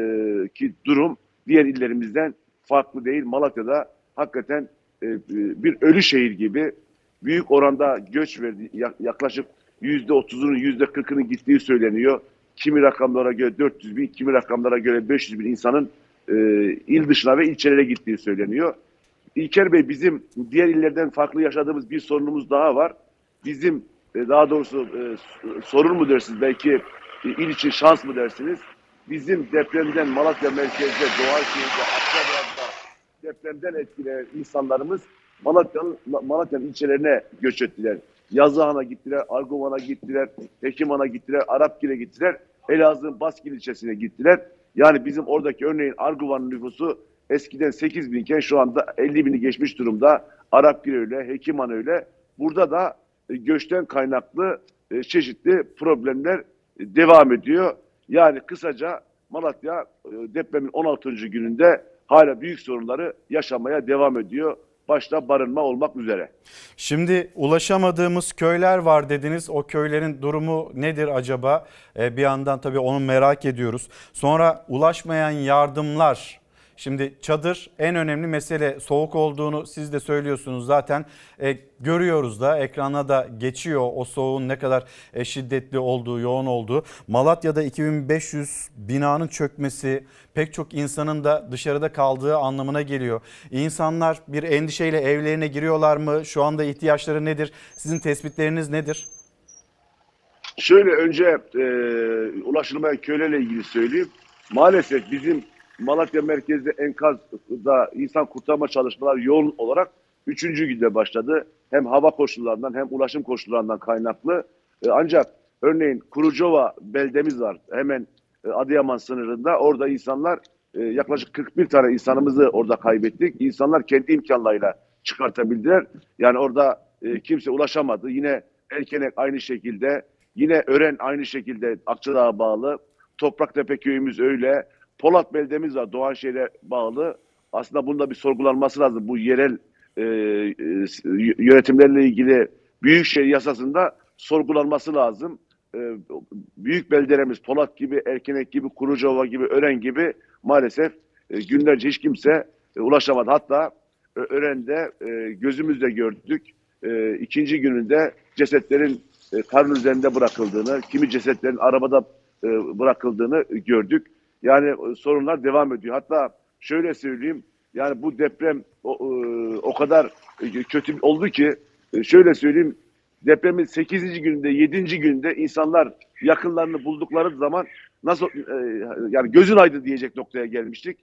ki durum diğer illerimizden farklı değil. Malatya'da hakikaten e, bir ölü şehir gibi büyük oranda göç verdi. Yaklaşık yüzde otuzunun, yüzde kırkının gittiği söyleniyor. Kimi rakamlara göre dört yüz bin, kimi rakamlara göre beş yüz bin insanın e, il dışına ve ilçelere gittiği söyleniyor. İlker Bey, bizim diğer illerden farklı yaşadığımız bir sorunumuz daha var. Bizim daha doğrusu sorun mu dersiniz, belki il için şans mı dersiniz? Bizim depremden Malatya merkezde, Doğanşehir'de, Akçabat'ta depremden etkilenen insanlarımız Malatya'nın Malatya'nın ilçelerine göç ettiler. Yazıhan'a gittiler, Arguvan'a gittiler, Hekimhan'a gittiler, Arapgir'e gittiler, Elazığ'ın Baskil ilçesine gittiler. Yani bizim oradaki örneğin Arguvan'ın nüfusu eskiden sekiz binken şu anda elli bini geçmiş durumda. Arapgir öyle, Hekimhan öyle. Burada da göçten kaynaklı çeşitli problemler devam ediyor. Yani kısaca Malatya depremin on altıncı gününde hala büyük sorunları yaşamaya devam ediyor. Başta barınma olmak üzere. Şimdi ulaşamadığımız köyler var dediniz. O köylerin durumu nedir acaba? Ee, bir yandan tabii onu merak ediyoruz. Sonra ulaşmayan yardımlar. Şimdi çadır en önemli mesele, soğuk olduğunu siz de söylüyorsunuz zaten e, görüyoruz da ekrana da geçiyor o soğuğun ne kadar e, şiddetli olduğu, yoğun olduğu. Malatya'da iki bin beş yüz binanın çökmesi pek çok insanın da dışarıda kaldığı anlamına geliyor. İnsanlar bir endişeyle evlerine giriyorlar mı? Şu anda ihtiyaçları nedir? Sizin tespitleriniz nedir? Şöyle önce e, ulaşılmayan köylerle ilgili söyleyeyim. Maalesef bizim Malatya merkezde enkazda insan kurtarma çalışmaları yoğun olarak üçüncü günde başladı. Hem hava koşullarından hem ulaşım koşullarından kaynaklı. E, ancak örneğin Kurucova beldemiz var hemen e, Adıyaman sınırında. Orada insanlar e, yaklaşık kırk bir tane insanımızı orada kaybettik. İnsanlar kendi imkanlarıyla çıkartabildiler. Yani orada e, kimse ulaşamadı. Yine Erkenek aynı şekilde. Yine Ören aynı şekilde Akçadağ'a bağlı. Topraktepe köyümüz öyle. Polat beldemiz var Doğanşehir'e bağlı. Aslında bunda bir sorgulanması lazım. Bu yerel e, e, yönetimlerle ilgili Büyükşehir yasasında sorgulanması lazım. E, büyük beldelerimiz Polat gibi, Erkenek gibi, Kurucova gibi, Ören gibi maalesef e, günlerce hiç kimse e, ulaşamadı. Hatta e, Ören'de e, gözümüzle gördük. E, ikinci gününde cesetlerin e, karın üzerinde bırakıldığını, kimi cesetlerin arabada e, bırakıldığını gördük. Yani sorunlar devam ediyor. Hatta şöyle söyleyeyim, yani bu deprem o, o kadar kötü oldu ki, şöyle söyleyeyim, depremin sekizinci gününde, yedinci gününde insanlar yakınlarını buldukları zaman nasıl yani gözün aydın diyecek noktaya gelmiştik.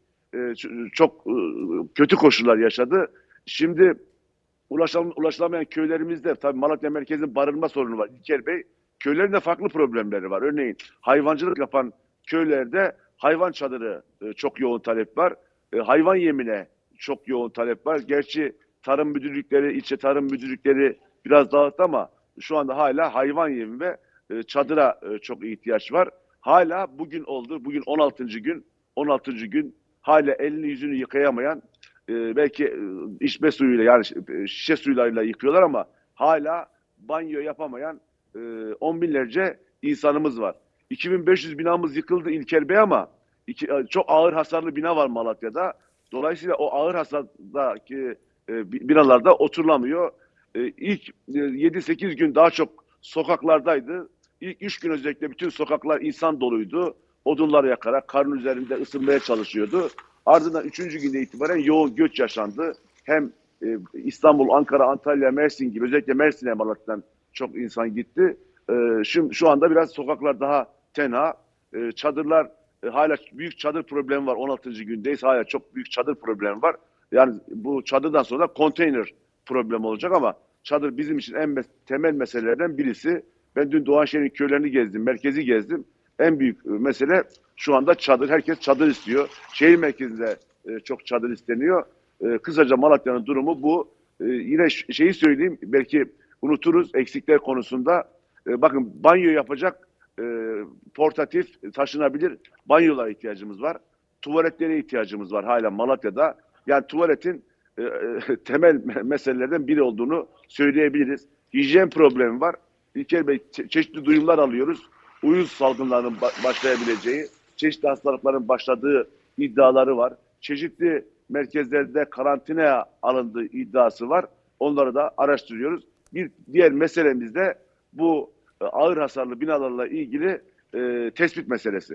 Çok kötü koşullar yaşadı. Şimdi ulaşam, ulaşılamayan köylerimizde tabii Malatya merkezinin barınma sorunu var. İlker Bey, köylerin de farklı problemleri var. Örneğin hayvancılık yapan köylerde hayvan çadırı e, çok yoğun talep var. E, hayvan yemine çok yoğun talep var. Gerçi tarım müdürlükleri, ilçe tarım müdürlükleri biraz dağıttı ama şu anda hala hayvan yemi ve e, çadıra e, çok ihtiyaç var. Hala bugün oldu. Bugün on altıncı gün. on altıncı gün hala elini yüzünü yıkayamayan e, belki e, içme suyuyla yani şişe suylarıyla yıkıyorlar ama hala banyo yapamayan e, on binlerce insanımız var. iki bin beş yüz binamız yıkıldı İlker Bey ama iki, çok ağır hasarlı bina var Malatya'da. Dolayısıyla o ağır hasardaki e, binalarda oturulamıyor. E, ilk e, yedi sekiz gün daha çok sokaklardaydı. İlk üç gün özellikle bütün sokaklar insan doluydu. Odunlar yakarak karın üzerinde ısınmaya çalışıyordu. Ardından üçüncü günde itibaren yoğun göç yaşandı. Hem e, İstanbul, Ankara, Antalya, Mersin gibi özellikle Mersin'e Malatya'dan çok insan gitti. E, şu, şu anda biraz sokaklar daha tenha. E, çadırlar e, hala büyük çadır problemi var. on altıncı gündeyiz. Hala çok büyük çadır problemi var. Yani bu çadırdan sonra konteyner problemi olacak ama çadır bizim için en mes- temel meselelerden birisi. Ben dün Doğanşehir'in köylerini gezdim, merkezi gezdim. En büyük mesele şu anda çadır. Herkes çadır istiyor. Şehir merkezinde e, çok çadır isteniyor. E, kısaca Malatya'nın durumu bu. E, yine şeyi söyleyeyim, belki unuturuz eksikler konusunda. E, bakın banyo yapacak e, portatif, taşınabilir banyolara ihtiyacımız var. Tuvaletlere ihtiyacımız var hala Malatya'da. Yani tuvaletin e, e, temel meselelerden biri olduğunu söyleyebiliriz. Hijyen problemi var. İlker Bey, çe- çeşitli duyumlar alıyoruz. Uyuz salgınlarının ba- başlayabileceği, çeşitli hastalıkların başladığı iddiaları var. Çeşitli merkezlerde karantinaya alındığı iddiası var. Onları da araştırıyoruz. Bir diğer meselemiz de bu e, ağır hasarlı binalarla ilgili e, tespit meselesi.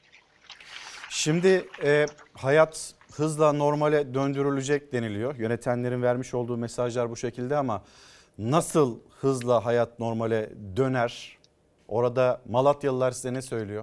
Şimdi e, hayat hızla normale döndürülecek deniliyor. Yönetenlerin vermiş olduğu mesajlar bu şekilde ama nasıl hızla hayat normale döner? Orada Malatyalılar size ne söylüyor?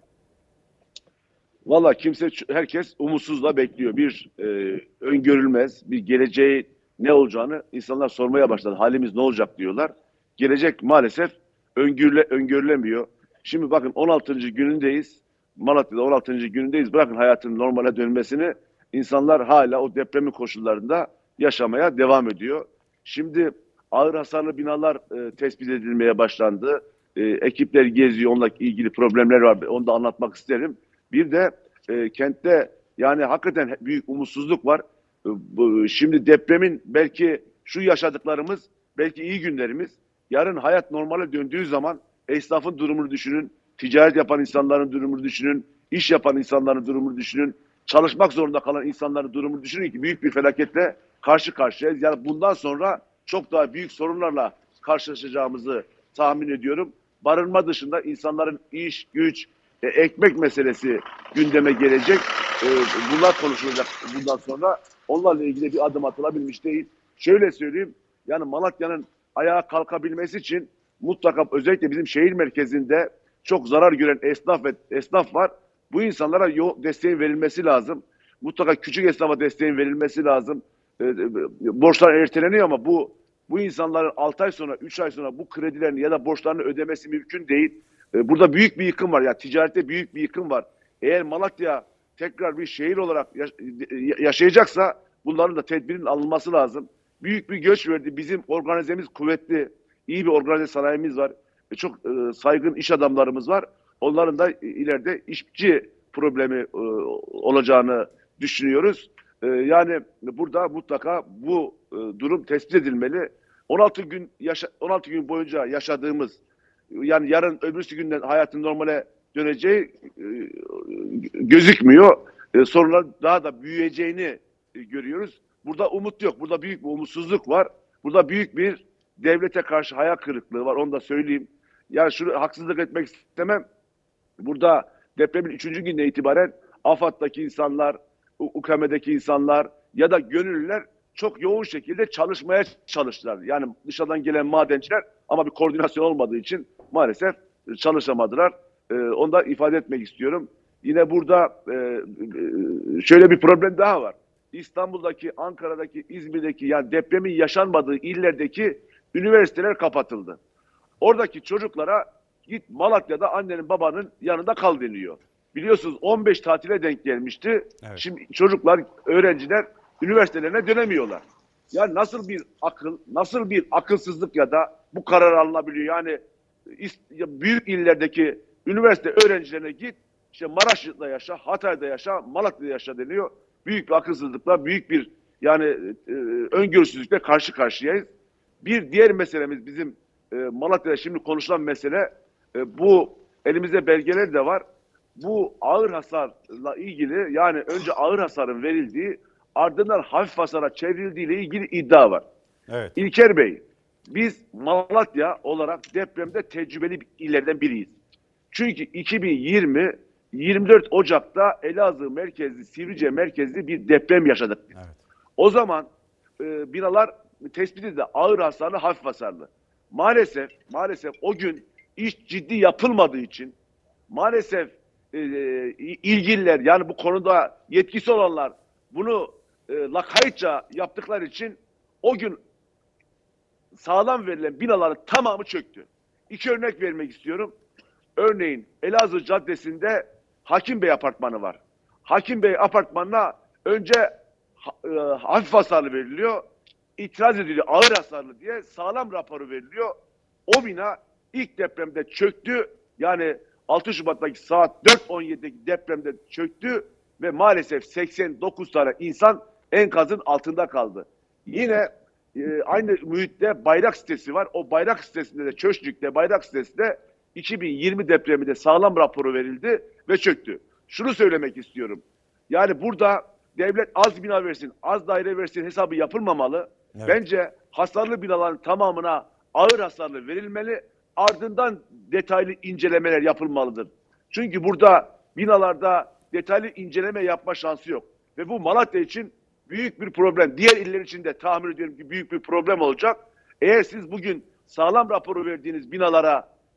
Valla kimse, herkes umutsuzla bekliyor. Bir e, öngörülmez, bir geleceği ne olacağını insanlar sormaya başladı. Halimiz ne olacak diyorlar. Gelecek maalesef öngörüle, öngörülemiyor. Şimdi bakın on altıncı günündeyiz. Malatya'da on altıncı günündeyiz. Bırakın hayatın normale dönmesini. İnsanlar hala o depremin koşullarında yaşamaya devam ediyor. Şimdi ağır hasarlı binalar e, tespit edilmeye başlandı. E, ekipler geziyor, onunla ilgili problemler var. Onu da anlatmak isterim. Bir de e, kentte yani hakikaten büyük umutsuzluk var. E, bu, şimdi depremin belki şu yaşadıklarımız belki iyi günlerimiz. Yarın hayat normale döndüğü zaman esnafın durumunu düşünün, ticaret yapan insanların durumunu düşünün, iş yapan insanların durumunu düşünün, çalışmak zorunda kalan insanların durumunu düşünün ki büyük bir felaketle karşı karşıyayız. Yani bundan sonra çok daha büyük sorunlarla karşılaşacağımızı tahmin ediyorum. Barınma dışında insanların iş, güç, e, ekmek meselesi gündeme gelecek. E, bunlar konuşulacak bundan sonra. Onlarla ilgili bir adım atılabilmiş değil. Şöyle söyleyeyim, yani Malatya'nın ayağa kalkabilmesi için mutlaka özellikle bizim şehir merkezinde çok zarar gören esnaf ve esnaf var. Bu insanlara yol, desteğin verilmesi lazım. Mutlaka küçük esnafa desteğin verilmesi lazım. E, e, borçlar erteleniyor ama bu bu insanların altı ay sonra, üç ay sonra bu kredilerini ya da borçlarını ödemesi mümkün değil. E, burada büyük bir yıkım var. Yani ticarette büyük bir yıkım var. Eğer Malatya tekrar bir şehir olarak yaş yaşayacaksa bunların da tedbirin alınması lazım. Büyük bir göç verdi. Bizim organizemiz kuvvetli. İyi bir organize sanayimiz var. E, çok e, saygın iş adamlarımız var. Onların da ileride işçi problemi e, olacağını düşünüyoruz. E, yani burada mutlaka bu e, durum tespit edilmeli. on altı gün yaşa on altı gün boyunca yaşadığımız, yani yarın öbürsü günden hayatın normale döneceği e, gözükmüyor. E, sorunlar daha da büyüyeceğini e, görüyoruz. Burada umut yok. Burada büyük bir umutsuzluk var. Burada büyük bir devlete karşı hayal kırıklığı var. Onu da söyleyeyim. Yani şunu haksızlık etmek istemem. Burada depremin üçüncü gününe itibaren AFAD'daki insanlar, U K M'deki insanlar ya da gönüllüler çok yoğun şekilde çalışmaya çalıştılar. Yani dışarıdan gelen madenciler ama bir koordinasyon olmadığı için maalesef çalışamadılar. Ee, onu da ifade etmek istiyorum. Yine burada e, şöyle bir problem daha var. İstanbul'daki, Ankara'daki, İzmir'deki, yani depremin yaşanmadığı illerdeki üniversiteler kapatıldı. Oradaki çocuklara git Malatya'da annenin babanın yanında kal deniyor. Biliyorsunuz on beş tatile denk gelmişti. Evet. Şimdi çocuklar, öğrenciler üniversitelerine dönemiyorlar. Yani nasıl bir akıl, nasıl bir akılsızlık ya da bu karar alınabiliyor? Yani büyük illerdeki üniversite öğrencilerine git, işte Maraş'ta yaşa, Hatay'da yaşa, Malatya'da yaşa deniyor. Büyük bir akılsızlıkla, büyük bir yani e, öngörüsüzlükle karşı karşıyayız. Bir diğer meselemiz bizim e, Malatya'da şimdi konuşulan mesele, e, bu elimizde belgeler de var. Bu ağır hasarla ilgili, yani önce ağır hasarın verildiği, ardından hafif hasara çevrildiği ile ilgili iddia var. Evet. İlker Bey, biz Malatya olarak depremde tecrübeli illerden biriyiz. Çünkü iki bin yirmi yirmi dört Ocak'ta Elazığ merkezli, Sivrice merkezli bir deprem yaşadık. Evet. O zaman e, binalar tespit edildi, ağır hasarlı, hafif hasarlı. Maalesef, maalesef o gün iş ciddi yapılmadığı için, maalesef e, ilgililer, yani bu konuda yetkisi olanlar bunu e, lakaytça yaptıkları için o gün sağlam verilen binaların tamamı çöktü. İki örnek vermek istiyorum. Örneğin Elazığ Caddesi'nde Hakim Bey apartmanı var. Hakim Bey apartmanına önce e, hafif hasarlı veriliyor, itiraz ediliyor ağır hasarlı diye, sağlam raporu veriliyor. O bina ilk depremde çöktü. Yani altı Şubat'taki saat dört on yedideki depremde çöktü ve maalesef seksen dokuz tane insan enkazın altında kaldı. Yine e, aynı mühitte Bayrak sitesi var. O Bayrak sitesinde de, Çöşlük'te Bayrak sitesinde iki bin yirmi depreminde sağlam raporu verildi ve çöktü. Şunu söylemek istiyorum. Yani burada devlet az bina versin, az daire versin hesabı yapılmamalı. Evet. Bence hasarlı binaların tamamına ağır hasarlı verilmeli. Ardından detaylı incelemeler yapılmalıdır. Çünkü burada binalarda detaylı inceleme yapma şansı yok. Ve bu Malatya için büyük bir problem. Diğer iller için de tahmin ediyorum ki büyük bir problem olacak. Eğer siz bugün sağlam raporu verdiğiniz binalara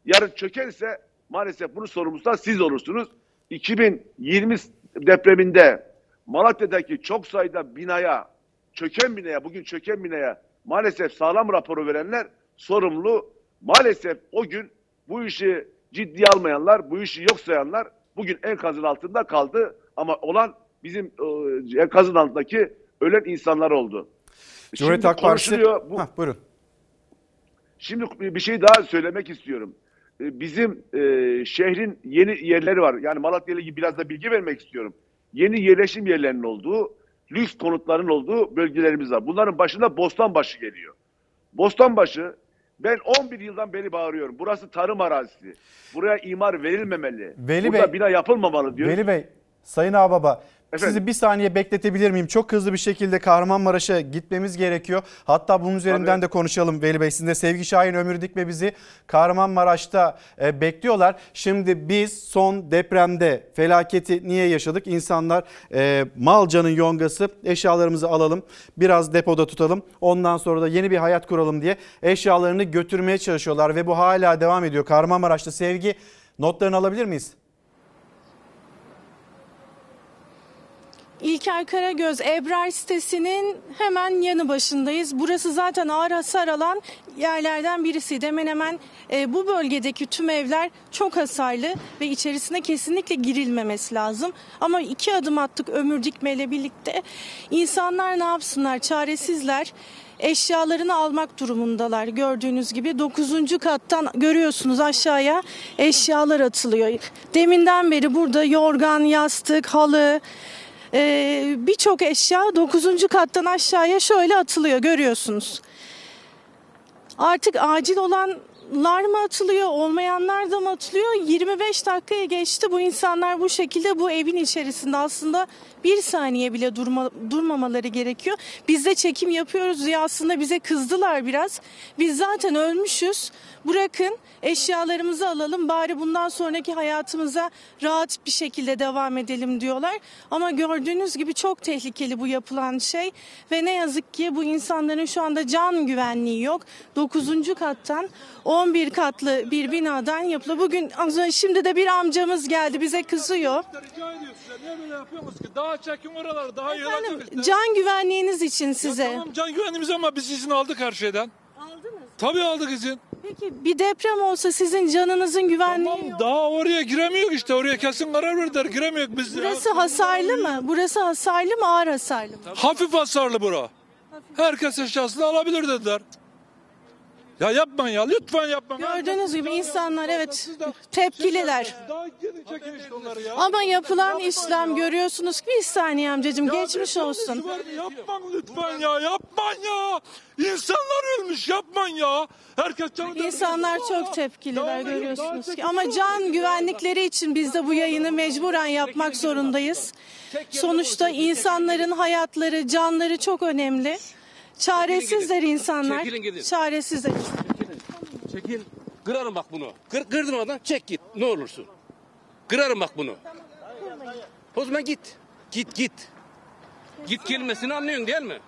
yarın çökerse maalesef bunun sorumlusu da siz olursunuz. iki bin yirmi depreminde Malatya'daki çok sayıda binaya, çöken binaya, bugün çöken binaya maalesef sağlam raporu verenler sorumlu. Maalesef o gün bu işi ciddiye almayanlar, bu işi yok sayanlar bugün enkazın altında kaldı. Ama olan bizim e, enkazın altındaki ölen insanlar oldu. Cumhuriyet Halk Partisi... Bu, Heh, buyurun. Şimdi bir şey daha söylemek istiyorum. Bizim e, şehrin yeni yerleri var. Yani Malatya ile ilgili biraz da bilgi vermek istiyorum. Yeni yerleşim yerlerinin olduğu, lüks konutların olduğu bölgelerimiz var. Bunların başında Bostanbaşı geliyor. Bostanbaşı, ben on bir yıldan beri bağırıyorum. Burası tarım arazisi. Buraya imar verilmemeli. Veli Burada Bey, bina yapılmamalı diyor. Veli Bey, Sayın Ağbaba, Efendim? sizi bir saniye bekletebilir miyim? Çok hızlı bir şekilde Kahramanmaraş'a gitmemiz gerekiyor. Hatta bunun üzerinden Tabii. de konuşalım Veli Bey. Sizin de Sevgi Şahin, Ömür Dikme bizi Kahramanmaraş'ta e, bekliyorlar. Şimdi biz son depremde felaketi niye yaşadık? İnsanlar e, Malca'nın yongası, eşyalarımızı alalım, biraz depoda tutalım. Ondan sonra da yeni bir hayat kuralım diye eşyalarını götürmeye çalışıyorlar ve bu hala devam ediyor. Kahramanmaraş'ta. Sevgi, notlarını alabilir miyiz? İlker Karagöz Ebrar sitesinin hemen yanı başındayız. Burası zaten ağır hasar alan yerlerden birisiydi. Hemen hemen e, bu bölgedeki tüm evler çok hasarlı ve içerisine kesinlikle girilmemesi lazım. Ama iki adım attık Ömür Dikme ile birlikte. İnsanlar ne yapsınlar? Çaresizler. Eşyalarını almak durumundalar. Gördüğünüz gibi dokuzuncu kattan görüyorsunuz aşağıya eşyalar atılıyor. Deminden beri burada yorgan, yastık, halı, Ee, birçok eşya dokuzuncu kattan aşağıya şöyle atılıyor, görüyorsunuz. Artık acil olanlar mı atılıyor, olmayanlar da mı atılıyor? yirmi beş dakikaya geçti, bu insanlar bu şekilde bu evin içerisinde aslında bir saniye bile durma, durmamaları gerekiyor. Biz de çekim yapıyoruz diye aslında bize kızdılar biraz. Biz zaten ölmüşüz. Bırakın eşyalarımızı alalım, bari bundan sonraki hayatımıza rahat bir şekilde devam edelim diyorlar. Ama gördüğünüz gibi çok tehlikeli bu yapılan şey ve ne yazık ki bu insanların şu anda can güvenliği yok. dokuzuncu kattan on bir katlı bir binadan yapılıyor. Bugün az önce şimdi de bir amcamız geldi, bize kızıyor. Niye böyle yapıyorsunuz ki? Daha çekin oraları, daha yola Efendim, çıkın. can güvenliğiniz için size. Ya tamam, can güvenliğimiz ama biz izin aldık her şeyden. Aldınız. Tabii aldık izin. Peki bir deprem olsa sizin canınızın güvenliği Tamam, yok. daha oraya giremiyor işte. Oraya kesin karar verdiler. Giremiyor biz. Burası Ya, hasarlı mı? Burası hasarlı mı, ağır hasarlı mı? hafif hasarlı bura. Herkes eşyasını alabilir dediler. Ya yapmayın ya, lütfen yapmayın. Gördüğünüz gibi insanlar evet tepkililer. Daha gidin çekin işte onları ya. Ama yapılan işlem görüyorsunuz ki, bir saniye amcacığım, Ya geçmiş deprem olsun. işi var, yapmayın lütfen ya, yapmayın ya. İnsanlar ölmüş, yapmayın ya. Herkes canı İnsanlar çok tepkililer, görüyorsunuz ki. Ama can güvenlikleri için biz de bu yayını mecburen yapmak zorundayız. Sonuçta insanların hayatları, canları çok önemli. Çaresizler insanlar. Çaresizler. Çekil. Kırarım bak bunu. Kır, kırdım adam, çek git ne olursun. Kırarım bak bunu. O zaman git. Git git. Git kelimesini anlıyorsun değil mi?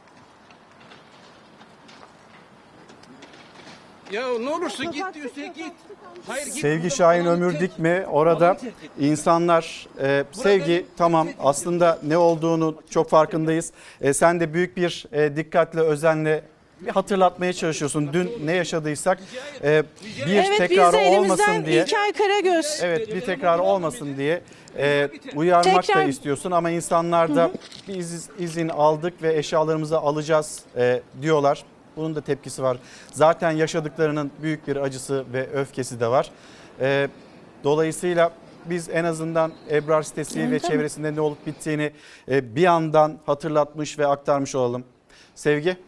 Ya ne olursun git diyorsun git. Hayır, git. Sevgi Şahin, Ömür Dikme orada. İnsanlar e, Sevgi tamam, aslında ne olduğunu çok farkındayız. E, sen de büyük bir e, dikkatle, özenle bir hatırlatmaya çalışıyorsun. Dün ne yaşadıysak e, bir Evet, tekrarı biz de olmasın elimizden diye. İlker Karagöz. Evet, bir tekrar olmasın diye e, uyarmak Tekrar- da istiyorsun ama insanlar da biz izin aldık ve eşyalarımızı alacağız e, diyorlar. Bunun da tepkisi var. Zaten yaşadıklarının büyük bir acısı ve öfkesi de var. E, dolayısıyla biz en azından Ebrar sitesi Evet, ve tabii. çevresinde ne olup bittiğini e, bir yandan hatırlatmış ve aktarmış olalım. Sevgi?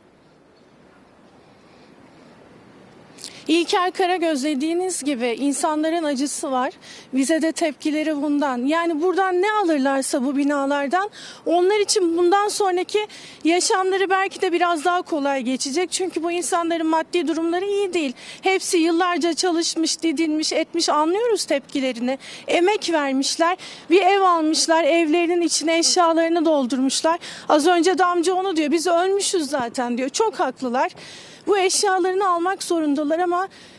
İlker Karagöz, dediğiniz gibi insanların acısı var. Bize de tepkileri bundan. Yani buradan ne alırlarsa bu binalardan, onlar için bundan sonraki yaşamları belki de biraz daha kolay geçecek. Çünkü bu insanların maddi durumları iyi değil. Hepsi yıllarca çalışmış, didinmiş, etmiş, anlıyoruz tepkilerini. Emek vermişler, bir ev almışlar, evlerinin içine eşyalarını doldurmuşlar. Az önce de amca onu diyor, biz ölmüşüz zaten diyor. Çok haklılar. Bu eşyalarını almak zorundalar ama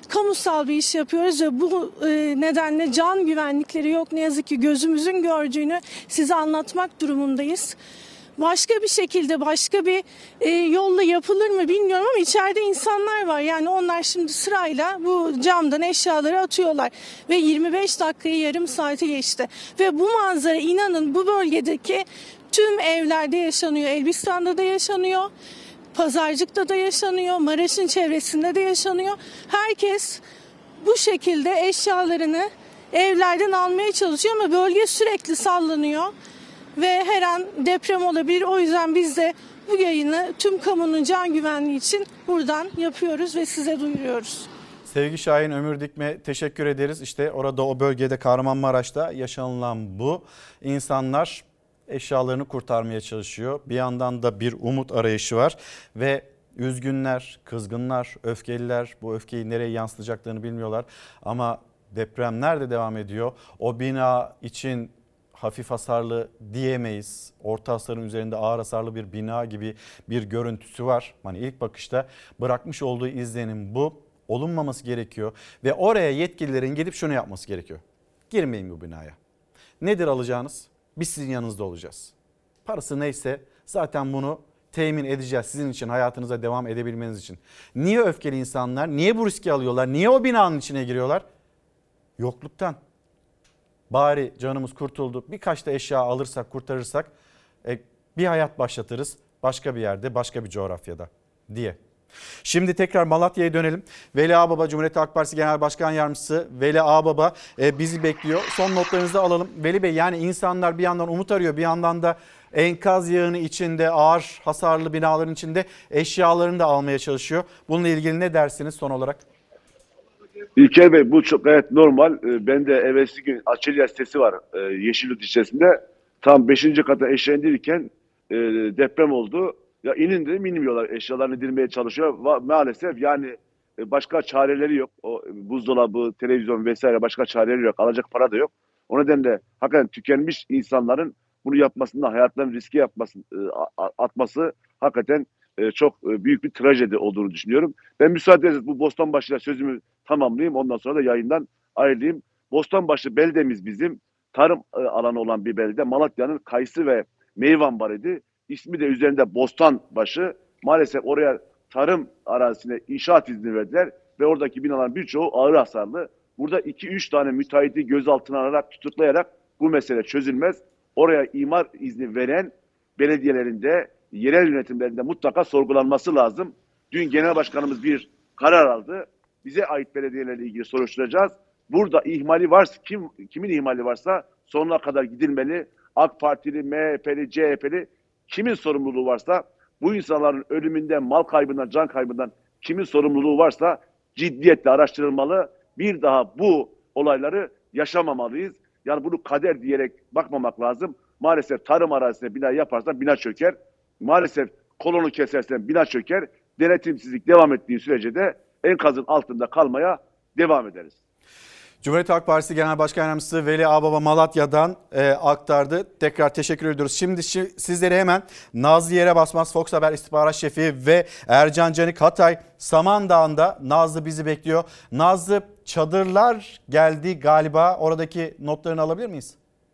kamusal bir iş yapıyoruz ve bu e, nedenle can güvenlikleri yok. Ne yazık ki gözümüzün gördüğünü size anlatmak durumundayız. Başka bir şekilde başka bir e, yolla yapılır mı bilmiyorum ama içeride insanlar var. Yani onlar şimdi sırayla bu camdan eşyaları atıyorlar ve yirmi beş dakikayı yarım saati geçti. Ve bu manzara inanın bu bölgedeki tüm evlerde yaşanıyor. Elbistan'da da yaşanıyor. Pazarcık'ta da yaşanıyor. Maraş'ın çevresinde de yaşanıyor. Herkes bu şekilde eşyalarını evlerden almaya çalışıyor ama bölge sürekli sallanıyor. Ve her an deprem olabilir. O yüzden biz de bu yayını tüm kamunun can güvenliği için buradan yapıyoruz ve size duyuruyoruz. Sevgi Şahin, Ömür Dikme teşekkür ederiz. İşte orada o bölgede Kahramanmaraş'ta yaşanılan bu. İnsanlar eşyalarını kurtarmaya çalışıyor. Bir yandan da bir umut arayışı var ve üzgünler, kızgınlar, öfkeliler. Bu öfkeyi nereye yansıtacaklarını bilmiyorlar. Ama depremler de devam ediyor. O bina için hafif hasarlı diyemeyiz. Orta hasarın üzerinde ağır hasarlı bir bina gibi bir görüntüsü var. Hani ilk bakışta bırakmış olduğu izlenim bu. Olunmaması gerekiyor ve oraya yetkililerin gidip şunu yapması gerekiyor. Girmeyin bu binaya. Nedir alacağınız? Biz sizin yanınızda olacağız. Parası neyse zaten bunu temin edeceğiz sizin için, hayatınıza devam edebilmeniz için. Niye öfkeli insanlar? Niye bu riski alıyorlar? Niye o binanın içine giriyorlar? Yokluktan. Bari canımız kurtuldu. Birkaç da eşya alırsak, kurtarırsak e, bir hayat başlatırız başka bir yerde, başka bir coğrafyada diye. Şimdi tekrar Malatya'ya dönelim. Veli Ağbaba, Cumhuriyet Halk Partisi Genel Başkan Yardımcısı Veli Ağbaba e, bizi bekliyor. Son notlarınızı alalım. Veli Bey, yani insanlar bir yandan umut arıyor, bir yandan da enkaz yığını içinde, ağır hasarlı binaların içinde eşyalarını da almaya çalışıyor. Bununla ilgili ne dersiniz son olarak? İlker Bey, bu çok gayet normal. Ben de evvelsi gün Açelya sitesi var Yeşilyurt ilçesinde. Tam beşinci kata eşya indirirken deprem oldu. Ya inin dedim, inmiyorlar. Eşyalarını indirmeye çalışıyor. Maalesef yani başka çareleri yok. O buzdolabı, televizyon vesaire başka çareleri yok. Alacak para da yok. O nedenle hakikaten tükenmiş insanların bunu yapmasında, hayatlarını riske yapması, atması hakikaten çok büyük bir trajedi olduğunu düşünüyorum. Ben müsaade ederseniz bu Bostanbaşı'yla sözümü tamamlayayım. Ondan sonra da yayından ayrılayım. Bostanbaşı beldemiz bizim tarım alanı olan bir belde. Malatya'nın kayısı ve meyve ambarıydı. İsmi de üzerinde Bostanbaşı. Maalesef oraya tarım arazisine inşaat izni verdiler ve oradaki binaların birçoğu ağır hasarlı. Burada iki üç tane müteahhiti gözaltına alarak, tutuklayarak bu mesele çözülmez. Oraya imar izni veren belediyelerinde, yerel yönetimlerinde mutlaka sorgulanması lazım. Dün Genel Başkanımız bir karar aldı. Bize ait belediyelerle ilgili soruşturacağız. Burada ihmali varsa, kim kimin ihmali varsa sonuna kadar gidilmeli. AK Partili, M H P'li, C H P'li kimin sorumluluğu varsa, bu insanların ölümünden, mal kaybından, can kaybından kimin sorumluluğu varsa ciddiyetle araştırılmalı. Bir daha bu olayları yaşamamalıyız. Yani bunu kader diyerek bakmamak lazım. Maalesef tarım arazisine bina yaparsan bina çöker. Maalesef kolonu kesersen bina çöker. Denetimsizlik devam ettiği sürece de enkazın altında kalmaya devam ederiz. Cumhuriyet Halk Partisi Genel Başkan Yardımcısı Veli Ağbaba Malatya'dan e, aktardı. Tekrar teşekkür ediyoruz. Şimdi şi, sizleri hemen Nazlı Yere Basmaz, Fox Haber İstihbarat Şefi ve Ercan Canik Hatay Samandağ'ında. Nazlı bizi bekliyor. Nazlı, çadırlar geldi galiba. Oradaki notlarını alabilir miyiz?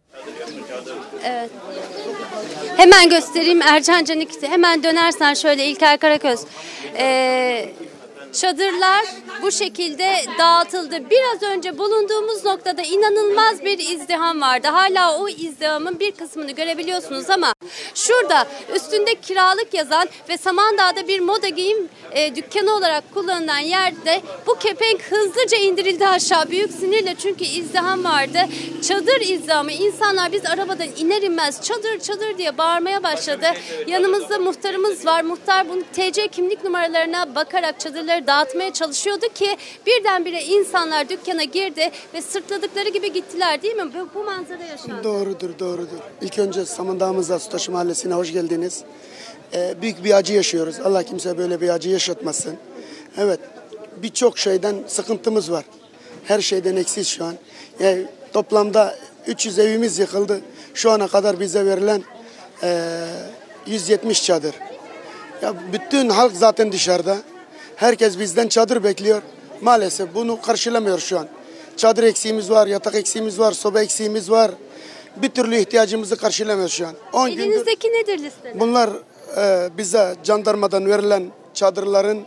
Evet. Hemen göstereyim Ercan Canik. Hemen dönersen şöyle İlker Karaköz. Ee, Çadırlar bu şekilde dağıtıldı. Biraz önce bulunduğumuz noktada inanılmaz bir izdiham vardı. Hala o izdihamın bir kısmını görebiliyorsunuz ama şurada üstünde kiralık yazan ve Samandağ'da bir moda giyim e, dükkanı olarak kullanılan yerde bu kepenk hızlıca indirildi aşağı. Büyük sinirle, çünkü izdiham vardı. Çadır izdihamı. İnsanlar biz arabadan iner inmez çadır çadır diye bağırmaya başladı. Yanımızda muhtarımız var. Muhtar bunu T C kimlik numaralarına bakarak çadırları dağıtmaya çalışıyordu ki birdenbire insanlar dükkana girdi ve sırtladıkları gibi gittiler, değil mi? Bu, bu manzara yaşandı. Doğrudur, doğrudur. İlk önce Samandağ'ımıza, Sutaşı Mahallesi'ne hoş geldiniz. Ee, büyük bir acı yaşıyoruz. Allah kimse böyle bir acı yaşatmasın. Evet, birçok şeyden sıkıntımız var. Her şeyden eksiz şu an. Yani toplamda üç yüz evimiz yıkıldı. Şu ana kadar bize verilen e, yüz yetmiş çadır. Ya bütün halk zaten dışarıda. Herkes bizden çadır bekliyor. maalesef bunu karşılamıyor şu an. Çadır eksiğimiz var, yatak eksiğimiz var, soba eksiğimiz var. Bir türlü ihtiyacımızı karşılamıyor şu an. on Elinizdeki gündür, nedir listede? bunlar e, bize jandarmadan verilen çadırların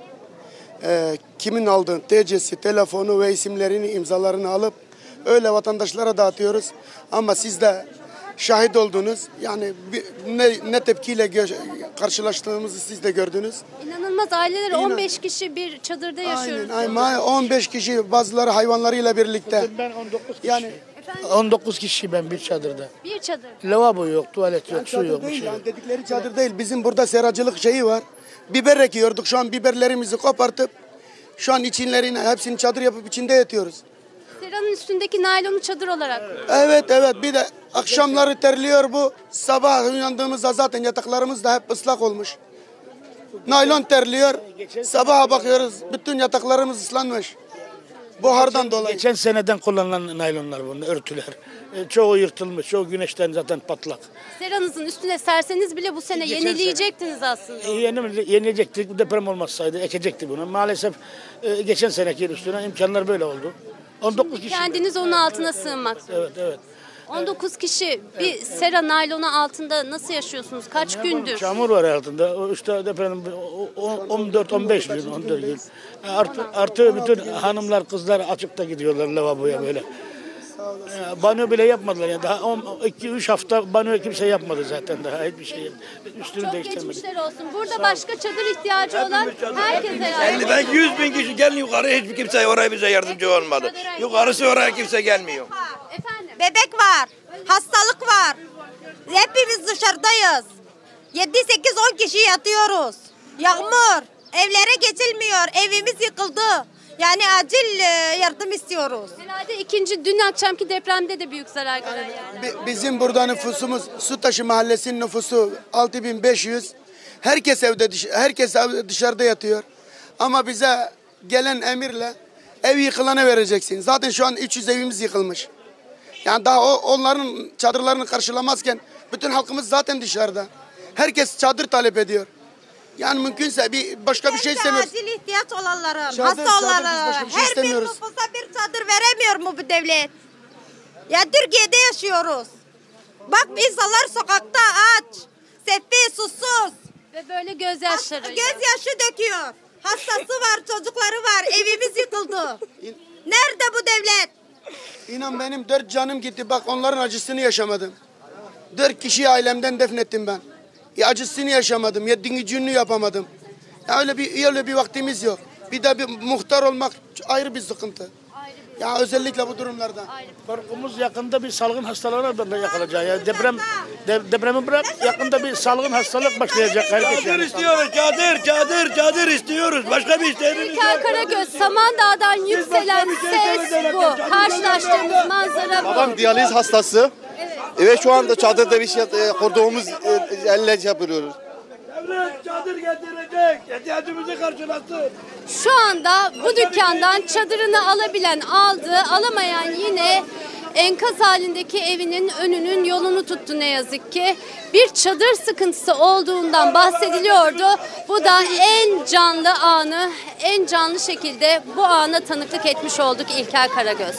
e, kimin aldığı T C'si, telefonu ve isimlerini, imzalarını alıp öyle vatandaşlara dağıtıyoruz. Ama siz de şahit oldunuz. Yani bir, ne, ne tepkiyle gö- karşılaştığımızı siz de gördünüz. İnanılmaz, aileler on beş kişi bir çadırda yaşıyoruz. Aynen, aynen. on beş kişi, bazıları hayvanlarıyla birlikte. Ben on dokuz kişi. Yani on dokuz kişi ben bir çadırda. Bir çadır. Lavabo yok, tuvalet yok, Yani su çadır yok, bir değil şey yani, yok. dedikleri çadır değil. Bizim burada seracılık şeyi var. Biber ekiyorduk. Şu an biberlerimizi kopartıp şu an içinlerini hepsini çadır yapıp içinde yatıyoruz. Seranın üstündeki naylonu çadır olarak. Evet evet, bir de akşamları terliyor bu. Sabah uyandığımızda zaten yataklarımız da hep ıslak olmuş. Naylon terliyor. Sabaha bakıyoruz bütün yataklarımız ıslanmış. Buhardan geçen, dolayı. Geçen seneden kullanılan naylonlar bunlar, örtüler. E, çoğu yırtılmış, çoğu güneşten zaten patlak. Seranızın üstüne serseniz bile bu sene Geçen yenileyecektiniz aslında. E, yeni, yenileyecektik, deprem olmasaydı ekecektik bunu. Maalesef e, geçen seneki üstüne imkanlar böyle oldu. on dokuz kişi. Kendiniz onun altına sığınmak. Evet, evet. on dokuz kişi bir sera naylonu altında nasıl yaşıyorsunuz? Kaç gündür? Çamur var altında. O işte deprem on dört on beş gün, on dört gün. Artı, artı bütün hanımlar, kızlar açıkta gidiyorlar lavaboya böyle. Banyo bile yapmadılar yani. Daha iki üç hafta banyo kimse yapmadı zaten daha hiçbir şey. Üstünü Çok değiştirmedi. geçmişler olsun. Burada başka çadır ihtiyacı olan herkes herhalde. Ben yüz bin kişi gelin yukarı, hiçbir kimse oraya bize yardımcı olmadı. Yukarısı oraya kimse gelmiyor. Bebek var, hastalık var. Hepimiz dışarıdayız. yedi sekiz on kişi yatıyoruz. Yağmur, evlere geçilmiyor, evimiz yıkıldı. Yani acil yardım istiyoruz. Herhalde ikinci dün akşamki depremde de büyük zarar gören yerler. Bi- Bizim burada nüfusumuz, Sutaşı Mahallesi'nin nüfusu altı bin beş yüz. Herkes evde dış- herkes evde dışarıda yatıyor. Ama bize gelen emirle ev yıkılana vereceksin. Zaten şu an üç yüz evimiz yıkılmış. Yani daha o, onların çadırlarını karşılamazken bütün halkımız zaten dışarıda. Herkes çadır talep ediyor. Yani mümkünse bir başka bir şey istemiyoruz. Acil ihtiyaç olanların, Çadır, hasta çadır, olanların. biz başka bir şey Her bir istemiyoruz. nüfusa bir çadır veremiyor mu bu devlet? Ya Türkiye'de yaşıyoruz. Bak insanlar sokakta aç, sefil, susuz. Ve böyle gözyaşları. Gözyaşı döküyor. Hastası var, çocukları var. Evimiz yıkıldı. Nerede bu devlet? İnan benim dört canım gitti. Bak onların acısını yaşamadım. Dört kişiyi ailemden defnettim ben. Ya acısını yaşamadım. Yedinci gününü yapamadım. Ya öyle bir öyle bir vaktimiz yok. Bir de bir muhtar olmak ayrı bir sıkıntı. Ya özellikle bu durumlarda. Korkumuz yakında bir salgın hastalarına da yakalayacak. Yani deprem de, depremi bırak yakında bir salgın hastalık başlayacak herkes. Çadır istiyoruz, çadır, çadır, çadır istiyoruz. Başka bir isteğimiz yok. İlker Karagöz, Samandağ'dan yükselen ses bu. Karşılaştığımız manzara bu. Babam diyaliz hastası. Evet, şu anda çadırda bir şey e, kurduğumuz e, elle yapıyoruz. Devlet çadır getirecek, ihtiyacımızı karşılasın. Şu anda bu dükkandan çadırını alabilen aldı, alamayan yine enkaz halindeki evinin önünün yolunu tuttu ne yazık ki. Bir çadır sıkıntısı olduğundan bahsediliyordu. Bu da en canlı anı, en canlı şekilde bu ana tanıklık etmiş olduk İlker Karagöz.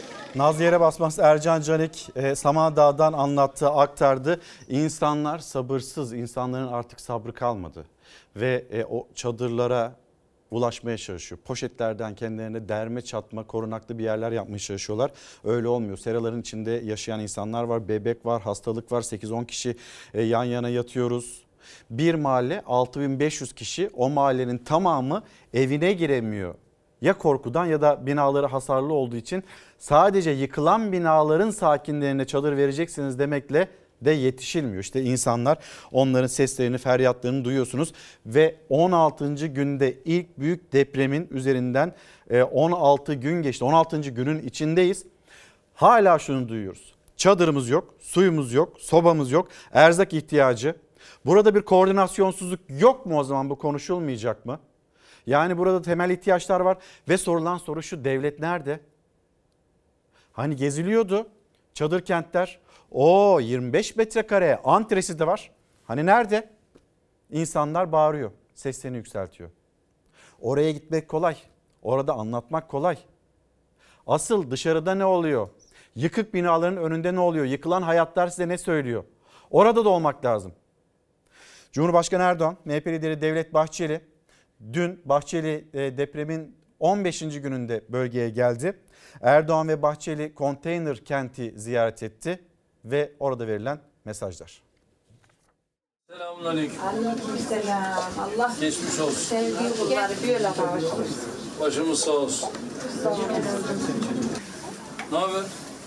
Naz Yere Basmaz Ercan Canik e, Samandağ'dan anlattı, aktardı. İnsanlar sabırsız, insanların artık sabrı kalmadı. Ve e, o çadırlara ulaşmaya çalışıyor. Poşetlerden kendilerine derme çatma, korunaklı bir yerler yapmaya çalışıyorlar. Öyle olmuyor. Seraların içinde yaşayan insanlar var, bebek var, hastalık var. sekiz on kişi e, yan yana yatıyoruz. Bir mahalle altı bin beş yüz kişi, o mahallenin tamamı evine giremiyor. Ya korkudan ya da binaları hasarlı olduğu için sadece yıkılan binaların sakinlerine çadır vereceksiniz demekle de yetişilmiyor. İşte insanlar, onların seslerini, feryatlarını duyuyorsunuz ve on altıncı günde ilk büyük depremin üzerinden on altı gün geçti. on altıncı günün içindeyiz. Hala şunu duyuyoruz. Çadırımız yok, suyumuz yok, sobamız yok, erzak ihtiyacı. Burada bir koordinasyonsuzluk yok mu o zaman, bu konuşulmayacak mı? Yani burada temel ihtiyaçlar var ve sorulan soru şu: devlet nerede? Hani geziliyordu çadır kentler, o yirmi beş metrekare antresi de var. Hani nerede? İnsanlar bağırıyor, seslerini yükseltiyor. Oraya gitmek kolay. Orada anlatmak kolay. Asıl dışarıda ne oluyor? Yıkık binaların önünde ne oluyor? Yıkılan hayatlar size ne söylüyor? Orada da olmak lazım. Cumhurbaşkanı Erdoğan, M H P lideri Devlet Bahçeli dün Bahçeli depremin on beşinci gününde bölgeye geldi. Erdoğan ve Bahçeli konteyner kenti ziyaret etti ve orada verilen mesajlar. Selamünaleyküm. Aleykümselam. Allah Geçmiş olsun. sevdiği kulları böyle bağışlasın. Başımız sağ olsun. Ne haber?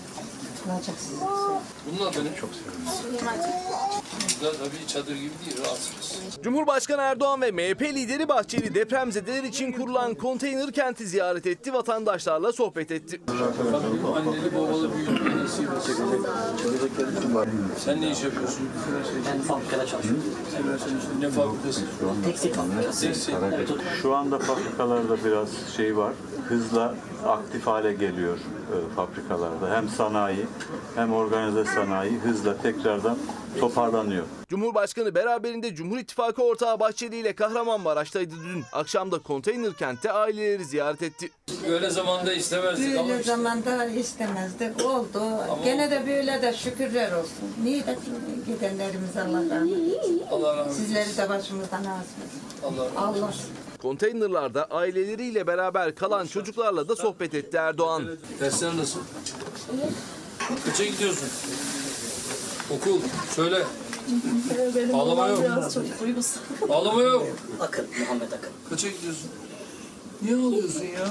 Bunun adını çok seviyorum. Güzel, tabii çadır gibi değil, rahatsız. Cumhurbaşkanı Erdoğan ve M H P lideri Bahçeli depremzedeler için kurulan konteyner kenti ziyaret etti, vatandaşlarla sohbet etti. Anneli babalı büyütmeyi nasip etsin. Sen ne iş yapıyorsun? Ben fabrikada çalışıyorum. Ne fabrikası? Tekstil fabrikası. Şu anda fabrikalarda biraz şey var, hızla aktif hale geliyor e, fabrikalarda. Hem sanayi hem organize sanayi hızla tekrardan toparlanıyor. Cumhurbaşkanı beraberinde Cumhur İttifakı ortağı Bahçeli ile Kahramanmaraş'taydı dün. Akşam da konteyner kentte aileleri ziyaret etti. Böyle zamanda istemezdik ama Böyle işte. zamanda istemezdik. Oldu. Ama Gene de böyle de şükürler olsun. Niye de gidenlerimiz Allah rahmet eylesin. Allah rahmet eylesin. Sizleri de başımızdan azmesin. Allah rahmet eylesin. Allah. Konteynerlarda aileleriyle beraber kalan çocuklarla da sohbet etti Erdoğan. Dersler nasıl? Kaça gidiyorsun? Okul. Söyle. Ağlama yok. Ağlama yok. Akın, Muhammed Akın. Kaça gidiyorsun? Niye ağlıyorsun ya?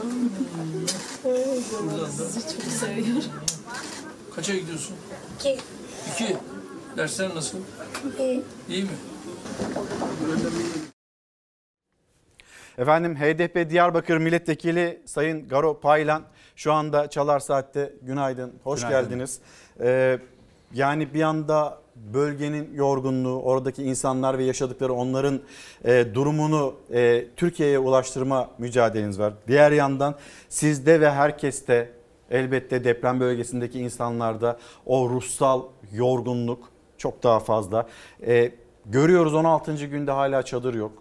Sizi çok seviyorum. Kaça gidiyorsun? İki. İki. Dersler nasıl? İyi. İyi mi? Efendim H D P Diyarbakır Milletvekili Sayın Garo Paylan şu anda Çalar Saat'te. Günaydın, hoş Günaydın. geldiniz. Ee, yani bir anda bölgenin yorgunluğu, oradaki insanlar ve yaşadıkları onların e, durumunu e, Türkiye'ye ulaştırma mücadeleniz var. Diğer yandan sizde ve herkeste elbette deprem bölgesindeki insanlarda o ruhsal yorgunluk çok daha fazla. E, görüyoruz on altıncı günde hala çadır yok.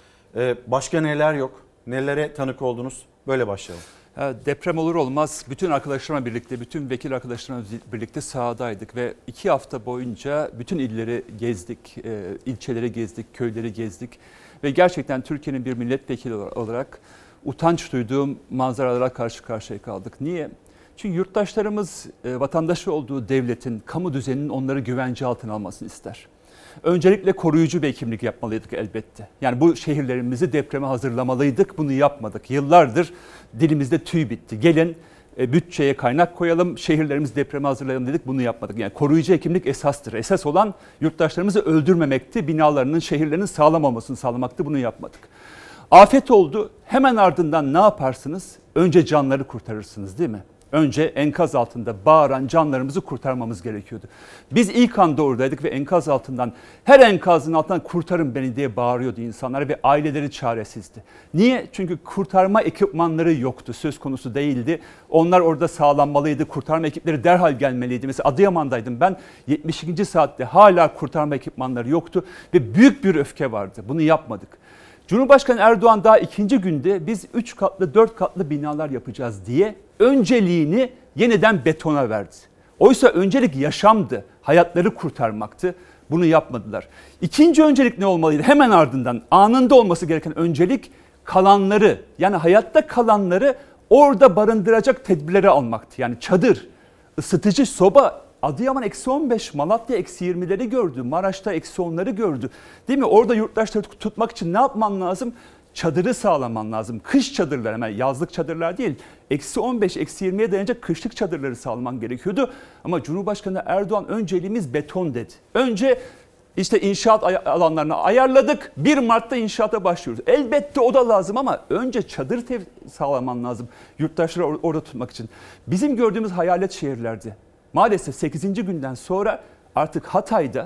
E, başka neler yok? Nelere tanık oldunuz? Böyle başlayalım. Deprem olur olmaz bütün arkadaşlarımla birlikte, bütün vekil arkadaşlarımla birlikte sahadaydık ve iki hafta boyunca bütün illeri gezdik, ilçeleri gezdik, köyleri gezdik ve gerçekten Türkiye'nin bir milletvekili olarak utanç duyduğum manzaralara karşı karşıya kaldık. Niye? Çünkü yurttaşlarımız vatandaşı olduğu devletin, kamu düzeninin onları güvence altına almasını ister. Öncelikle koruyucu bir kimlik yapmalıydık elbette. Yani bu şehirlerimizi depreme hazırlamalıydık. Bunu yapmadık. Yıllardır dilimizde tüy bitti. Gelin e, bütçeye kaynak koyalım, şehirlerimizi depreme hazırlayalım dedik. Bunu yapmadık. Yani koruyucu hekimlik esastır. Esas olan yurttaşlarımızı öldürmemekti. Binalarının, şehirlerinin sağlam olmasını sağlamaktı. Bunu yapmadık. Afet oldu. Hemen ardından ne yaparsınız? Önce canları kurtarırsınız, değil mi? Önce enkaz altında bağıran canlarımızı kurtarmamız gerekiyordu. Biz ilk anda oradaydık ve enkaz altından, her enkazın altından kurtarın beni diye bağırıyordu insanlar ve aileleri çaresizdi. Niye? Çünkü kurtarma ekipmanları yoktu, söz konusu değildi. Onlar orada sağlanmalıydı, kurtarma ekipleri derhal gelmeliydi. Mesela Adıyaman'daydım ben, yetmiş ikinci saatte hala kurtarma ekipmanları yoktu ve büyük bir öfke vardı. Bunu yapmadık. Cumhurbaşkanı Erdoğan daha ikinci günde biz üç katlı dört katlı binalar yapacağız diye önceliğini yeniden betona verdi. Oysa öncelik yaşamdı, hayatları kurtarmaktı. Bunu yapmadılar. İkinci öncelik ne olmalıydı? Hemen ardından anında olması gereken öncelik kalanları, yani hayatta kalanları orada barındıracak tedbirleri almaktı. Yani çadır, ısıtıcı, soba. Adıyaman eksi on beş, Malatya eksi yirmileri gördü, Maraş'ta eksi onları gördü. Değil mi? Orada yurttaşları tutmak için ne yapman lazım? Çadırı sağlaman lazım. Kış çadırları, hemen yazlık çadırlar değil. Eksi on beş, eksi yirmiye dayanacak kışlık çadırları sağlaman gerekiyordu. Ama Cumhurbaşkanı Erdoğan önceliğimiz beton dedi. Önce işte inşaat alanlarını ayarladık. bir Mart'ta inşaata başlıyoruz. Elbette o da lazım ama önce çadır sağlaman lazım yurttaşları or- orada tutmak için. Bizim gördüğümüz hayalet şehirlerdi. Maalesef sekizinci günden sonra artık Hatay'da,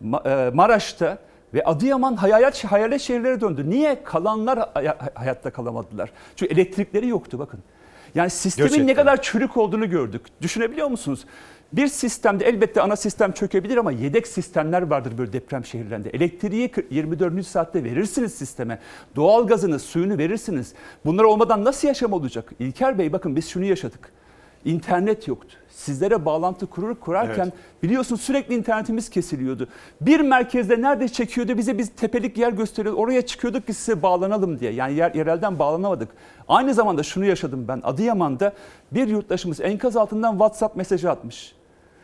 Maraş'ta ve Adıyaman hayalet, hayalet şehirlere döndü. Niye? Kalanlar hayatta kalamadılar. Çünkü elektrikleri yoktu bakın. Yani sistemin Gerçekten. ne kadar çürük olduğunu gördük. Düşünebiliyor musunuz? Bir sistemde elbette ana sistem çökebilir ama yedek sistemler vardır böyle deprem şehirlerinde. Elektriği yirmi dördüncü saatte verirsiniz sisteme. Doğalgazını, suyunu verirsiniz. Bunlar olmadan nasıl yaşam olacak? İlker Bey bakın biz şunu yaşadık. İnternet yoktu. Sizlere bağlantı kurur kurarken evet. biliyorsun sürekli internetimiz kesiliyordu. Bir merkezde nerede çekiyordu bize biz tepelik yer gösteriyordu. Oraya çıkıyorduk ki size bağlanalım diye. Yani yer, yerelden bağlanamadık. Aynı zamanda şunu yaşadım ben. Adıyaman'da bir yurttaşımız enkaz altından WhatsApp mesajı atmış.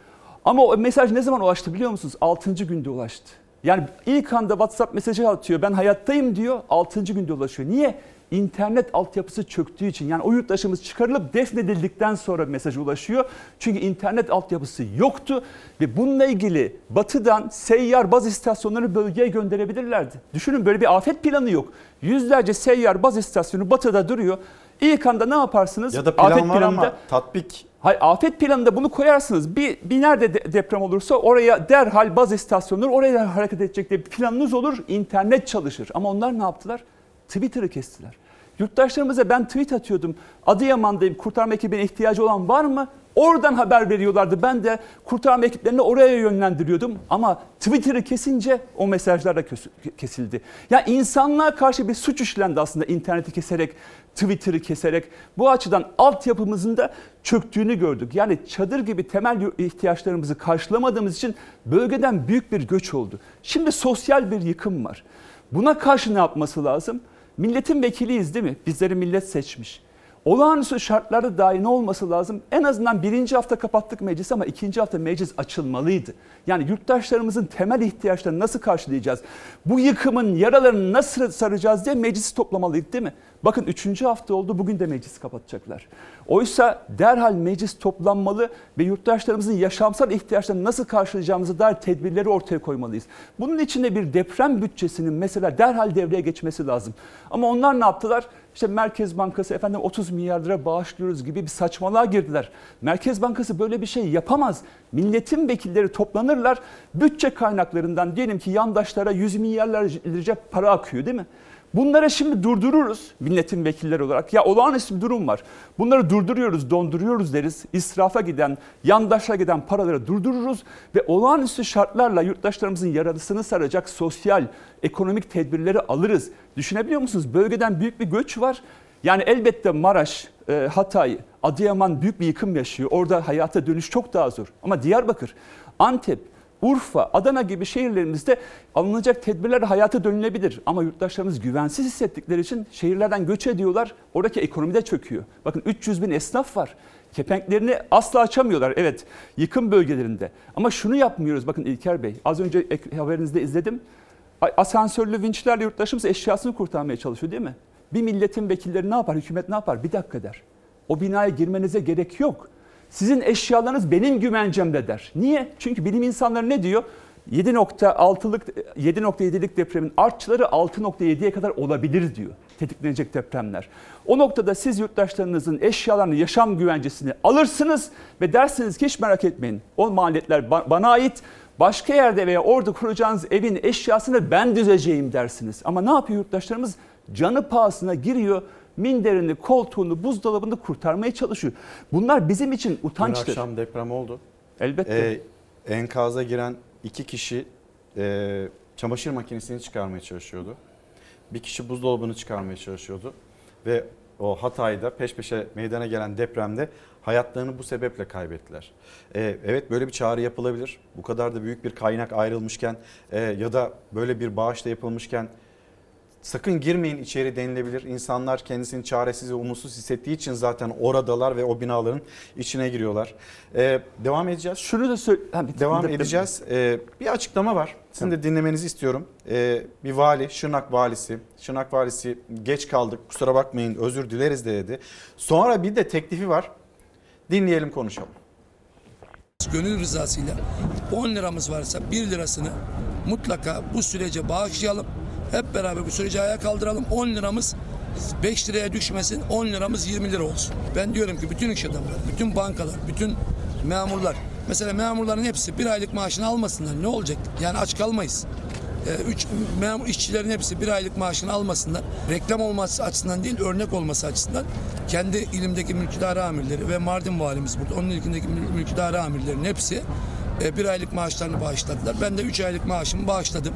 Ama o mesaj ne zaman ulaştı biliyor musunuz? altıncı günde ulaştı. Yani ilk anda WhatsApp mesajı atıyor. Ben hayattayım diyor. altıncı günde ulaşıyor. Niye? İnternet altyapısı çöktüğü için. Yani o yurttaşımız çıkarılıp defnedildikten sonra mesajı ulaşıyor. Çünkü internet altyapısı yoktu ve bununla ilgili batıdan seyyar baz istasyonlarını bölgeye gönderebilirlerdi. Düşünün böyle bir afet planı yok. Yüzlerce seyyar baz istasyonu batıda duruyor. İlk anda ne yaparsınız? Ya da plan afet var planında, ama tatbik. Hayır, afet planında bunu koyarsınız. Bir, bir nerede de, deprem olursa oraya derhal baz istasyonları oraya hareket edecek diye bir planınız olur. İnternet çalışır. Ama onlar ne yaptılar? Twitter'ı kestiler. Yurttaşlarımıza ben tweet atıyordum. Adıyaman'dayım, kurtarma ekibine ihtiyacı olan var mı? Oradan haber veriyorlardı. Ben de kurtarma ekiplerini oraya yönlendiriyordum. Ama Twitter'ı kesince o mesajlar da kesildi. Ya insanlığa karşı bir suç işlendi aslında interneti keserek, Twitter'ı keserek. Bu açıdan altyapımızın da çöktüğünü gördük. Yani çadır gibi temel ihtiyaçlarımızı karşılamadığımız için bölgeden büyük bir göç oldu. Şimdi sosyal bir yıkım var. Buna karşı ne yapması lazım? Milletin vekiliyiz değil mi? Bizleri millet seçmiş. Olağanüstü şartlarda dahi ne olması lazım? En azından birinci hafta kapattık meclisi ama ikinci hafta meclis açılmalıydı. Yani yurttaşlarımızın temel ihtiyaçlarını nasıl karşılayacağız? Bu yıkımın yaralarını nasıl saracağız diye meclisi toplamalıydık değil mi? Bakın üçüncü hafta oldu, bugün de meclisi kapatacaklar. Oysa derhal meclis toplanmalı ve yurttaşlarımızın yaşamsal ihtiyaçlarını nasıl karşılayacağımızı dair tedbirleri ortaya koymalıyız. Bunun için de bir deprem bütçesinin mesela derhal devreye geçmesi lazım. Ama onlar ne yaptılar? İşte Merkez Bankası efendim otuz milyar lira bağışlıyoruz gibi bir saçmalığa girdiler. Merkez Bankası böyle bir şey yapamaz. Milletin vekilleri toplanırlar. Bütçe kaynaklarından diyelim ki yandaşlara yüz milyarlarca para akıyor değil mi? Bunları şimdi durdururuz milletin vekilleri olarak. Ya olağanüstü bir durum var. Bunları durduruyoruz, donduruyoruz deriz. İsrafa giden, yandaşa giden paraları durdururuz ve olağanüstü şartlarla yurttaşlarımızın yarasını saracak sosyal, ekonomik tedbirleri alırız. Düşünebiliyor musunuz? Bölgeden büyük bir göç var. Yani elbette Maraş, e, Hatay, Adıyaman büyük bir yıkım yaşıyor. Orada hayata dönüş çok daha zor. Ama Diyarbakır, Antep, Urfa, Adana gibi şehirlerimizde alınacak tedbirler hayata dönülebilir. Ama yurttaşlarımız güvensiz hissettikleri için şehirlerden göç ediyorlar. Oradaki ekonomi de çöküyor. Bakın üç yüz bin esnaf var. Kepenklerini asla açamıyorlar. Evet, yıkım bölgelerinde. Ama şunu yapmıyoruz. Bakın İlker Bey, az önce haberinizde izledim. Asansörlü vinçlerle yurttaşımız eşyasını kurtarmaya çalışıyor değil mi? Bir milletin vekilleri ne yapar? Hükümet ne yapar? Bir dakika der. O binaya girmenize gerek yok. Sizin eşyalarınız benim güvencemde der. Niye? Çünkü bilim insanları ne diyor? yedi nokta altılık, yedi nokta yedilik depremin artçıları altı nokta yediye kadar olabilir diyor. Tetiklenecek depremler. O noktada siz yurttaşlarınızın eşyalarını, yaşam güvencesini alırsınız ve dersiniz ki hiç merak etmeyin. O maliyetler bana ait. Başka yerde veya orada kuracağınız evin eşyasını ben düzeceğim dersiniz. Ama ne yapıyor yurttaşlarımız? Canı pahasına giriyor. Minderini, koltuğunu, buzdolabını kurtarmaya çalışıyor. Bunlar bizim için utançtır. Dün akşam deprem oldu. Elbette. Ee, enkaza giren iki kişi e, çamaşır makinesini çıkarmaya çalışıyordu. Bir kişi buzdolabını çıkarmaya çalışıyordu. Ve o Hatay'da peş peşe meydana gelen depremde hayatlarını bu sebeple kaybettiler. Ee, evet böyle bir çağrı yapılabilir. Bu kadar da büyük bir kaynak ayrılmışken e, ya da böyle bir bağış da yapılmışken sakın girmeyin içeri denilebilir. İnsanlar kendisini çaresiz ve umutsuz hissettiği için zaten oradalar ve o binaların içine giriyorlar. Ee, devam edeceğiz. Şunu da söyle. Devam edeceğiz. Ee, bir açıklama var. Sizin de dinlemenizi istiyorum. Ee, bir vali, Şırnak valisi. Şırnak valisi geç kaldık kusura bakmayın özür dileriz de dedi. Sonra bir de teklifi var. Dinleyelim konuşalım. Gönül rızasıyla on liramız varsa bir lirasını mutlaka bu sürece bağışlayalım. Hep beraber bu süreci ayağa kaldıralım. on liramız beş liraya düşmesin. on liramız yirmi lira olsun. Ben diyorum ki bütün iş adamları, bütün bankalar, bütün memurlar. Mesela memurların hepsi bir aylık maaşını almasınlar. Ne olacak? Yani aç kalmayız. üç memur işçilerin hepsi bir aylık maaşını almasınlar. Reklam olması açısından değil, örnek olması açısından kendi ilimdeki mülkidare amirleri ve Mardin valimiz burada, onun ilkindeki mülkidare amirlerin hepsi bir aylık maaşlarını bağışladılar. Ben de üç aylık maaşımı bağışladım.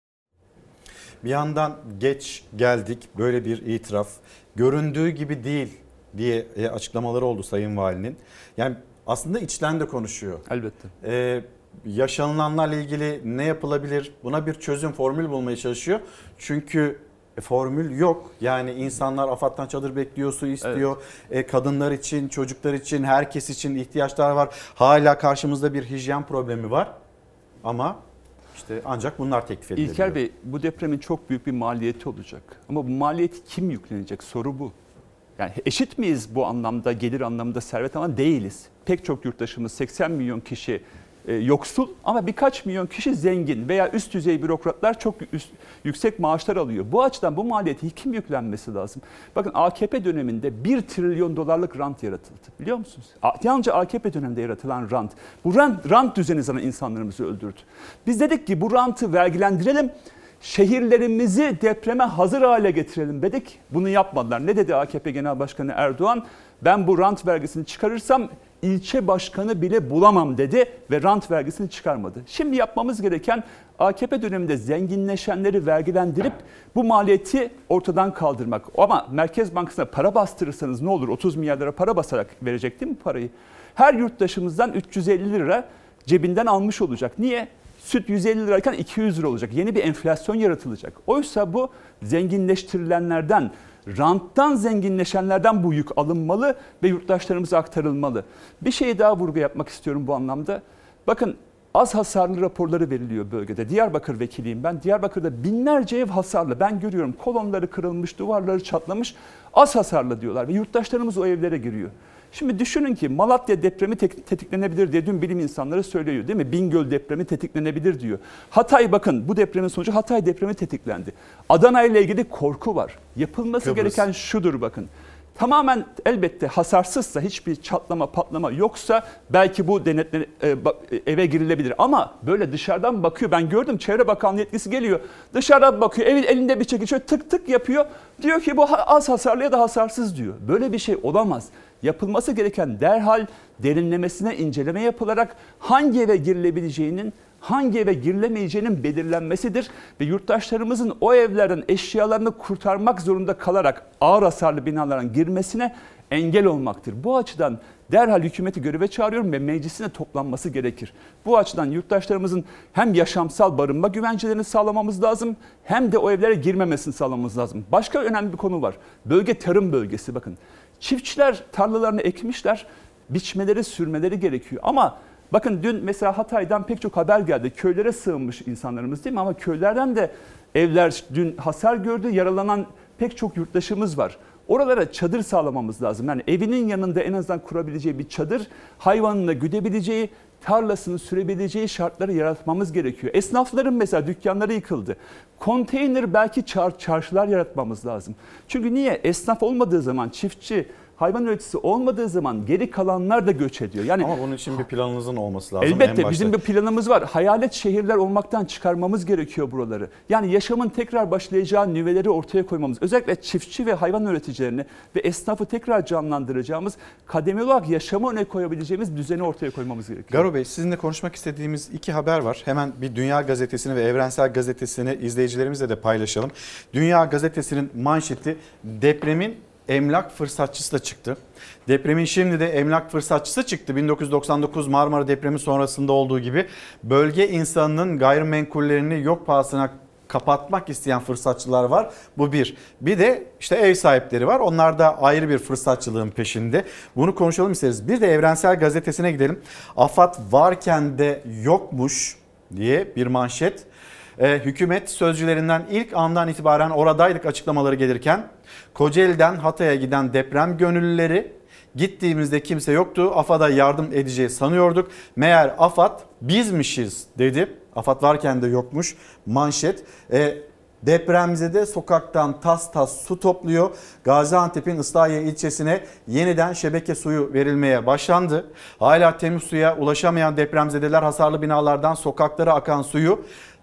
Bir yandan geç geldik, böyle bir itiraf. Göründüğü gibi değil diye açıklamaları oldu Sayın Valinin. Yani aslında içten de konuşuyor. Elbette. Ee, yaşanılanlarla ilgili ne yapılabilir? Buna bir çözüm, formül bulmaya çalışıyor. Çünkü formül yok. Yani insanlar AFAD'dan çadır bekliyor, su istiyor. Evet. E, kadınlar için, çocuklar için, herkes için ihtiyaçlar var. Hala karşımızda bir hijyen problemi var. Ama işte ancak bunlar teklif ediliyor. İlker Bey, bu depremin çok büyük bir maliyeti olacak. Ama bu maliyeti kim yüklenecek? Soru bu. Yani eşit miyiz bu anlamda, gelir anlamında, servet ama değiliz. Pek çok yurttaşımız, seksen milyon kişi e, yoksul ama birkaç milyon kişi zengin veya üst düzey bürokratlar çok üst, yüksek maaşlar alıyor. Bu açıdan bu maliyeti kim yüklenmesi lazım? Bakın A K P döneminde bir trilyon dolarlık rant yaratıldı, biliyor musunuz? Yalnızca A K P döneminde yaratılan rant. Bu rant, rant düzeni zaten insanlarımızı öldürdü. Biz dedik ki bu rantı vergilendirelim. Şehirlerimizi depreme hazır hale getirelim dedik. Bunu yapmadılar. Ne dedi A K P Genel Başkanı Erdoğan? Ben bu rant vergisini çıkarırsam ilçe başkanı bile bulamam dedi ve rant vergisini çıkarmadı. Şimdi yapmamız gereken A K P döneminde zenginleşenleri vergilendirip bu maliyeti ortadan kaldırmak. Ama Merkez Bankası'na para bastırırsanız ne olur? otuz milyar lira para basarak verecek değil mi parayı? Her yurttaşımızdan üç yüz elli lira cebinden almış olacak. Niye? Süt yüz elli lirayken iki yüz lira olacak. Yeni bir enflasyon yaratılacak. Oysa bu zenginleştirilenlerden, ranttan zenginleşenlerden bu yük alınmalı ve yurttaşlarımıza aktarılmalı. Bir şey daha vurgu yapmak istiyorum bu anlamda. Bakın az hasarlı raporları veriliyor bölgede. Diyarbakır vekiliyim ben. Diyarbakır'da binlerce ev hasarlı. Ben görüyorum kolonları kırılmış, duvarları çatlamış. Az hasarlı diyorlar ve yurttaşlarımız o evlere giriyor. Şimdi düşünün ki Malatya depremi tetiklenebilir diye dün bilim insanları söylüyor değil mi? Bingöl depremi tetiklenebilir diyor. Hatay, bakın bu depremin sonucu Hatay depremi tetiklendi. Adana ile ilgili korku var. Yapılması Kıbrıs. gereken şudur bakın. Tamamen elbette hasarsızsa, hiçbir çatlama patlama yoksa belki bu denetle e, eve girilebilir. Ama böyle dışarıdan bakıyor, ben gördüm, Çevre Bakanlığı yetkisi geliyor. Dışarıdan bakıyor, evin elinde bir çekiç şöyle tık tık yapıyor. Diyor ki bu az hasarlı ya da hasarsız diyor. Böyle bir şey olamaz. Yapılması gereken derhal derinlemesine inceleme yapılarak hangi eve girilebileceğinin, hangi eve girilemeyeceğinin belirlenmesidir ve yurttaşlarımızın o evlerden eşyalarını kurtarmak zorunda kalarak ağır hasarlı binaların girmesine engel olmaktır. Bu açıdan derhal hükümeti göreve çağırıyorum ve meclisine toplanması gerekir. Bu açıdan yurttaşlarımızın hem yaşamsal barınma güvencelerini sağlamamız lazım hem de o evlere girmemesini sağlamamız lazım. Başka önemli bir konu var. Bölge tarım bölgesi, bakın. Çiftçiler tarlalarını ekmişler, biçmeleri, sürmeleri gerekiyor. Ama bakın dün mesela Hatay'dan pek çok haber geldi. Köylere sığınmış insanlarımız değil mi? Ama köylerden de evler dün hasar gördü, yaralanan pek çok yurttaşımız var. Oralara çadır sağlamamız lazım. Yani evinin yanında en azından kurabileceği bir çadır, hayvanını güdebileceği, tarlasını sürebileceği şartları yaratmamız gerekiyor. Esnafların mesela dükkanları yıkıldı. Konteyner belki çar, çarşılar yaratmamız lazım. Çünkü niye? Esnaf olmadığı zaman, çiftçi, hayvan üreticisi olmadığı zaman geri kalanlar da göç ediyor. Yani ama bunun için bir planınızın olması lazım. Elbette bizim bir planımız var. Hayalet şehirler olmaktan çıkarmamız gerekiyor buraları. Yani yaşamın tekrar başlayacağı nüveleri ortaya koymamız. Özellikle çiftçi ve hayvan üreticilerini ve esnafı tekrar canlandıracağımız, kademeli olarak yaşamı öne koyabileceğimiz düzeni ortaya koymamız gerekiyor. Garo Bey, sizinle konuşmak istediğimiz iki haber var. Hemen bir Dünya Gazetesi'ni ve Evrensel Gazetesi'ni izleyicilerimizle de paylaşalım. Dünya Gazetesi'nin manşeti depremin emlak fırsatçısı da çıktı. Depremin şimdi de emlak fırsatçısı çıktı. bin dokuz yüz doksan dokuz Marmara depremi sonrasında olduğu gibi bölge insanının gayrimenkullerini yok pahasına kapatmak isteyen fırsatçılar var. Bu bir. Bir de işte ev sahipleri var. Onlar da ayrı bir fırsatçılığın peşinde. Bunu konuşalım isteriz. Bir de Evrensel Gazetesi'ne gidelim. AFAD varken de yokmuş diye bir manşet. Ee, hükümet sözcülerinden ilk andan itibaren oradaydık açıklamaları gelirken Kocaeli'den Hatay'a giden deprem gönüllüleri gittiğimizde kimse yoktu. AFAD'a yardım edeceği sanıyorduk. Meğer AFAD bizmişiz dedi. AFAD varken de yokmuş manşet. Ee, Depremzede sokaktan tas tas su topluyor. Gaziantep'in Islahiye ilçesine yeniden şebeke suyu verilmeye başlandı. Hala temiz suya ulaşamayan depremzedeler hasarlı binalardan sokaklara akan suyu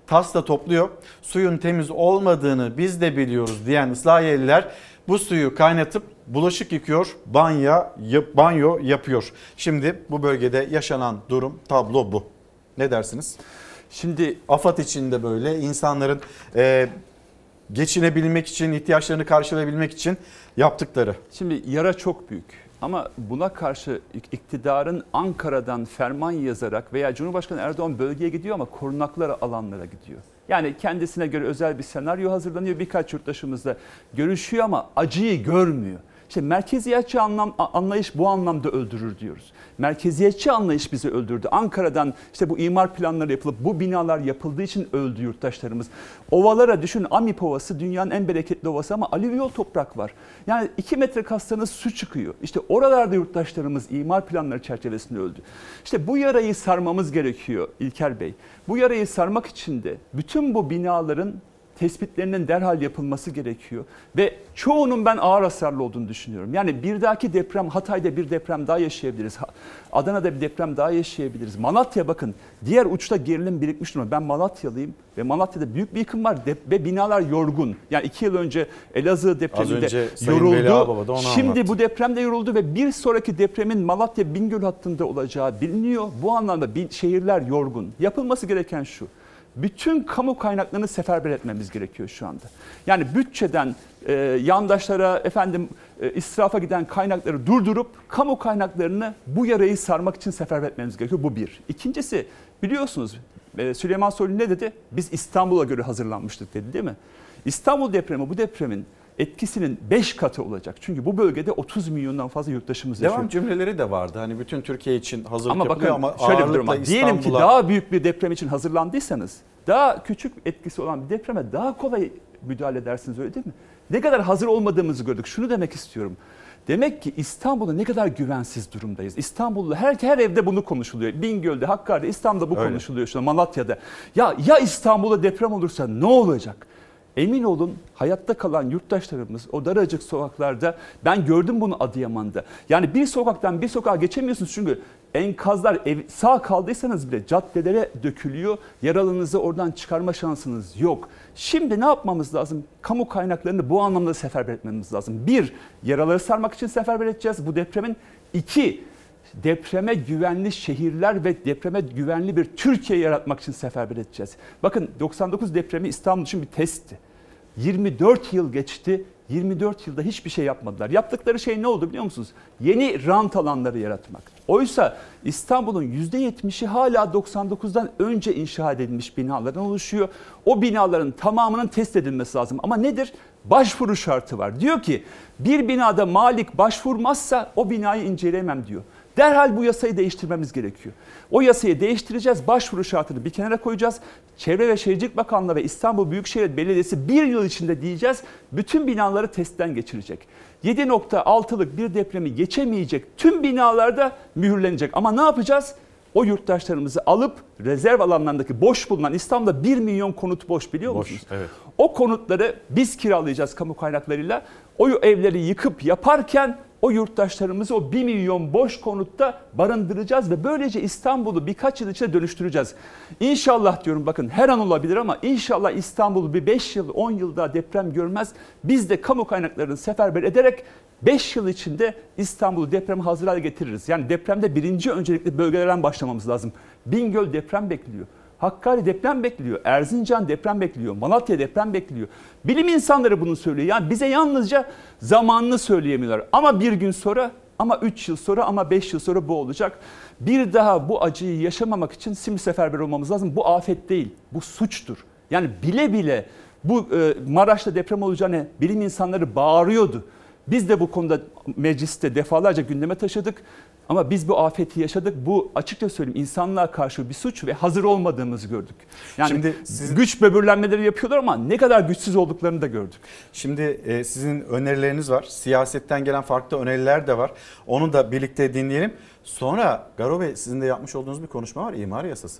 tas da topluyor. Suyun temiz olmadığını biz de biliyoruz diyen İslahiye'liler bu suyu kaynatıp bulaşık yıkıyor, banyo, banyo yapıyor. Şimdi bu bölgede yaşanan durum, tablo bu. Ne dersiniz? Şimdi AFAD içinde böyle insanların e, geçinebilmek için, ihtiyaçlarını karşılayabilmek için yaptıkları. Şimdi yara çok büyük ama buna karşı iktidarın Ankara'dan ferman yazarak veya Cumhurbaşkanı Erdoğan bölgeye gidiyor ama korunaklı alanlara gidiyor. Yani kendisine göre özel bir senaryo hazırlanıyor. Birkaç yurttaşımızla görüşüyor ama acıyı görmüyor. İşte merkeziyetçi anlam, anlayış bu anlamda öldürür diyoruz. Merkeziyetçi anlayış bizi öldürdü. Ankara'dan işte bu imar planları yapılıp bu binalar yapıldığı için öldü yurttaşlarımız. Ovalara düşün, Amip Ovası dünyanın en bereketli ovası ama alüvyol toprak var. Yani iki metre kazsanız su çıkıyor. İşte oralarda yurttaşlarımız imar planları çerçevesinde öldü. İşte bu yarayı sarmamız gerekiyor İlker Bey. Bu yarayı sarmak için de bütün bu binaların tespitlerinin derhal yapılması gerekiyor. Ve çoğunun ben ağır hasarlı olduğunu düşünüyorum. Yani bir dahaki deprem, Hatay'da bir deprem daha yaşayabiliriz. Adana'da bir deprem daha yaşayabiliriz. Malatya bakın, diğer uçta gerilim birikmiş durumda. Ben Malatyalıyım ve Malatya'da büyük bir yıkım var ve binalar yorgun. Yani iki yıl önce Elazığ depreminde yoruldu. Şimdi anlattı. Bu depremde yoruldu ve bir sonraki depremin Malatya Bingöl hattında olacağı biliniyor. Bu anlamda şehirler yorgun. Yapılması gereken şu: bütün kamu kaynaklarını seferber etmemiz gerekiyor şu anda. Yani bütçeden e, yandaşlara, efendim e, israfa giden kaynakları durdurup kamu kaynaklarını bu yarayı sarmak için seferber etmemiz gerekiyor. Bu bir. İkincisi, biliyorsunuz e, Süleyman Soylu ne dedi? Biz İstanbul'a göre hazırlanmıştık dedi, değil mi? İstanbul depremi, bu depremin etkisinin beş katı olacak. Çünkü bu bölgede otuz milyondan fazla yurttaşımız yaşıyor. Devam cümleleri de vardı. Hani bütün Türkiye için hazırlık ama yapılıyor bakın, ama şöyle bir durum var. Diyelim ki daha büyük bir deprem için hazırlandıysanız daha küçük etkisi olan bir depreme daha kolay müdahale edersiniz, öyle değil mi? Ne kadar hazır olmadığımızı gördük. Şunu demek istiyorum. Demek ki İstanbul'da ne kadar güvensiz durumdayız. İstanbul'da her, her evde bunu konuşuluyor. Bingöl'de, Hakkari'de, İstanbul'da bu öyle konuşuluyor. Şu an Malatya'da. Ya ya İstanbul'da deprem olursa ne olacak? Emin olun hayatta kalan yurttaşlarımız o daracık sokaklarda, ben gördüm bunu Adıyaman'da. Yani bir sokaktan bir sokağa geçemiyorsunuz çünkü enkazlar, ev, sağ kaldıysanız bile caddelere dökülüyor. Yaralınızı oradan çıkarma şansınız yok. Şimdi ne yapmamız lazım? Kamu kaynaklarını bu anlamda seferber etmemiz lazım. Bir, yaraları sarmak için seferber edeceğiz bu depremin. İki, depreme güvenli şehirler ve depreme güvenli bir Türkiye yaratmak için seferber edeceğiz. Bakın doksan dokuz depremi İstanbul için bir testti. yirmi dört yıl geçti. yirmi dört yılda hiçbir şey yapmadılar. Yaptıkları şey ne oldu biliyor musunuz? Yeni rant alanları yaratmak. Oysa İstanbul'un yüzde yetmişi hala doksan dokuzdan önce inşa edilmiş binalardan oluşuyor. O binaların tamamının test edilmesi lazım. Ama nedir? Başvuru şartı var. Diyor ki bir binada malik başvurmazsa o binayı inceleyemem diyor. Derhal bu yasayı değiştirmemiz gerekiyor. O yasayı değiştireceğiz, başvuru şartını bir kenara koyacağız. Çevre ve Şehircilik Bakanlığı ve İstanbul Büyükşehir Belediyesi bir yıl içinde diyeceğiz, bütün binaları testten geçirecek. yedi nokta altılık bir depremi geçemeyecek tüm binalarda mühürlenecek. Ama ne yapacağız? O yurttaşlarımızı alıp rezerv alanlarındaki boş bulunan, İstanbul'da bir milyon konut boş, biliyor boş, musunuz? Evet. O konutları biz kiralayacağız kamu kaynaklarıyla. O evleri yıkıp yaparken o yurttaşlarımızı o bir milyon boş konutta barındıracağız ve böylece İstanbul'u birkaç yıl içinde dönüştüreceğiz. İnşallah diyorum, bakın her an olabilir ama inşallah İstanbul bir beş yıl on yıl daha deprem görmez. Biz de kamu kaynaklarını seferber ederek beş yıl içinde İstanbul'u depreme hazır hale getiririz. Yani depremde birinci öncelikli bölgelerden başlamamız lazım. Bingöl deprem bekliyor. Hakkari deprem bekliyor, Erzincan deprem bekliyor, Malatya deprem bekliyor. Bilim insanları bunu söylüyor. Yani bize yalnızca zamanını söyleyemiyorlar. Ama bir gün sonra, ama üç yıl sonra, ama beş yıl sonra bu olacak. Bir daha bu acıyı yaşamamak için şimdi seferber olmamız lazım. Bu afet değil, bu suçtur. Yani bile bile bu e, Maraş'ta deprem olacağını bilim insanları bağırıyordu. Biz de bu konuda mecliste defalarca gündeme taşıdık. Ama biz bu afeti yaşadık. Bu açıkça söyleyeyim insanlığa karşı bir suç ve hazır olmadığımızı gördük. Yani şimdi sizin güç böbürlenmeleri yapıyorlar ama ne kadar güçsüz olduklarını da gördük. Şimdi e, sizin önerileriniz var. Siyasetten gelen farklı öneriler de var. Onu da birlikte dinleyelim. Sonra Garo Bey, sizin de yapmış olduğunuz bir konuşma var. İmar yasası.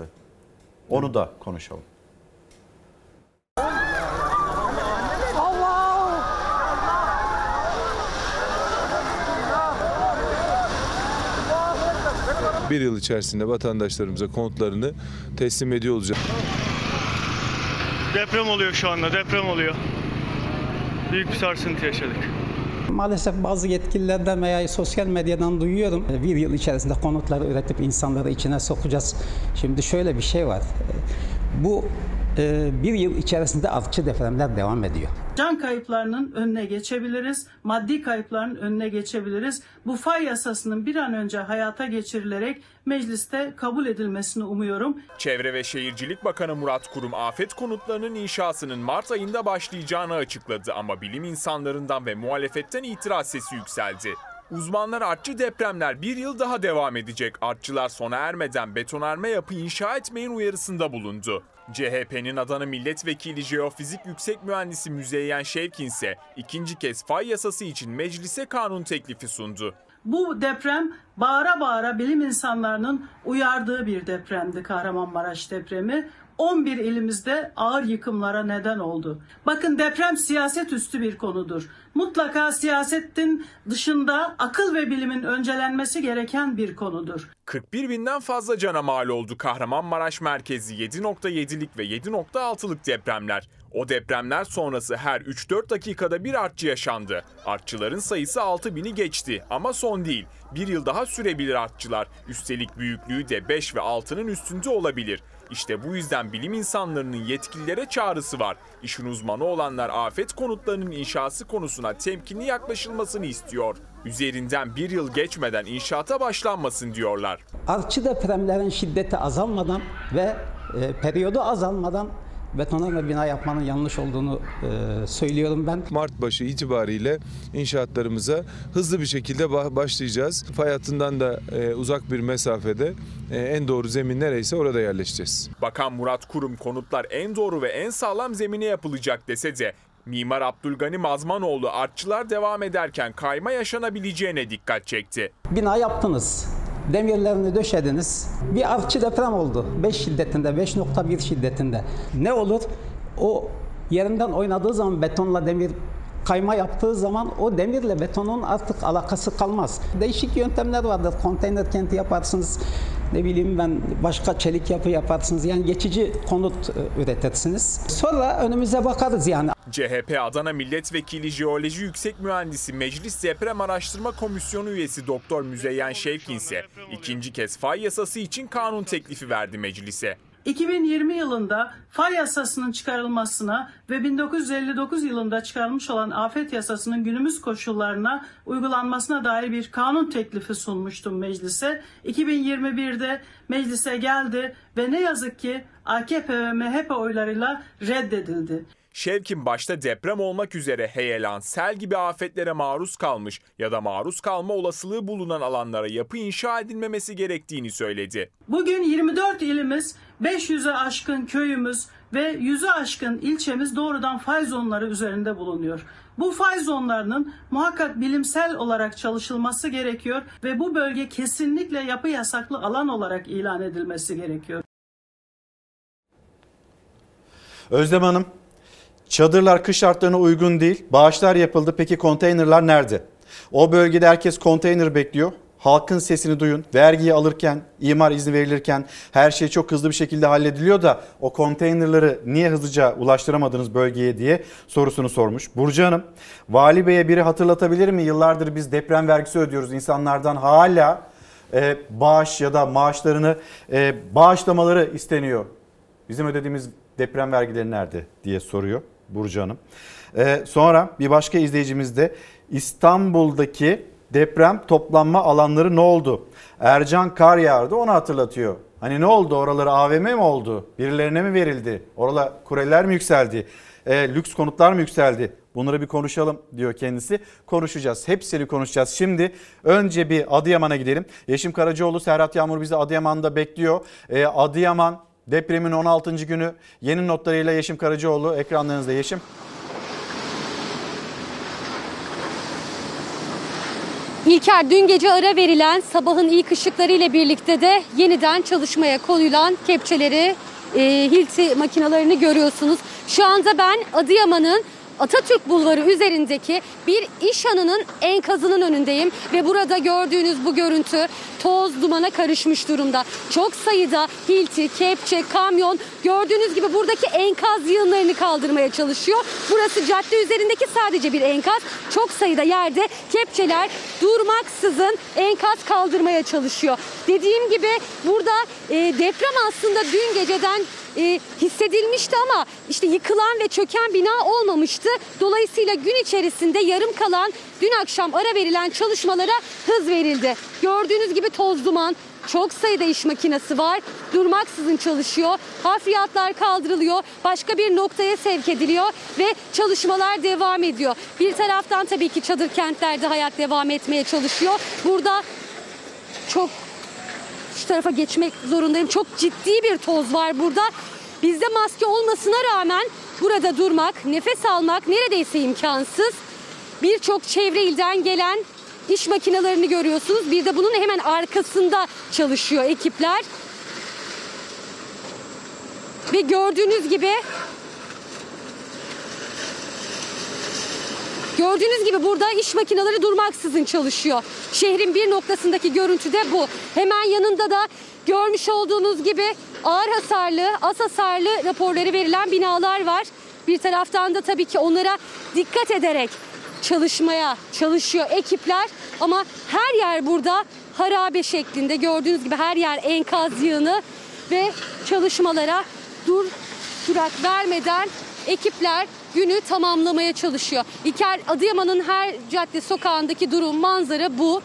Onu da konuşalım. Bir yıl içerisinde vatandaşlarımıza konutlarını teslim ediyor olacak. Deprem oluyor şu anda, deprem oluyor. Büyük bir sarsıntı yaşadık. Maalesef bazı yetkililerden veya sosyal medyadan duyuyorum. Bir yıl içerisinde konutları üretip insanları içine sokacağız. Şimdi şöyle bir şey var. Bu bir yıl içerisinde artçı depremler devam ediyor. Can kayıplarının önüne geçebiliriz, maddi kayıpların önüne geçebiliriz. Bu fay yasasının bir an önce hayata geçirilerek mecliste kabul edilmesini umuyorum. Çevre ve Şehircilik Bakanı Murat Kurum, afet konutlarının inşasının Mart ayında başlayacağını açıkladı ama bilim insanlarından ve muhalefetten itiraz sesi yükseldi. Uzmanlar artçı depremler bir yıl daha devam edecek. Artçılar sona ermeden betonarme yapı inşa etmeyin uyarısında bulundu. C H P'nin Adana Milletvekili Jeofizik Yüksek Mühendisi Müzeyyen Şevkin ise ikinci kez fay yasası için meclise kanun teklifi sundu. Bu deprem bağıra bağıra bilim insanlarının uyardığı bir depremdi, Kahramanmaraş depremi. on bir ilimizde ağır yıkımlara neden oldu. Bakın, deprem siyaset üstü bir konudur. Mutlaka siyasetin dışında akıl ve bilimin öncelenmesi gereken bir konudur. kırk bir binden fazla cana mal oldu Kahramanmaraş merkezi yedi nokta yedilik ve yedi nokta altılık depremler. O depremler sonrası her üç dört dakikada bir artçı yaşandı. Artçıların sayısı altı bini geçti ama son değil. Bir yıl daha sürebilir artçılar. Üstelik büyüklüğü de beş ve altının üstünde olabilir. İşte bu yüzden bilim insanlarının yetkililere çağrısı var. İşin uzmanı olanlar afet konutlarının inşası konusuna temkinli yaklaşılmasını istiyor. Üzerinden bir yıl geçmeden inşaata başlanmasın diyorlar. Artçı depremlerin şiddeti azalmadan ve e, periyodu azalmadan betonarme bina yapmanın yanlış olduğunu e, söylüyorum ben. Mart başı itibariyle inşaatlarımıza hızlı bir şekilde başlayacağız. Fay hattından da e, uzak bir mesafede e, en doğru zemin nereyse orada yerleşeceğiz. Bakan Murat Kurum konutlar en doğru ve en sağlam zemine yapılacak dese de Mimar Abdülgani Mazmanoğlu artçılar devam ederken kayma yaşanabileceğine dikkat çekti. Bina yaptınız. Demirlerini döşediniz. Bir artçı deprem oldu. beş şiddetinde, beş nokta bir şiddetinde. Ne olur? O yerinden oynadığı zaman betonla demir kayma yaptığı zaman o demirle betonun artık alakası kalmaz. Değişik yöntemler vardır. Konteyner kenti yaparsınız. Ne bileyim ben başka çelik yapı yaparsınız. Yani geçici konut üretirsiniz. Sonra önümüze bakarız yani. C H P Adana Milletvekili Jeoloji Yüksek Mühendisi Meclis Deprem Araştırma Komisyonu üyesi Doktor Müzeyyen Şevkin ise ikinci kez fay yasası için kanun teklifi verdi meclise. iki bin yirmi yılında fay yasasının çıkarılmasına ve bin dokuz yüz elli dokuz yılında çıkarılmış olan afet yasasının günümüz koşullarına uygulanmasına dair bir kanun teklifi sunmuştum meclise. iki bin yirmi birde meclise geldi ve ne yazık ki A K P ve M H P oylarıyla reddedildi. Şevkin başta deprem olmak üzere heyelan, sel gibi afetlere maruz kalmış ya da maruz kalma olasılığı bulunan alanlara yapı inşa edilmemesi gerektiğini söyledi. Bugün yirmi dört ilimiz, beş yüze aşkın köyümüz ve yüze aşkın ilçemiz doğrudan fay zonları üzerinde bulunuyor. Bu fay zonlarının muhakkak bilimsel olarak çalışılması gerekiyor ve bu bölge kesinlikle yapı yasaklı alan olarak ilan edilmesi gerekiyor. Özlem Hanım, çadırlar kış şartlarına uygun değil. Bağışlar yapıldı. Peki konteynerlar nerede? O bölgede herkes konteyner bekliyor. Halkın sesini duyun. Vergiyi alırken, imar izni verilirken her şey çok hızlı bir şekilde hallediliyor da o konteynerları niye hızlıca ulaştıramadınız bölgeye diye sorusunu sormuş. Burcu Hanım, Vali Bey'e biri hatırlatabilir mi? Yıllardır biz deprem vergisi ödüyoruz. İnsanlardan hala e, bağış ya da maaşlarını e, bağışlamaları isteniyor. Bizim ödediğimiz deprem vergileri nerede diye soruyor Burcu Hanım. Ee, sonra bir başka izleyicimiz de İstanbul'daki deprem toplanma alanları ne oldu? Ercan kar yağardı, onu hatırlatıyor. Hani ne oldu, oraları A V M mi oldu? Birilerine mi verildi? Oralar kuleler mi yükseldi? Ee, lüks konutlar mı yükseldi? Bunları bir konuşalım diyor kendisi. Konuşacağız. Hepsini konuşacağız. Şimdi önce bir Adıyaman'a gidelim. Yeşim Karacaoğlu, Serhat Yağmur bizi Adıyaman'da bekliyor. Ee, Adıyaman depremin on altıncı günü yeni notlarıyla Yeşim Karacaoğlu ekranlarınızda. Yeşim. İlker, dün gece ara verilen sabahın ilk ışıklarıyla birlikte de yeniden çalışmaya koyulan kepçeleri, e, hilti makinalarını görüyorsunuz. Şu anda ben Adıyaman'ın Atatürk Bulvarı üzerindeki bir iş hanının enkazının önündeyim ve burada gördüğünüz bu görüntü toz dumana karışmış durumda. Çok sayıda hilti, kepçe, kamyon gördüğünüz gibi buradaki enkaz yığınlarını kaldırmaya çalışıyor. Burası cadde üzerindeki sadece bir enkaz. Çok sayıda yerde kepçeler durmaksızın enkaz kaldırmaya çalışıyor. Dediğim gibi burada e, deprem aslında dün geceden E, hissedilmişti ama işte yıkılan ve çöken bina olmamıştı. Dolayısıyla gün içerisinde yarım kalan dün akşam ara verilen çalışmalara hız verildi. Gördüğünüz gibi toz duman, çok sayıda iş makinesi var. Durmaksızın çalışıyor. Hafriyatlar kaldırılıyor. Başka bir noktaya sevk ediliyor ve çalışmalar devam ediyor. Bir taraftan tabii ki çadır kentlerde hayat devam etmeye çalışıyor. Burada çok şu tarafa geçmek zorundayım. Çok ciddi bir toz var burada. Bizde maske olmasına rağmen burada durmak, nefes almak neredeyse imkansız. Birçok çevre ilden gelen iş makinelerini görüyorsunuz. Bir de bunun hemen arkasında çalışıyor ekipler. Ve gördüğünüz gibi Gördüğünüz gibi burada iş makineleri durmaksızın çalışıyor. Şehrin bir noktasındaki görüntü de bu. Hemen yanında da görmüş olduğunuz gibi ağır hasarlı, az hasarlı raporları verilen binalar var. Bir taraftan da tabii ki onlara dikkat ederek çalışmaya çalışıyor ekipler. Ama her yer burada harabe şeklinde, gördüğünüz gibi her yer enkaz yığını ve çalışmalara dur durak vermeden ekipler günü tamamlamaya çalışıyor. İlker, Adıyaman'ın her cadde sokağındaki durum, manzara bu.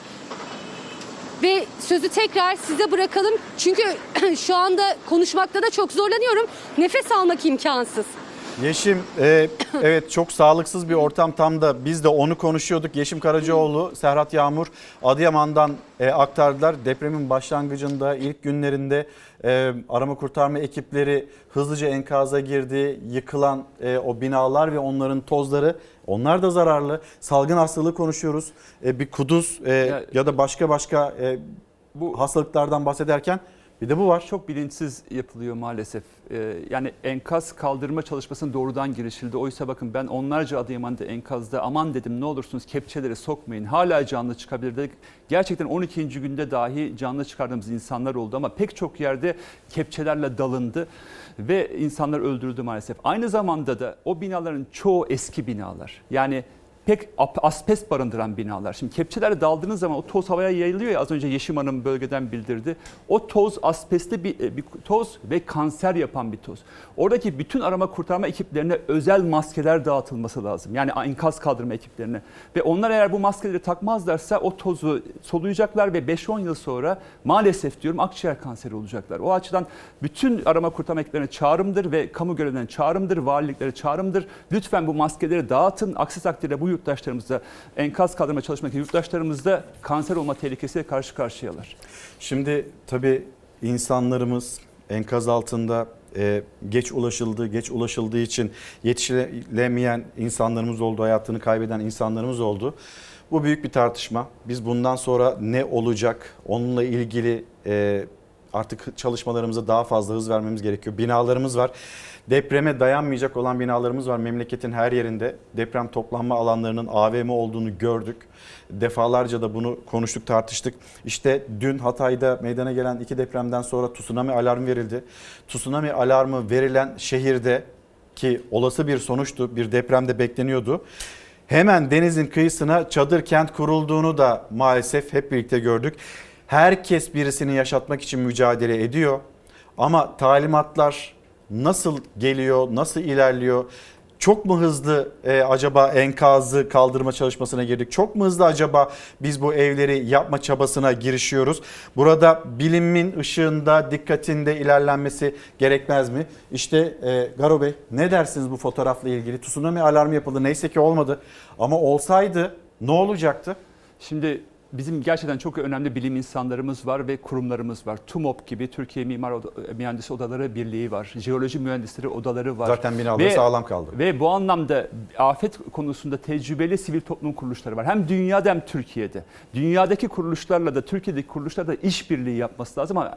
Ve sözü tekrar size bırakalım. Çünkü şu anda konuşmakta da çok zorlanıyorum. Nefes almak imkansız. Yeşim, e, evet çok sağlıksız bir ortam, tam da biz de onu konuşuyorduk. Yeşim Karacaoğlu, Serhat Yağmur Adıyaman'dan e, aktardılar. Depremin başlangıcında, ilk günlerinde e, arama kurtarma ekipleri hızlıca enkaza girdi. Yıkılan e, o binalar ve onların tozları, onlar da zararlı. Salgın hastalığı konuşuyoruz. E, bir kuduz e, ya, ya da başka başka e, bu hastalıklardan bahsederken bir de bu var. Çok bilinçsiz yapılıyor maalesef. Ee, yani enkaz kaldırma çalışmasına doğrudan girişildi. Oysa bakın ben onlarca Adıyaman'da enkazda aman dedim ne olursunuz kepçeleri sokmayın. Hala canlı çıkabilir dedik. Gerçekten on ikinci günde dahi canlı çıkardığımız insanlar oldu ama pek çok yerde kepçelerle dalındı ve insanlar öldürüldü maalesef. Aynı zamanda da o binaların çoğu eski binalar. Yani pek asbest barındıran binalar. Şimdi kepçelerle daldığınız zaman o toz havaya yayılıyor ya, az önce Yeşim Hanım bölgeden bildirdi. O toz asbestli bir, bir toz ve kanser yapan bir toz. Oradaki bütün arama kurtarma ekiplerine özel maskeler dağıtılması lazım. Yani enkaz kaldırma ekiplerine. Ve onlar eğer bu maskeleri takmazlarsa o tozu soluyacaklar ve beş on yıl sonra maalesef diyorum akciğer kanseri olacaklar. O açıdan bütün arama kurtarma ekiplerine çağrımdır ve kamu görevlilerine çağrımdır, valiliklere çağrımdır. Lütfen bu maskeleri dağıtın. Aksi takdirde bu yurttaşlarımızda, enkaz kaldırma çalışmadaki yurttaşlarımızda kanser olma tehlikesiyle karşı karşıyalar. Şimdi tabii insanlarımız enkaz altında e, geç ulaşıldığı, geç ulaşıldığı için yetişilemeyen insanlarımız oldu, hayatını kaybeden insanlarımız oldu. Bu büyük bir tartışma. Biz bundan sonra ne olacak? Onunla ilgili e, artık çalışmalarımıza daha fazla hız vermemiz gerekiyor. Binalarımız var. Depreme dayanmayacak olan binalarımız var. Memleketin her yerinde deprem toplanma alanlarının A V M olduğunu gördük. Defalarca da bunu konuştuk, tartıştık. İşte dün Hatay'da meydana gelen iki depremden sonra tsunami alarmı verildi. Tsunami alarmı verilen şehirde, ki olası bir sonuçtu, bir depremde bekleniyordu, hemen denizin kıyısına çadır kent kurulduğunu da maalesef hep birlikte gördük. Herkes birisini yaşatmak için mücadele ediyor ama talimatlar nasıl geliyor, nasıl ilerliyor? Çok mu hızlı e, acaba enkazı kaldırma çalışmasına girdik? Çok mu hızlı acaba biz bu evleri yapma çabasına girişiyoruz? Burada bilimin ışığında, dikkatinde ilerlenmesi gerekmez mi? İşte e, Garo Bey, ne dersiniz bu fotoğrafla ilgili? Tsunami alarmı yapıldı, neyse ki olmadı. Ama olsaydı ne olacaktı? Şimdi bizim gerçekten çok önemli bilim insanlarımız var ve kurumlarımız var. TUMOP gibi Türkiye Mimar Oda, Mühendisi Odaları Birliği var. Jeoloji Mühendisleri Odaları var. Zaten binaları ve, sağlam kaldı. Ve bu anlamda afet konusunda tecrübeli sivil toplum kuruluşları var. Hem dünyada hem Türkiye'de. Dünyadaki kuruluşlarla da Türkiye'deki kuruluşlarla da işbirliği yapması lazım ama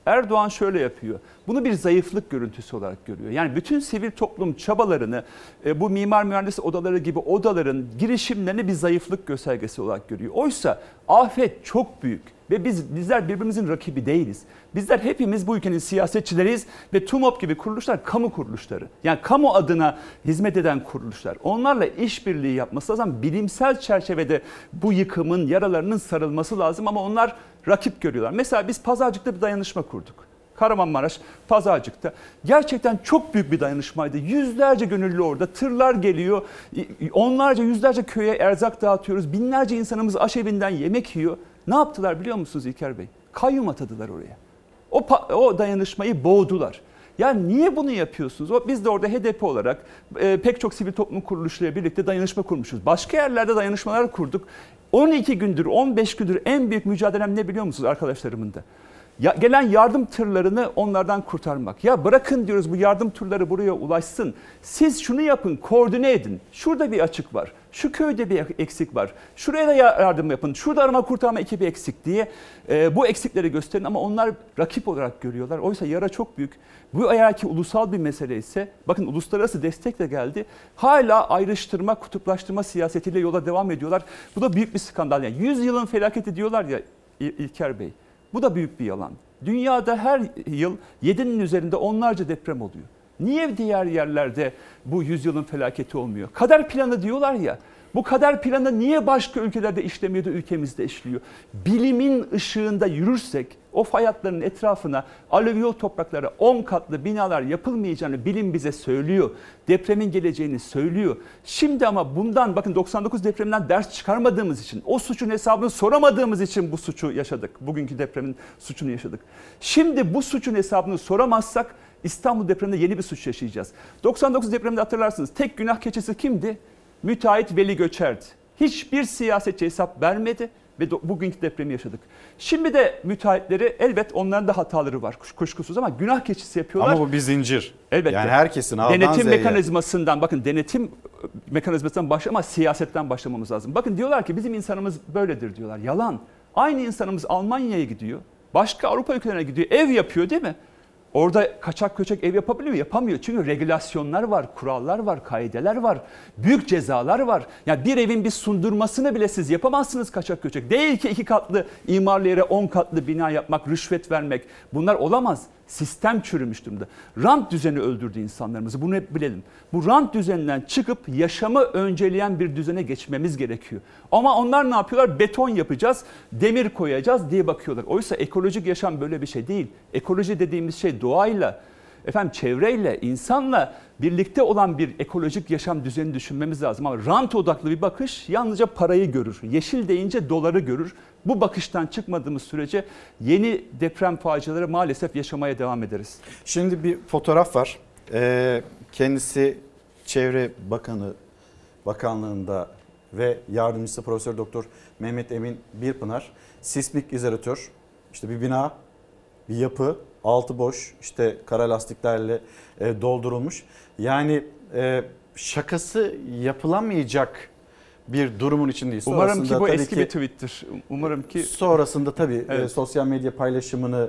Erdoğan şöyle yapıyor. Bunu bir zayıflık görüntüsü olarak görüyor. Yani bütün sivil toplum çabalarını e, bu mimar mühendis odaları gibi odaların girişimlerini bir zayıflık göstergesi olarak görüyor. Oysa afet çok büyük ve biz bizler birbirimizin rakibi değiliz. Bizler hepimiz bu ülkenin siyasetçileriyiz ve TUMOP gibi kuruluşlar kamu kuruluşları. Yani kamu adına hizmet eden kuruluşlar. Onlarla işbirliği yapması lazım. Bilimsel çerçevede bu yıkımın yaralarının sarılması lazım ama onlar rakip görüyorlar. Mesela biz Pazarcık'ta bir dayanışma kurduk. Kahramanmaraş, Pazarcık'ta. Gerçekten çok büyük bir dayanışmaydı. Yüzlerce gönüllü orada. Tırlar geliyor. Onlarca, yüzlerce köye erzak dağıtıyoruz. Binlerce insanımız aşevinden yemek yiyor. Ne yaptılar biliyor musunuz İlker Bey? Kayyum atadılar oraya. O, o dayanışmayı boğdular. Yani niye bunu yapıyorsunuz? O, biz de orada H D P olarak e, pek çok sivil toplum kuruluşlarıyla birlikte dayanışma kurmuşuz. Başka yerlerde dayanışmalar kurduk. on iki gündür, on beş gündür en büyük mücadelem ne biliyor musunuz arkadaşlarımın da? Ya, gelen yardım tırlarını onlardan kurtarmak. Ya bırakın diyoruz bu yardım tırları buraya ulaşsın. Siz şunu yapın, koordine edin. Şurada bir açık var. Şu köyde bir eksik var. Şuraya da yardım yapın. Şurada arama kurtarma ekibi eksik diye e, bu eksikleri gösterin ama onlar rakip olarak görüyorlar. Oysa yara çok büyük. Bu eğer ki ulusal bir mesele ise bakın uluslararası destek de geldi. Hala ayrıştırma, kutuplaştırma siyasetiyle yola devam ediyorlar. Bu da büyük bir skandal. Yani yüz yılın felaketi diyorlar ya İlker Bey. Bu da büyük bir yalan. Dünyada her yıl yedinin üzerinde onlarca deprem oluyor. Niye diğer yerlerde bu yüzyılın felaketi olmuyor? Kader planı diyorlar ya. Bu kader planı niye başka ülkelerde işlemiyor da ülkemizde işliyor? Bilimin ışığında yürürsek o fay hatlarının etrafına alüvyol topraklara on katlı binalar yapılmayacağını bilim bize söylüyor. Depremin geleceğini söylüyor. Şimdi ama bundan bakın doksan dokuz depreminden ders çıkarmadığımız için, o suçun hesabını soramadığımız için bu suçu yaşadık. Bugünkü depremin suçunu yaşadık. Şimdi bu suçun hesabını soramazsak İstanbul depreminde yeni bir suç yaşayacağız. doksan dokuz depreminde hatırlarsınız tek günah keçisi kimdi? Müteahhit Veli Göçer'di. Hiçbir siyasetçi hesap vermedi ve bugünkü depremi yaşadık. Şimdi de müteahhitleri elbet onların da hataları var kuşkusuz ama günah keçisi yapıyorlar. Ama bu bir zincir. Elbette. Yani herkesin A'dan Denetim Z'ye. mekanizmasından bakın denetim mekanizmasından başlama ama siyasetten başlamamız lazım. Bakın diyorlar ki bizim insanımız böyledir diyorlar. Yalan. Aynı insanımız Almanya'ya gidiyor. Başka Avrupa ülkelerine gidiyor. Ev yapıyor değil mi? Orada kaçak köçek ev yapabiliyor mu? Yapamıyor. Çünkü regülasyonlar var, kurallar var, kaideler var, büyük cezalar var. Yani bir evin bir sundurmasını bile siz yapamazsınız kaçak köçek. Değil ki iki katlı imarlı yere on katlı bina yapmak, rüşvet vermek. Bunlar olamaz. Sistem çürümüş durumda. Rant düzeni öldürdü insanlarımızı. Bunu hep bilelim. Bu rant düzeninden çıkıp yaşamı önceleyen bir düzene geçmemiz gerekiyor. Ama onlar ne yapıyorlar? Beton yapacağız, demir koyacağız diye bakıyorlar. Oysa ekolojik yaşam böyle bir şey değil. Ekoloji dediğimiz şey doğayla, efendim çevreyle, insanla birlikte olan bir ekolojik yaşam düzeni düşünmemiz lazım. Ama rant odaklı bir bakış yalnızca parayı görür. Yeşil deyince doları görür. Bu bakıştan çıkmadığımız sürece yeni deprem faciaları maalesef yaşamaya devam ederiz. Şimdi bir fotoğraf var. Ee, kendisi Çevre Bakanı Bakanlığında ve yardımcısı Profesör Doktor Mehmet Emin Birpınar. Sismik izolatör, işte bir bina, bir yapı, altı boş, işte kara lastiklerle e, doldurulmuş. Yani e, şakası yapılamayacak bir durumun içindeyiz. Umarım ki bu eski ki, bir tweet'tir. Umarım ki sonrasında tabii evet. e, sosyal medya paylaşımını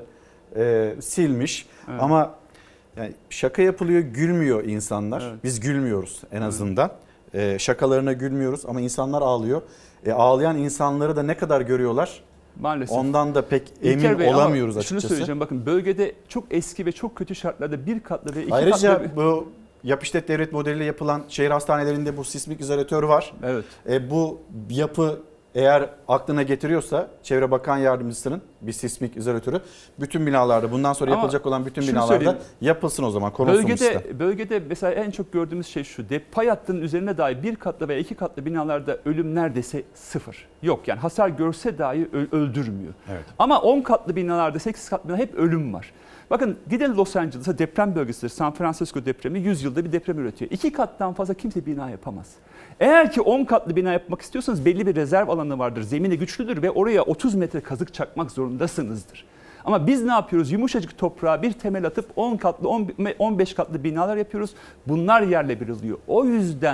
e, silmiş. Evet. Ama yani şaka yapılıyor, gülmüyor insanlar. Evet. Biz gülmüyoruz en azından. Evet. E, şakalarına gülmüyoruz ama insanlar ağlıyor. E, ağlayan insanları da ne kadar görüyorlar? Maalesef. Ondan da pek emin İlker Bey, olamıyoruz açıkçası. Şunu söyleyeceğim, bakın bölgede çok eski ve çok kötü şartlarda bir katlı ve iki Ayrıca katlı... bu yap işlet devlet modeliyle yapılan şehir hastanelerinde bu sismik izolatör var. Evet. E, bu yapı eğer aklına getiriyorsa Çevre Bakan Yardımcısının bir sismik izolatörü bütün binalarda bundan sonra Ama yapılacak olan bütün binalarda yapılsın o zaman. Konulsun bölgede, işte. Bölgede mesela en çok gördüğümüz şey şu. Pay hattının üzerine dahi bir katlı veya iki katlı binalarda ölüm neredeyse sıfır. Yok yani hasar görse dahi öldürmüyor. Evet. Ama on katlı binalarda, sekiz katlı binalarda hep ölüm var. Bakın gidin Los Angeles'a, deprem bölgesidir. San Francisco depremi yüz yılda bir deprem üretiyor. İki kattan fazla kimse bina yapamaz. Eğer ki on katlı bina yapmak istiyorsanız belli bir rezerv alanı vardır. Zemini güçlüdür ve oraya otuz metre kazık çakmak zorundasınızdır. Ama biz ne yapıyoruz? Yumuşacık toprağa bir temel atıp on katlı, on beş katlı binalar yapıyoruz. Bunlar yerle bir oluyor. O yüzden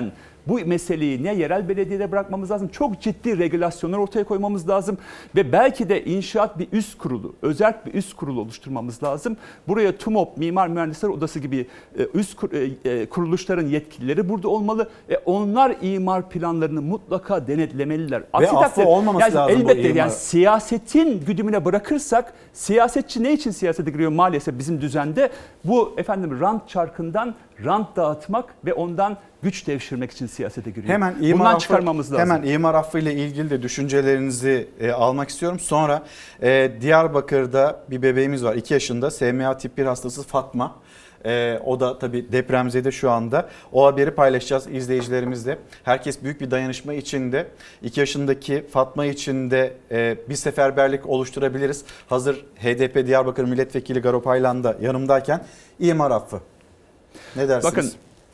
Bu meseleyi ne yerel belediyede bırakmamız lazım, çok ciddi regülasyonlar ortaya koymamız lazım ve belki de inşaat bir üst kurulu, özerk bir üst kurulu oluşturmamız lazım. Buraya TUMOP, Mimar Mühendisler Odası gibi üst kuruluşların yetkilileri burada olmalı. E onlar imar planlarını mutlaka denetlemeliler. Ve affı olmaması yani lazım elbette bu imar. yani siyasetin güdümüne bırakırsak, siyasetçi ne için siyasete giriyor maalesef bizim düzende? Bu efendim rant çarkından rant dağıtmak ve ondan güç devşirmek için siyasete giriyor. Hemen imar Bundan affı, çıkarmamız lazım. Hemen imar affı ile ilgili de düşüncelerinizi e, almak istiyorum. Sonra e, Diyarbakır'da bir bebeğimiz var. iki yaşında S M A tip bir hastası Fatma. Ee, o da tabii depremzede şu anda. O haberi paylaşacağız izleyicilerimizle. Herkes büyük bir dayanışma içinde. iki yaşındaki Fatma için de e, bir seferberlik oluşturabiliriz. Hazır H D P Diyarbakır Milletvekili Garo Paylan da yanımdayken imar affı. Ne dersiniz? Bakın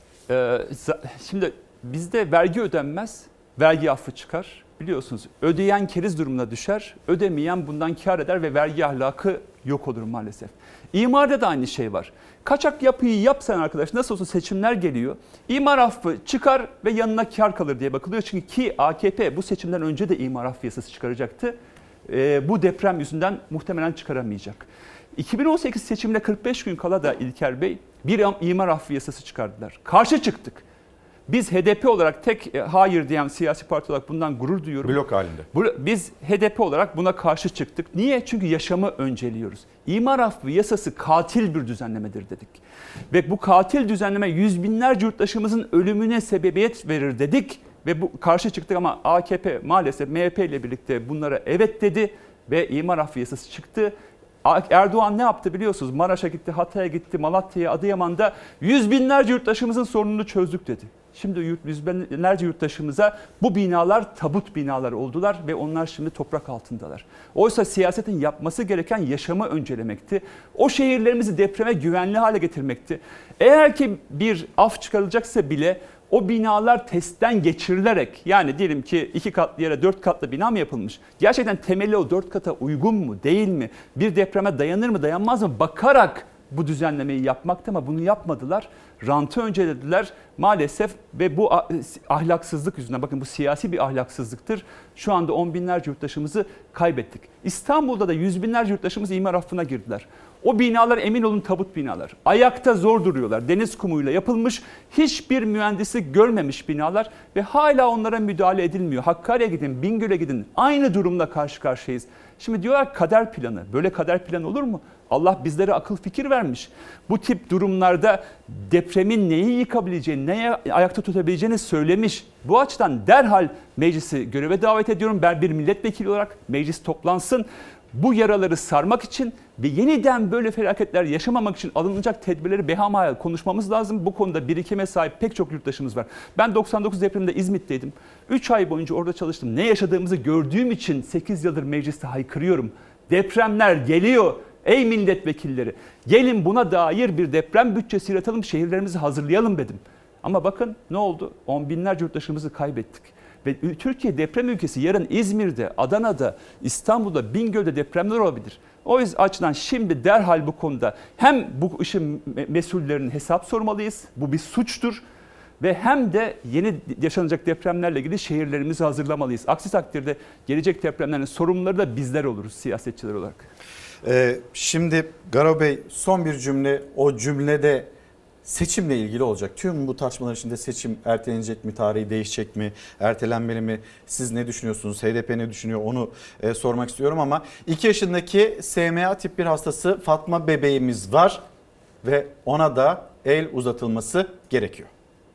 e, şimdi bizde vergi ödenmez, vergi affı çıkar. Biliyorsunuz ödeyen keriz durumuna düşer, ödemeyen bundan kar eder ve vergi ahlakı yok olur maalesef. İmarda da aynı şey var. Kaçak yapıyı yapsan arkadaş, nasıl olsa seçimler geliyor. İmar affı çıkar ve yanına kar kalır diye bakılıyor. Çünkü ki A K P bu seçimden önce de imar affı yasası çıkaracaktı. Ee, bu deprem yüzünden muhtemelen çıkaramayacak. iki bin on sekiz seçimine kırk beş gün kala da İlker Bey bir imar affı yasası çıkardılar. Karşı çıktık. Biz H D P olarak tek e, hayır diyen siyasi parti olarak bundan gurur duyuyorum. Blok halinde. Bu, biz H D P olarak buna karşı çıktık. Niye? Çünkü yaşamı önceliyoruz. İmar affı yasası katil bir düzenlemedir dedik. Ve bu katil düzenleme yüz binlerce yurttaşımızın ölümüne sebebiyet verir dedik. Ve bu karşı çıktık ama A K P maalesef M H P ile birlikte bunlara evet dedi ve imar affı yasası çıktı. Erdoğan ne yaptı biliyorsunuz? Maraş'a gitti, Hatay'a gitti, Malatya'ya, Adıyaman'da yüz binlerce yurttaşımızın sorununu çözdük dedi. Şimdi yüz binlerce yurttaşımıza bu binalar tabut binalar oldular ve onlar şimdi toprak altındalar. Oysa siyasetin yapması gereken yaşamı öncelemekti. O şehirlerimizi depreme güvenli hale getirmekti. Eğer ki bir af çıkarılacaksa bile o binalar testten geçirilerek, yani diyelim ki iki katlı yere dört katlı bina mı yapılmış? Gerçekten temeli o dört kata uygun mu, değil mi? Bir depreme dayanır mı, dayanmaz mı? Bakarak bu düzenlemeyi yapmakta ama bunu yapmadılar. Rantı öncelediler maalesef ve bu ahlaksızlık yüzünden, bakın bu siyasi bir ahlaksızlıktır. Şu anda on binlerce yurttaşımızı kaybettik. İstanbul'da da yüz binlerce yurttaşımız imar affına girdiler. O binalar emin olun tabut binalar. Ayakta zor duruyorlar. Deniz kumuyla yapılmış, hiçbir mühendisi görmemiş binalar ve hala onlara müdahale edilmiyor. Hakkari'ye gidin, Bingöl'e gidin. Aynı durumla karşı karşıyayız. Şimdi diyorlar kader planı. Böyle kader planı olur mu? Allah bizlere akıl fikir vermiş. Bu tip durumlarda depremin neyi yıkabileceğini, neyi ayakta tutabileceğini söylemiş. Bu açıdan derhal meclisi göreve davet ediyorum. Ben bir milletvekili olarak meclis toplansın. Bu yaraları sarmak için ve yeniden böyle felaketler yaşamamak için alınacak tedbirleri behamayal konuşmamız lazım. Bu konuda birikime sahip pek çok yurttaşımız var. Ben doksan dokuz depreminde İzmit'teydim. üç ay boyunca orada çalıştım. Ne yaşadığımızı gördüğüm için sekiz yıldır mecliste haykırıyorum. Depremler geliyor. Ey milletvekilleri, gelin buna dair bir deprem bütçesi yaratalım, şehirlerimizi hazırlayalım dedim. Ama bakın ne oldu? On binlerce yurttaşımızı kaybettik. Ve Türkiye deprem ülkesi, yarın İzmir'de, Adana'da, İstanbul'da, Bingöl'de depremler olabilir. O yüzden açıdan şimdi derhal bu konuda hem bu işin mesullerinin hesap sormalıyız, bu bir suçtur. Ve hem de yeni yaşanacak depremlerle ilgili şehirlerimizi hazırlamalıyız. Aksi takdirde gelecek depremlerin sorumluları da bizler oluruz siyasetçiler olarak. Ee, şimdi Garo Bey son bir cümle, o cümlede seçimle ilgili olacak. Tüm bu tartışmalar içinde seçim ertelenecek mi, tarihi değişecek mi, ertelenmeli mi? Siz ne düşünüyorsunuz? H D P ne düşünüyor? Onu e, sormak istiyorum ama iki yaşındaki S M A tip bir hastası Fatma bebeğimiz var ve ona da el uzatılması gerekiyor.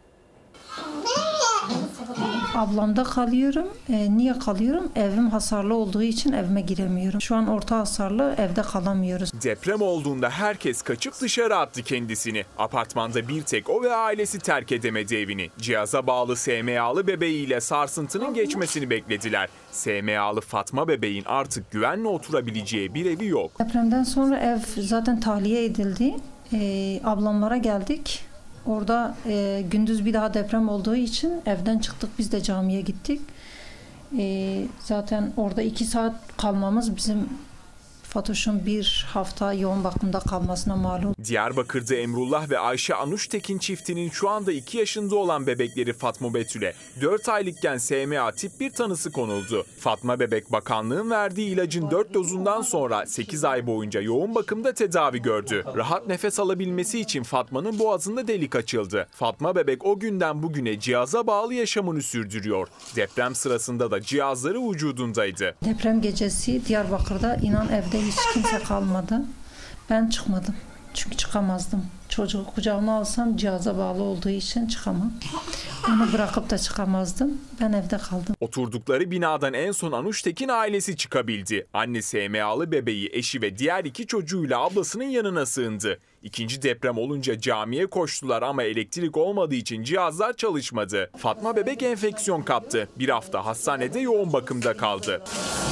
Ablamda kalıyorum. E, niye kalıyorum? Evim hasarlı olduğu için evime giremiyorum. Şu an orta hasarlı, evde kalamıyoruz. Deprem olduğunda herkes kaçıp dışarı attı kendisini. Apartmanda bir tek o ve ailesi terk edemedi evini. Cihaza bağlı S M A'lı bebeğiyle sarsıntının geçmesini beklediler. S M A'lı Fatma bebeğin artık güvenle oturabileceği bir evi yok. Depremden sonra ev zaten tahliye edildi. E, ablamlara geldik. Orada e, gündüz bir daha deprem olduğu için evden çıktık, biz de camiye gittik. E, zaten orada iki saat kalmamız bizim Fatoş'un bir hafta yoğun bakımda kalmasına mal oldu. Diyarbakır'da Emrullah ve Ayşe Anuştekin çiftinin şu anda iki yaşında olan bebekleri Fatma Betül'e dört aylıkken S M A tip bir tanısı konuldu. Fatma bebek bakanlığın verdiği ilacın dört dozundan sonra sekiz ay boyunca yoğun bakımda tedavi gördü. Rahat nefes alabilmesi için Fatma'nın boğazında delik açıldı. Fatma bebek o günden bugüne cihaza bağlı yaşamını sürdürüyor. Deprem sırasında da cihazları vücudundaydı. Deprem gecesi Diyarbakır'da inan evde hiç kimse kalmadı. Ben çıkmadım. Çünkü çıkamazdım. Çocuğu kucağıma alsam cihaza bağlı olduğu için çıkamam. Onu bırakıp da çıkamazdım. Ben evde kaldım. Oturdukları binadan en son Anuştekin ailesi çıkabildi. Annesi S M A'lı bebeği, eşi ve diğer iki çocuğuyla ablasının yanına sığındı. İkinci deprem olunca camiye koştular ama elektrik olmadığı için cihazlar çalışmadı. Fatma bebek enfeksiyon kaptı. Bir hafta hastanede yoğun bakımda kaldı.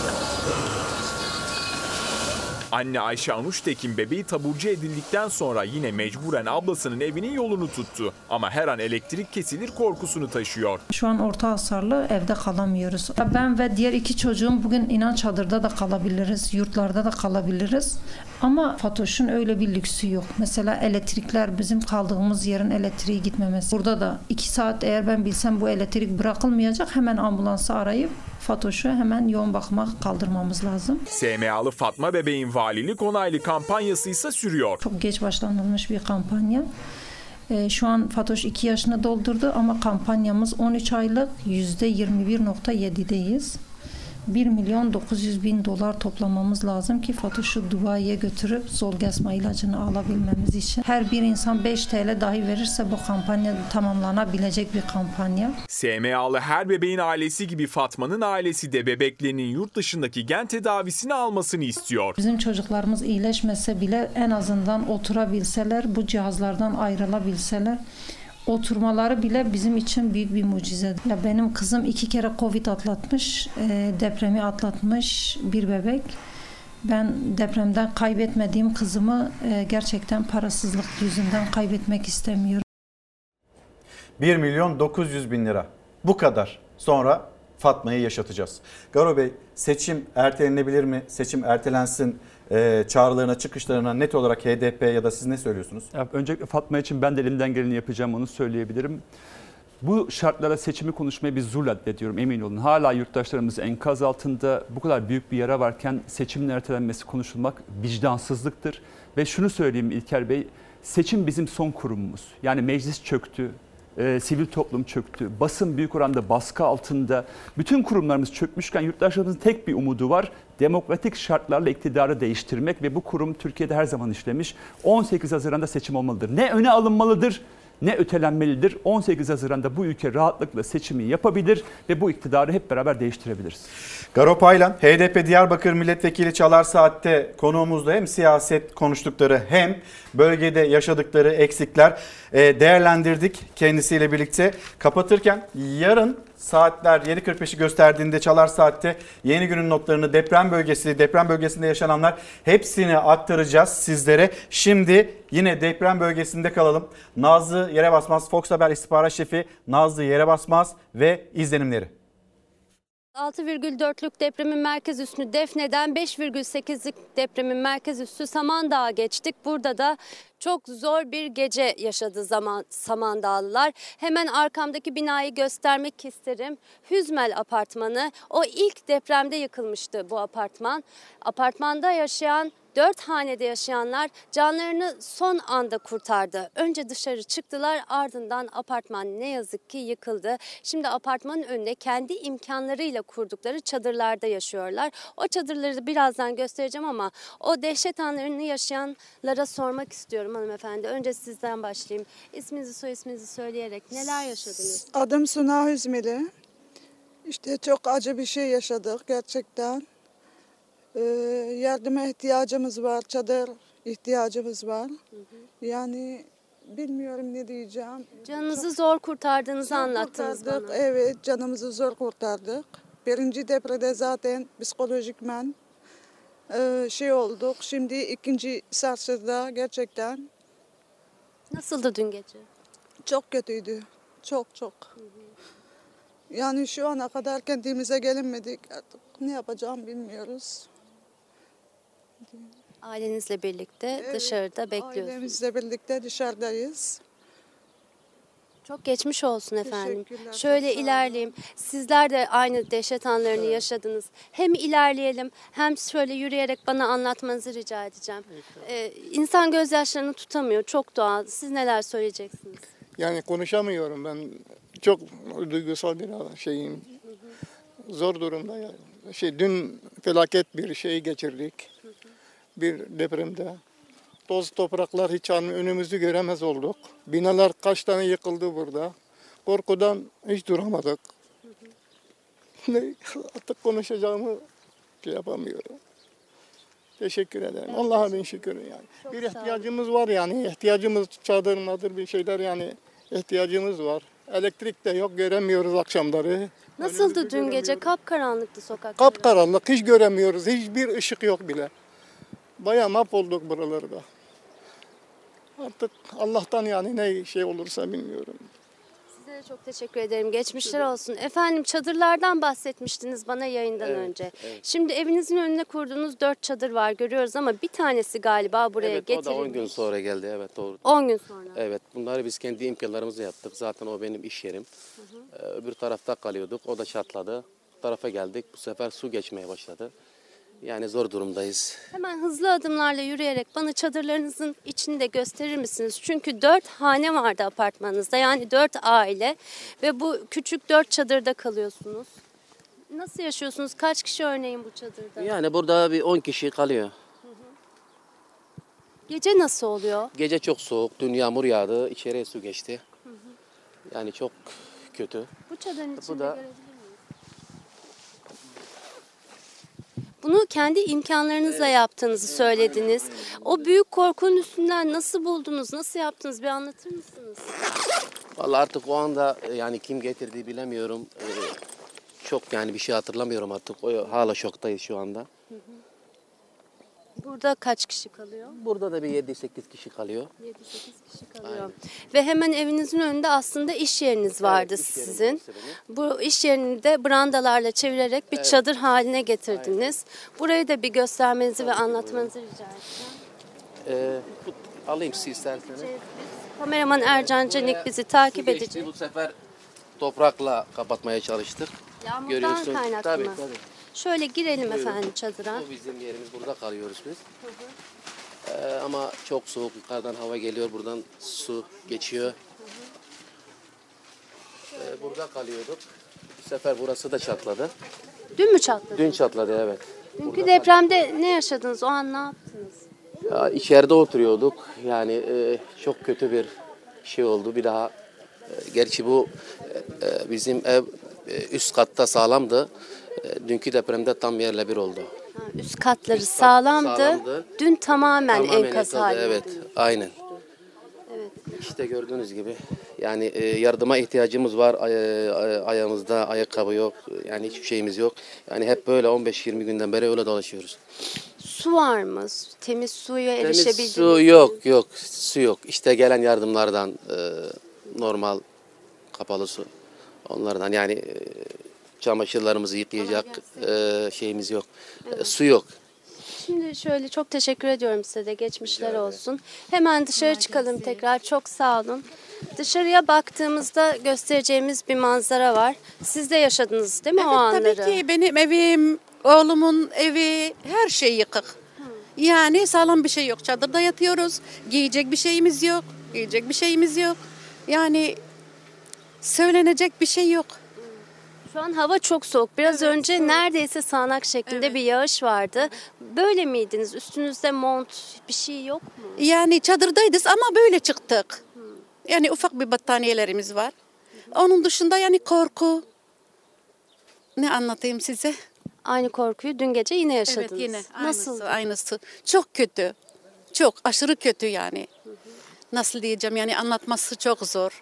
Anne Ayşe Anuştekin bebeği taburcu edildikten sonra yine mecburen ablasının evinin yolunu tuttu. Ama her an elektrik kesilir korkusunu taşıyor. Şu an orta hasarlı, evde kalamıyoruz. Ben ve diğer iki çocuğum bugün inan çadırda da kalabiliriz, yurtlarda da kalabiliriz. Ama Fatoş'un öyle bir lüksü yok. Mesela elektrikler, bizim kaldığımız yerin elektriği gitmemesi. Burada da iki saat eğer ben bilsem bu elektrik bırakılmayacak, hemen ambulansı arayıp Fatoş'u hemen yoğun bakıma kaldırmamız lazım. S M A'lı Fatma bebeğin valilik onaylı kampanyası ise sürüyor. Çok geç başlanılmış bir kampanya. Ee, şu an Fatoş iki yaşını doldurdu ama kampanyamız on üç aylık, yüzde yirmi bir nokta yedi'deyiz. bir milyon dokuz yüz bin dolar toplamamız lazım ki Fatoş'u Dubai'ye götürüp Zolgensma ilacını alabilmemiz için. Her bir insan beş TL dahi verirse bu kampanya tamamlanabilecek bir kampanya. S M A'lı her bebeğin ailesi gibi Fatma'nın ailesi de bebeklerinin yurt dışındaki gen tedavisini almasını istiyor. Bizim çocuklarımız iyileşmese bile en azından oturabilseler, bu cihazlardan ayrılabilseler, oturmaları bile bizim için büyük bir mucize. Ya benim kızım iki kere Covid atlatmış, e, depremi atlatmış bir bebek. Ben depremden kaybetmediğim kızımı e, gerçekten parasızlık yüzünden kaybetmek istemiyorum. bir milyon dokuz yüz bin lira. Bu kadar. Sonra Fatma'yı yaşatacağız. Garo Bey, seçim ertelenebilir mi? Seçim ertelensin. Ee, çağrılarına, çıkışlarına net olarak H D P ya da siz ne söylüyorsunuz? Ya, öncelikle Fatma için ben de elimden geleni yapacağım, onu söyleyebilirim. Bu şartlara seçimi konuşmaya bir zul addediyorum, emin olun. Hala yurttaşlarımız enkaz altında, bu kadar büyük bir yara varken seçimin ertelenmesi konuşulmak vicdansızlıktır. Ve şunu söyleyeyim İlker Bey, seçim bizim son kurumumuz. Yani meclis çöktü. E, sivil toplum çöktü, basın büyük oranda baskı altında, bütün kurumlarımız çökmüşken yurttaşlarımızın tek bir umudu var, demokratik şartlarla iktidarı değiştirmek ve bu kurum Türkiye'de her zaman işlemiş. on sekiz Haziran'da seçim olmalıdır. Ne öne alınmalıdır, ne ötelenmelidir. on sekiz Haziran'da bu ülke rahatlıkla seçimi yapabilir ve bu iktidarı hep beraber değiştirebiliriz. Garo Paylan, H D P Diyarbakır Milletvekili Çalar Saat'te konuğumuzda hem siyaset konuştukları hem bölgede yaşadıkları eksikler değerlendirdik kendisiyle birlikte. Kapatırken yarın saatler yedi kırk beşi gösterdiğinde Çalar Saat'te yeni günün notlarını, deprem bölgesi, deprem bölgesinde yaşananlar hepsini aktaracağız sizlere. Şimdi yine deprem bölgesinde kalalım. Nazlı Yerebasmaz, Fox Haber İstihbarat Şefi Nazlı Yerebasmaz ve izlenimleri. altı virgül dörtlük depremin merkez üssünü Defne'den beş virgül sekizlik depremin merkez üssü Samandağ'a geçtik. Burada da çok zor bir gece yaşadı zaman Samandağlılar. Hemen arkamdaki binayı göstermek isterim. Hüzmel Apartmanı. O ilk depremde yıkılmıştı bu apartman. Apartmanda yaşayan dört hanede yaşayanlar canlarını son anda kurtardı. Önce dışarı çıktılar, ardından apartman ne yazık ki yıkıldı. Şimdi apartmanın önüne kendi imkanlarıyla kurdukları çadırlarda yaşıyorlar. O çadırları birazdan göstereceğim ama o dehşet anlarını yaşayanlara sormak istiyorum hanımefendi. Önce sizden başlayayım. İsminizi, soy isminizi söyleyerek neler yaşadınız? Adım Suna Hüzmeli. İşte çok acı bir şey yaşadık gerçekten. Ee, yardıma ihtiyacımız var, çadır ihtiyacımız var. Hı hı. Yani bilmiyorum ne diyeceğim. Canınızı çok, zor kurtardığınızı zor anlattınız kurtardık. bana. Evet, canımızı zor kurtardık. Birinci deprede zaten psikolojikmen e, şey olduk. Şimdi ikinci sarsıda gerçekten. Nasıldı dün gece? Çok kötüydü. Çok çok. Hı hı. Yani şu ana kadar kendimize gelinmedik. Artık ne yapacağım bilmiyoruz. Ailenizle birlikte dışarıda bekliyorsunuz. Ailemizle birlikte dışarıdayız. Çok geçmiş olsun efendim. Teşekkürler, Şöyle çok sağ olun. ilerleyeyim. Sizler de aynı dehşet anlarını yaşadınız. Hem ilerleyelim hem şöyle yürüyerek bana anlatmanızı rica edeceğim. Ee, insan gözyaşlarını tutamıyor. Çok doğal. Siz neler söyleyeceksiniz? Yani konuşamıyorum ben. Çok duygusal bir şeyim. Zor durumda. Yani. Şey, dün felaket bir şey geçirdik. Bir depremde. Toz topraklar hiç önümüzü göremez olduk. Binalar kaç tane yıkıldı burada. Korkudan hiç duramadık. Ne, artık konuşacağımı şey yapamıyorum. Teşekkür ederim. Allah'a bin şükür yani. Çok bir sağ olun. ihtiyacımız var yani. İhtiyacımız çadır madır bir şeyler yani ihtiyacımız var. Elektrik de yok, göremiyoruz akşamları. Nasıldı dün gece? Kapkaranlıktı sokaklar. Kapkaranlık, hiç göremiyoruz. Hiçbir ışık yok bile. Bayağı mahvolduk buralarda. Artık Allah'tan yani ne şey olursa bilmiyorum. Size de çok teşekkür ederim. Geçmişler olsun. Efendim çadırlardan bahsetmiştiniz bana yayından Evet, önce. evet. Şimdi evinizin önüne kurduğunuz dört çadır var görüyoruz ama bir tanesi galiba buraya Evet, o da getirilmiş. on gün sonra geldi. Evet, doğru. on gün sonra. Evet, bunları biz kendi imkanlarımızla yaptık. Zaten o benim iş yerim. Ee, öbür tarafta kalıyorduk. O da çatladı. Bu tarafa geldik. Bu sefer su geçmeye başladı. Yani zor durumdayız. Hemen hızlı adımlarla yürüyerek bana çadırlarınızın içini de gösterir misiniz? Çünkü dört hane vardı apartmanınızda. Yani dört aile ve bu küçük dört çadırda kalıyorsunuz. Nasıl yaşıyorsunuz? Kaç kişi örneğin bu çadırda? Yani burada bir on kişi kalıyor. Gece nasıl oluyor? Gece çok soğuk. Dün yağmur yağdı. İçeriye su geçti. Yani çok kötü. Bu çadırın Bu içinde da- görebilir miyiz? Bunu kendi imkanlarınızla yaptığınızı söylediniz. O büyük korkunun üstünden nasıl buldunuz, nasıl yaptınız bir anlatır mısınız? Vallahi artık o anda e, yani kim getirdiği bilemiyorum. Ee, çok yani bir şey hatırlamıyorum artık. O, hala şoktayız şu anda. Burada kaç kişi kalıyor? Burada da bir yedi sekiz kişi kalıyor. yedi sekiz kişi kalıyor. Ve hemen evinizin önünde aslında iş yeriniz vardı iş yerim sizin. burası Bu iş yerini de brandalarla çevirerek bir Evet. çadır haline getirdiniz. Burayı da bir göstermenizi ve anlatmanızı rica edeceğim. Ee, tut, alayım siz isterseniz. Kameraman Ercan Canik bizi takip Su geçti. edecek. Bu sefer toprakla kapatmaya çalıştık. Yağmurdan Görüyorsun. kaynaklı Tabii, mı? tabii. Şöyle girelim Buyurun. efendim çadıra. Bu bizim yerimiz. Burada kalıyoruz biz. Ee, ama çok soğuk. Yukarıdan hava geliyor. Buradan su geçiyor. Ee, burada kalıyorduk. Bu sefer burası da çatladı. Dün mü çatladı? Dün çatladı, evet. Dünkü depremde ne yaşadınız? O an ne yaptınız? Ya, içeride oturuyorduk. Yani e, çok kötü bir şey oldu. Bir daha e, gerçi bu e, e, bizim ev e, üst katta sağlamdı. E, dünkü depremde tam yerle bir oldu. Ha, üst katları Üst kat sağlamdı. sağlamdı. Dün tamamen, Tamamen enkaz yıkıldı, haline evet, dönüştü. aynen. Evet. İşte gördüğünüz gibi yani e, yardıma ihtiyacımız var. Ay, ay- ayağımızda ayakkabı yok. Yani hiçbir şeyimiz yok. Yani hep böyle on beş yirmi günden beri öyle dolaşıyoruz. Su var mı? Temiz suya Temiz erişebildiniz su mi? yok, yok. Su yok. İşte gelen yardımlardan e, normal kapalı su. Onlardan yani e, çamaşırlarımızı yıkayacak e, şeyimiz yok. E, su yok. Şimdi şöyle çok teşekkür ediyorum size de geçmişler olsun. Hemen dışarı çıkalım tekrar. Çok sağ olun. Dışarıya baktığımızda göstereceğimiz bir manzara var. Siz de yaşadınız değil mi o anları? Tabii ki benim evim, oğlumun evi, her şey yıkık. Yani sağlam bir şey yok. Çadırda yatıyoruz. Giyecek bir şeyimiz yok. Giyecek bir şeyimiz yok. Yani söylenecek bir şey yok. Şu an hava çok soğuk. Biraz önce neredeyse sağanak şeklinde bir yağış vardı. Böyle miydiniz? Üstünüzde mont bir şey yok mu? Yani çadırdaydık ama böyle çıktık. Yani ufak bir battaniyelerimiz var. Onun dışında yani korku. Ne anlatayım size? Aynı korkuyu dün gece yine yaşadınız. Evet yine Nasıl? aynısı, aynısı. Çok kötü. Çok aşırı kötü yani. Nasıl diyeceğim yani anlatması çok zor.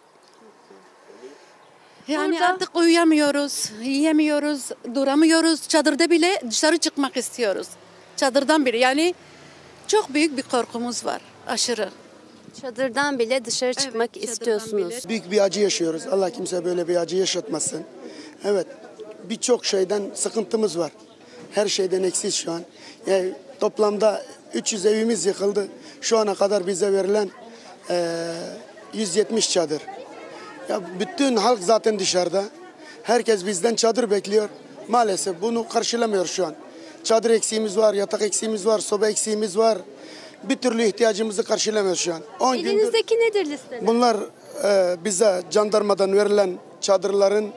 Yani Burada- artık uyuyamıyoruz, yiyemiyoruz, duramıyoruz. Çadırda bile dışarı çıkmak istiyoruz. Çadırdan biri yani çok büyük bir korkumuz var aşırı. Çadırdan bile dışarı çıkmak istiyorsunuz. Büyük bir acı yaşıyoruz. Allah kimse böyle bir acı yaşatmasın. Evet, birçok şeyden sıkıntımız var. Her şeyden eksiz şu an. Yani Toplamda üç yüz evimiz yıkıldı. Şu ana kadar bize verilen e, yüz yetmiş çadır. Ya bütün halk zaten dışarıda. Herkes bizden çadır bekliyor. Maalesef bunu karşılamıyor şu an. Çadır eksiğimiz var, yatak eksiğimiz var, soba eksiğimiz var. Bir türlü ihtiyacımızı karşılamıyor şu an. on Elinizdeki gündür, nedir listede? Bunlar e, bize jandarmadan verilen çadırların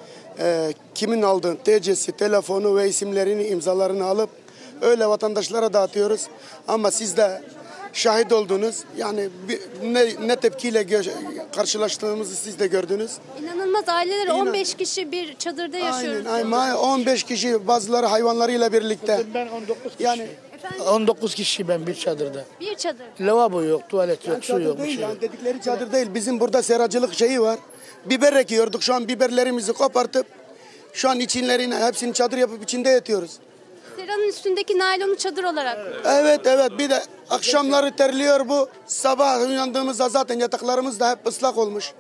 e, kimin aldığı T C'si, telefonu ve isimlerini, imzalarını alıp öyle vatandaşlara dağıtıyoruz. Ama siz de şahit oldunuz. Yani bir, ne, ne tepkiyle karşılaştığımızı siz de gördünüz. İnanılmaz, aileler İnan- on beş kişi bir çadırda yaşıyoruz. Aynen, aynen. on beş kişi, bazıları hayvanlarıyla birlikte. Ben on dokuz kişi. Yani on dokuz kişi ben bir çadırda. Bir çadır. Lavabo yok, tuvalet yok, Yani su çadır yok, bir değil şey yani, yok. dedikleri çadır değil. Bizim burada seracılık şeyi var. Biber ekiyorduk. Şu an biberlerimizi kopartıp şu an içinlerine hepsini çadır yapıp içinde yatıyoruz. Seranın üstündeki naylonu çadır olarak. Evet evet, bir de akşamları terliyor bu. Sabah uyandığımızda zaten yataklarımız da hep ıslak olmuş.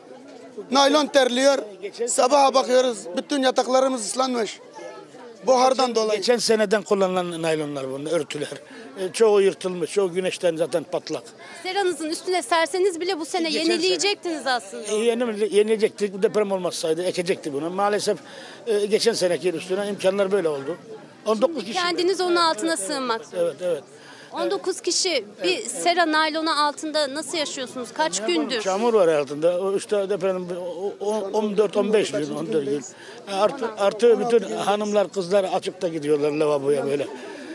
Naylon terliyor. Sabaha bakıyoruz bütün yataklarımız ıslanmış. Buhardan dolayı. Geçen seneden kullanılan naylonlar bunlar, örtüler. E, çoğu yırtılmış, çoğu güneşten zaten patlak. Seranızın üstüne serseniz bile bu sene Geçen yenileyecektiniz aslında. E, yeni, yenileyecektik, bu deprem olmasaydı ekecektik bunu. Maalesef e, geçen seneki üstüne imkanlar böyle oldu. on dokuz kişi. Kendiniz onun altına sığınmak. Evet evet. on dokuz kişi bir sera naylonu altında nasıl yaşıyorsunuz? Kaç gündür? Çamur var altında. O işte depremin on dört on beş gün, on dört gün. Artı, artı bütün hanımlar, kızlar açıkta gidiyorlar lavaboya böyle.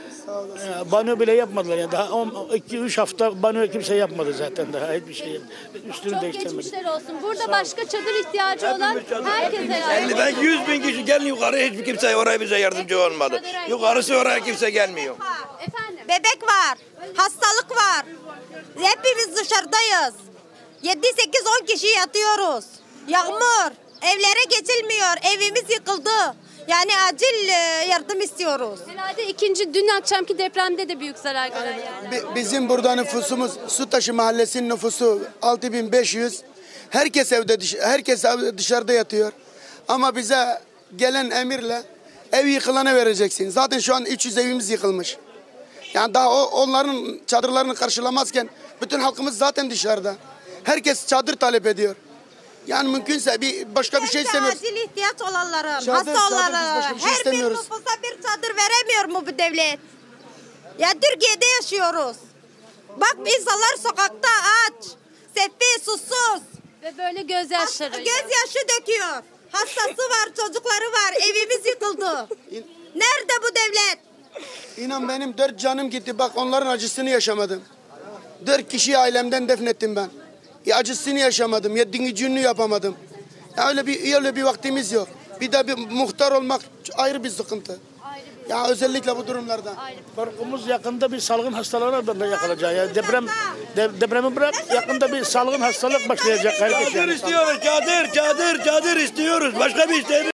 Banyo bile yapmadılar yani. Daha iki üç hafta banyo kimse yapmadı zaten daha hiçbir şey. Üstünü Çok değiştirmedi. geçmişler olsun. Burada başka çadır ihtiyacı olan herkese yardım. Ben yüz bin kişi gelin yukarı, hiçbir kimse oraya bize yardımcı olmadı. Yukarısı oraya kimse gelmiyor. Bebek var, hastalık var. Hepimiz dışarıdayız. yedi sekiz on kişi yatıyoruz. Yağmur, evlere geçilmiyor, evimiz yıkıldı. Yani acil yardım istiyoruz. Herhalde ikinci dün akşamki depremde de büyük zarar gören yerler. Bi- Bizim burada nüfusumuz, Sutaşı Mahallesi'nin nüfusu altı bin beş yüz. Herkes evde, dış- herkes evde dışarıda yatıyor. Ama bize gelen emirle ev yıkılana vereceksin. Zaten şu an üç yüz evimiz yıkılmış. Yani daha o, onların çadırlarını karşılamazken bütün halkımız zaten dışarıda. Herkes çadır talep ediyor. Yani mümkünse bir başka bir şey istemiyoruz. Acil ihtiyaç olanların, Çadır, hasta çadır, biz olanların. başka bir şey Her bir istemiyoruz. nüfusa bir çadır veremiyor mu bu devlet? Ya Türkiye'de yaşıyoruz. Bak insanlar sokakta aç, sefil, susuz. Ve böyle gözyaşları. Gözyaşı döküyor. Hastası var, çocukları var, evimiz yıkıldı. Nerede bu devlet? İnan benim dört canım gitti. Bak onların acısını yaşamadım. Dört kişiyi ailemden defnettim ben. Ya acısını yaşamadım. Yedinci gününü yapamadım. Ya öyle bir öyle bir vaktimiz yok. Bir de bir muhtar olmak ayrı bir sıkıntı. Ya özellikle bu durumlarda. Korkumuz yakında bir salgın hastalarına da yakalayacak. Yani deprem de, depremi bırak, yakında bir salgın hastalık başlayacak. Herkes Çadır yani. istiyoruz, çadır, çadır, çadır istiyoruz. Başka bir isteğimiz